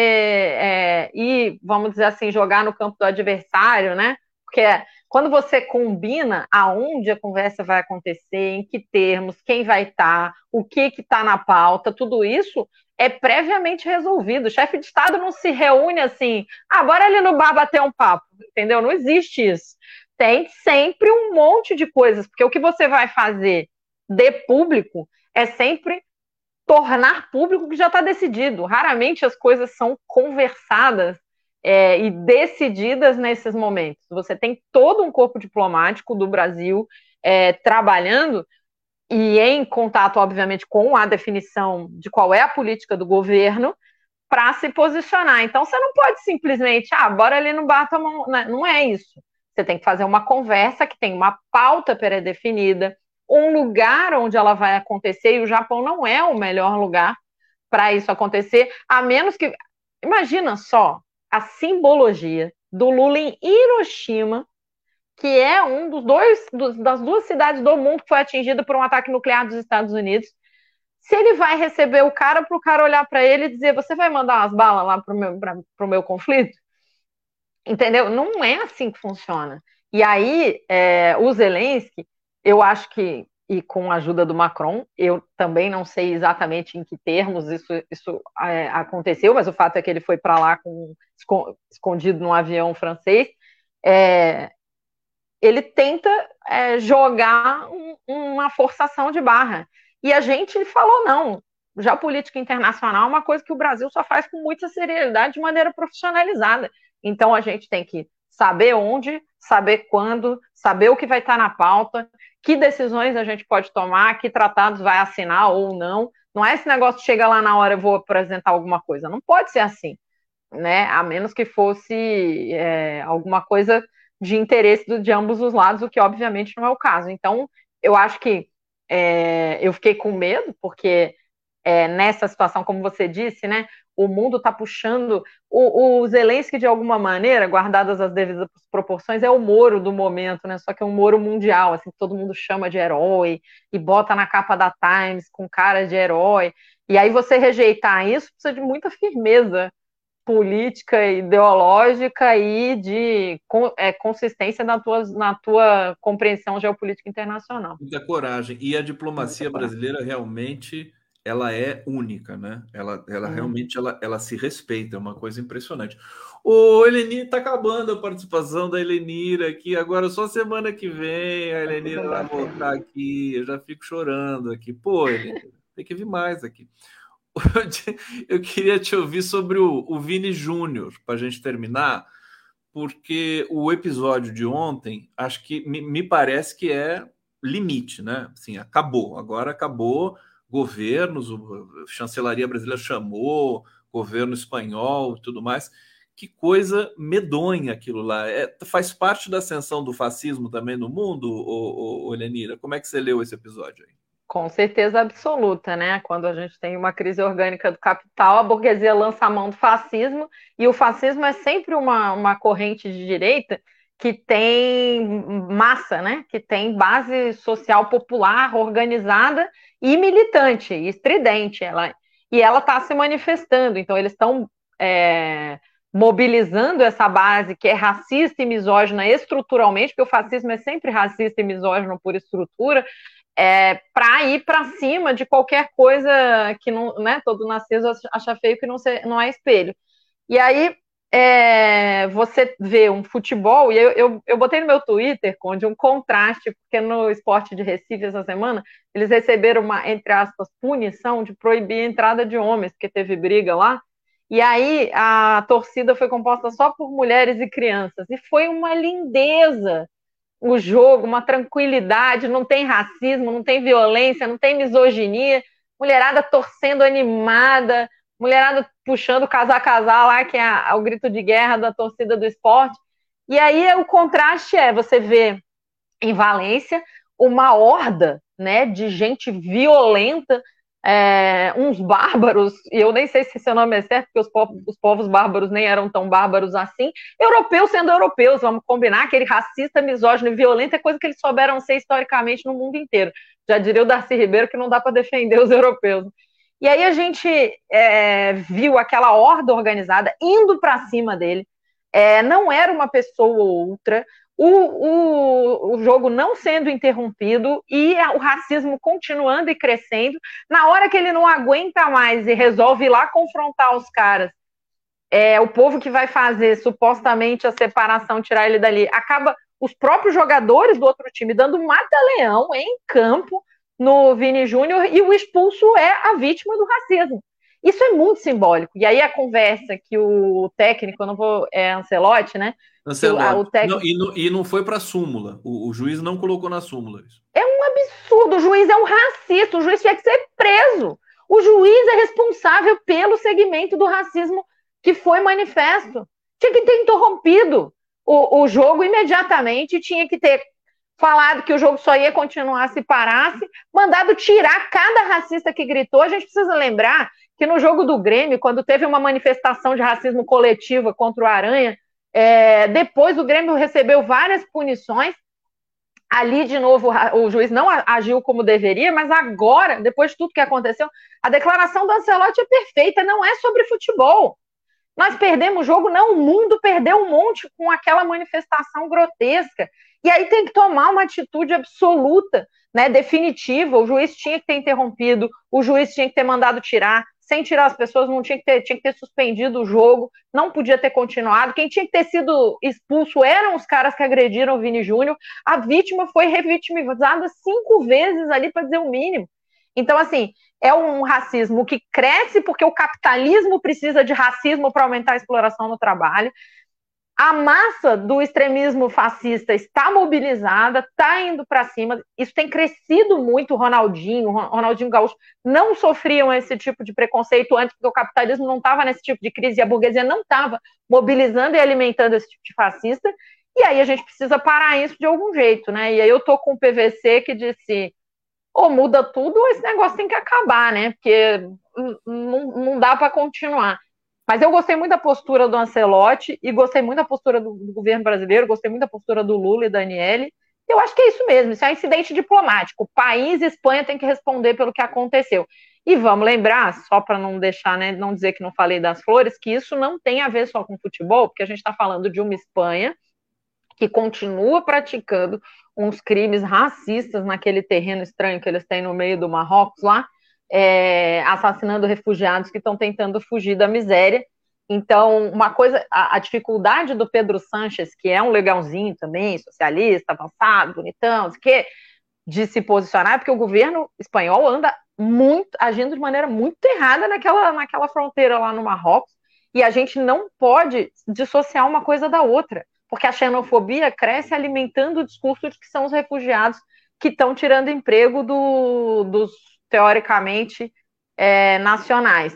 é, ir, vamos dizer assim, jogar no campo do adversário, né? Porque quando você combina aonde a conversa vai acontecer, em que termos, quem vai estar, o que está na pauta, tudo isso é previamente resolvido. O chefe de Estado não se reúne assim, ah, bora ali no bar bater um papo, entendeu? Não existe isso. Tem sempre um monte de coisas, porque o que você vai fazer de público é sempre tornar público o que já está decidido. Raramente as coisas são conversadas É, e decididas nesses momentos. Você tem todo um corpo diplomático do Brasil é, trabalhando e em contato, obviamente, com a definição de qual é a política do governo para se posicionar. Então, você não pode simplesmente, ah, bora ali no bar tomar... Não é isso. Você tem que fazer uma conversa que tem uma pauta pré-definida, um lugar onde ela vai acontecer, e o Japão não é o melhor lugar para isso acontecer, a menos que... Imagina só, a simbologia do Lula em Hiroshima, que é um dos dois dos, das duas cidades do mundo que foi atingida por um ataque nuclear dos Estados Unidos. Se ele vai receber o cara para o cara olhar para ele e dizer, você vai mandar umas balas lá para o meu, meu conflito? Entendeu? Não é assim que funciona. E aí, é, o Zelensky, eu acho que, e com a ajuda do Macron, eu também não sei exatamente em que termos isso, isso é, aconteceu, mas o fato é que ele foi para lá com, escondido num avião francês. É, ele tenta é, jogar um, uma forçação de barra. E a gente falou, não, já política internacional é uma coisa que o Brasil só faz com muita seriedade, de maneira profissionalizada. Então a gente tem que saber onde, saber quando, saber o que vai estar na pauta, que decisões a gente pode tomar, que tratados vai assinar ou não. Não é esse negócio de chega lá na hora, eu vou apresentar alguma coisa. Não pode ser assim, né? A menos que fosse é, alguma coisa de interesse de ambos os lados, o que obviamente não é o caso. Então, eu acho que é, eu fiquei com medo, porque é, nessa situação, como você disse, né, o mundo está puxando o, o Zelensky, de alguma maneira, guardadas as devidas proporções, é o Moro do momento, né? Só que é um Moro mundial, assim, que todo mundo chama de herói e bota na capa da Times com cara de herói. E aí você rejeitar isso precisa de muita firmeza política, ideológica e de é, consistência na tua, na tua compreensão geopolítica internacional. Muita coragem. E a diplomacia brasileira realmente ela é única, né? Ela, ela hum. realmente ela, ela se respeita, é uma coisa impressionante. O Helenir está acabando a participação da Helenira aqui, agora só semana que vem a Helenira vai voltar aqui, eu já fico chorando aqui. Pô, Helenira, tem que vir mais aqui. Eu queria te ouvir sobre o, o Vini Júnior, para a gente terminar, porque o episódio de ontem, acho que me, me parece que é limite, né? Assim, acabou, agora acabou. Governos, a chancelaria brasileira chamou, governo espanhol e tudo mais. Que coisa medonha aquilo lá. É, faz parte da ascensão do fascismo também no mundo, ô, ô, ô, Helenira? Como é que você leu esse episódio aí? Com certeza absoluta, né? Quando a gente tem uma crise orgânica do capital, a burguesia lança a mão do fascismo, e o fascismo é sempre uma, uma corrente de direita que tem massa, né? Que tem base social popular, organizada e militante, e estridente. Ela, e ela está se manifestando, então eles estão é, mobilizando essa base que é racista e misógina estruturalmente, porque o fascismo é sempre racista e misógino por estrutura, É, para ir para cima de qualquer coisa que não, né, todo narciso acha feio que não, se, não é espelho. E aí é, você vê um futebol, e eu, eu, eu botei no meu Twitter, Conde, um contraste, porque no Esporte de Recife essa semana, eles receberam uma, entre aspas, punição de proibir a entrada de homens, porque teve briga lá, e aí a torcida foi composta só por mulheres e crianças, e foi uma lindeza o jogo, uma tranquilidade, não tem racismo, não tem violência, não tem misoginia, mulherada torcendo animada, mulherada puxando casar casar lá, que é a, o grito de guerra da torcida do esporte. E aí o contraste é, você vê em Valência uma horda, né, de gente violenta, é, uns bárbaros, e eu nem sei se esse nome é certo, porque os povos, os povos bárbaros nem eram tão bárbaros assim, europeus sendo europeus, vamos combinar, aquele racista, misógino e violento é coisa que eles souberam ser historicamente no mundo inteiro. Já diria o Darcy Ribeiro que não dá para defender os europeus. E aí a gente é, viu aquela horda organizada indo para cima dele, é, não era uma pessoa ou outra, O, o, o jogo não sendo interrompido e o racismo continuando e crescendo. Na hora que ele não aguenta mais e resolve ir lá confrontar os caras, é, o povo que vai fazer supostamente a separação, tirar ele dali, acaba os próprios jogadores do outro time dando mata-leão em campo no Vini Júnior, e o expulso é a vítima do racismo. Isso é muito simbólico. E aí a conversa que o técnico, eu não vou, é Ancelotti, né? Ancelotti. O, o técnico... não, e, não, e não foi para a súmula. O, o juiz não colocou na súmula isso. É um absurdo. O juiz é um racista. O juiz tinha que ser preso. O juiz é responsável pelo segmento do racismo que foi manifesto. Tinha que ter interrompido o, o jogo imediatamente. Tinha que ter falado que o jogo só ia continuar se parasse. Mandado tirar cada racista que gritou. A gente precisa lembrar que no jogo do Grêmio, quando teve uma manifestação de racismo coletiva contra o Aranha, É, depois o Grêmio recebeu várias punições. Ali, de novo, o juiz não agiu como deveria, mas agora, depois de tudo que aconteceu, a declaração do Ancelotti é perfeita, não é sobre futebol. Nós perdemos o jogo, não, o mundo perdeu um monte com aquela manifestação grotesca. E aí tem que tomar uma atitude absoluta, né, definitiva. O juiz tinha que ter interrompido, o juiz tinha que ter mandado tirar. Sem tirar as pessoas, não tinha que ter, tinha que ter suspendido o jogo, não podia ter continuado. Quem tinha que ter sido expulso eram os caras que agrediram o Vini Júnior. A vítima foi revitimizada cinco vezes ali, para dizer o mínimo. Então, assim, é um racismo que cresce porque o capitalismo precisa de racismo para aumentar a exploração no trabalho. A massa do extremismo fascista está mobilizada, está indo para cima. Isso tem crescido muito. O Ronaldinho, o Ronaldinho Gaúcho não sofriam esse tipo de preconceito antes, porque o capitalismo não estava nesse tipo de crise e a burguesia não estava mobilizando e alimentando esse tipo de fascista. E aí a gente precisa parar isso de algum jeito, né? E aí eu tô com o P V C que disse: ou muda tudo, ou esse negócio tem que acabar, né? Porque não, não dá para continuar. Mas eu gostei muito da postura do Ancelotti e gostei muito da postura do, do governo brasileiro, gostei muito da postura do Lula e da Aniele. Eu acho que é isso mesmo, isso é um incidente diplomático. O país e Espanha tem que responder pelo que aconteceu. E vamos lembrar, só para não deixar, né, não dizer que não falei das flores, que isso não tem a ver só com futebol, porque a gente está falando de uma Espanha que continua praticando uns crimes racistas naquele terreno estranho que eles têm no meio do Marrocos lá, É, assassinando refugiados que estão tentando fugir da miséria. Então, uma coisa, a, a dificuldade do Pedro Sánchez, que é um legalzinho também, socialista, avançado, bonitão, que, de se posicionar, porque o governo espanhol anda muito, agindo de maneira muito errada naquela, naquela fronteira lá no Marrocos, e a gente não pode dissociar uma coisa da outra, porque a xenofobia cresce alimentando o discurso de que são os refugiados que estão tirando emprego do, dos teoricamente é, nacionais.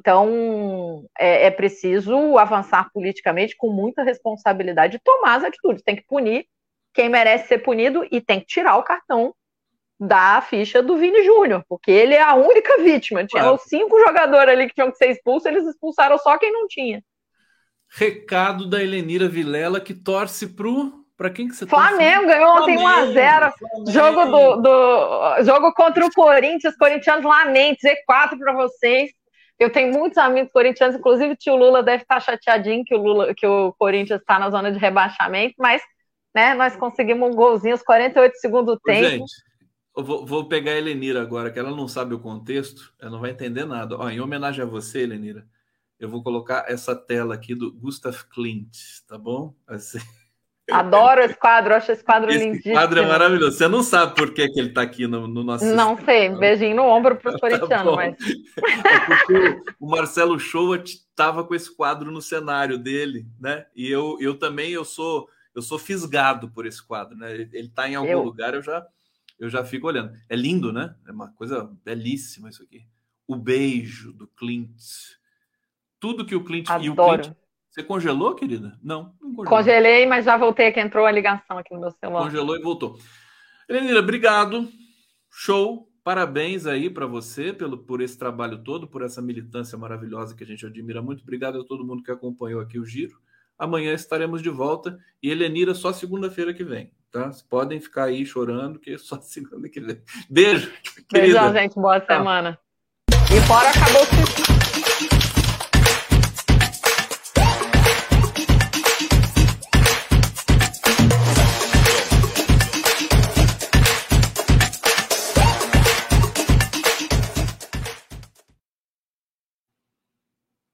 Então, é, é preciso avançar politicamente com muita responsabilidade e tomar as atitudes. Tem que punir quem merece ser punido e tem que tirar o cartão da ficha do Vini Júnior, porque ele é a única vítima. Tinha claro. Os cinco jogadores ali que tinham que ser expulsos, eles expulsaram só quem não tinha. Recado da Helenira Vilela, que torce pro... Para quem que você Flamengo torce? Ganhou ontem um a zero. Jogo, do, do, jogo contra o Corinthians. Corintianos, lamento, Z quatro para vocês. Eu tenho muitos amigos corintianos, inclusive o tio Lula deve estar chateadinho que o, Lula, que o Corinthians está na zona de rebaixamento, mas né, nós conseguimos um golzinho aos quarenta e oito segundos do tempo. Gente, eu vou, vou pegar a Helenira agora, que ela não sabe o contexto, ela não vai entender nada. Ó, em homenagem a você, Helenira, eu vou colocar essa tela aqui do Gustav Klimt, tá bom? Assim... Adoro esse quadro, acho esse quadro esse lindíssimo. Esse quadro é maravilhoso. Você não sabe por que, que ele está aqui no, no nosso Não sistema. sei, beijinho no ombro para os corintianos. Tá mas... é porque o Marcelo Shoa estava com esse quadro no cenário dele, né? E eu, eu também eu sou, eu sou fisgado por esse quadro, né? Ele está em algum eu... lugar, eu já, eu já fico olhando. É lindo, né? É uma coisa belíssima isso aqui. O beijo do Clint. Tudo que o Clint... Adoro. E o Clint... Você congelou, querida? Não, não congelou. Congelei, mas já voltei, que entrou a ligação aqui no meu celular. Congelou e voltou. Helenira, obrigado. Show. Parabéns aí para você pelo, por esse trabalho todo, por essa militância maravilhosa que a gente admira muito. Obrigado a todo mundo que acompanhou aqui o Giro. Amanhã estaremos de volta. E Helenira só segunda-feira que vem, tá? Vocês podem ficar aí chorando, que é só segunda que vem. Beijo, querida. Beijão, gente. Boa semana. E fora acabou o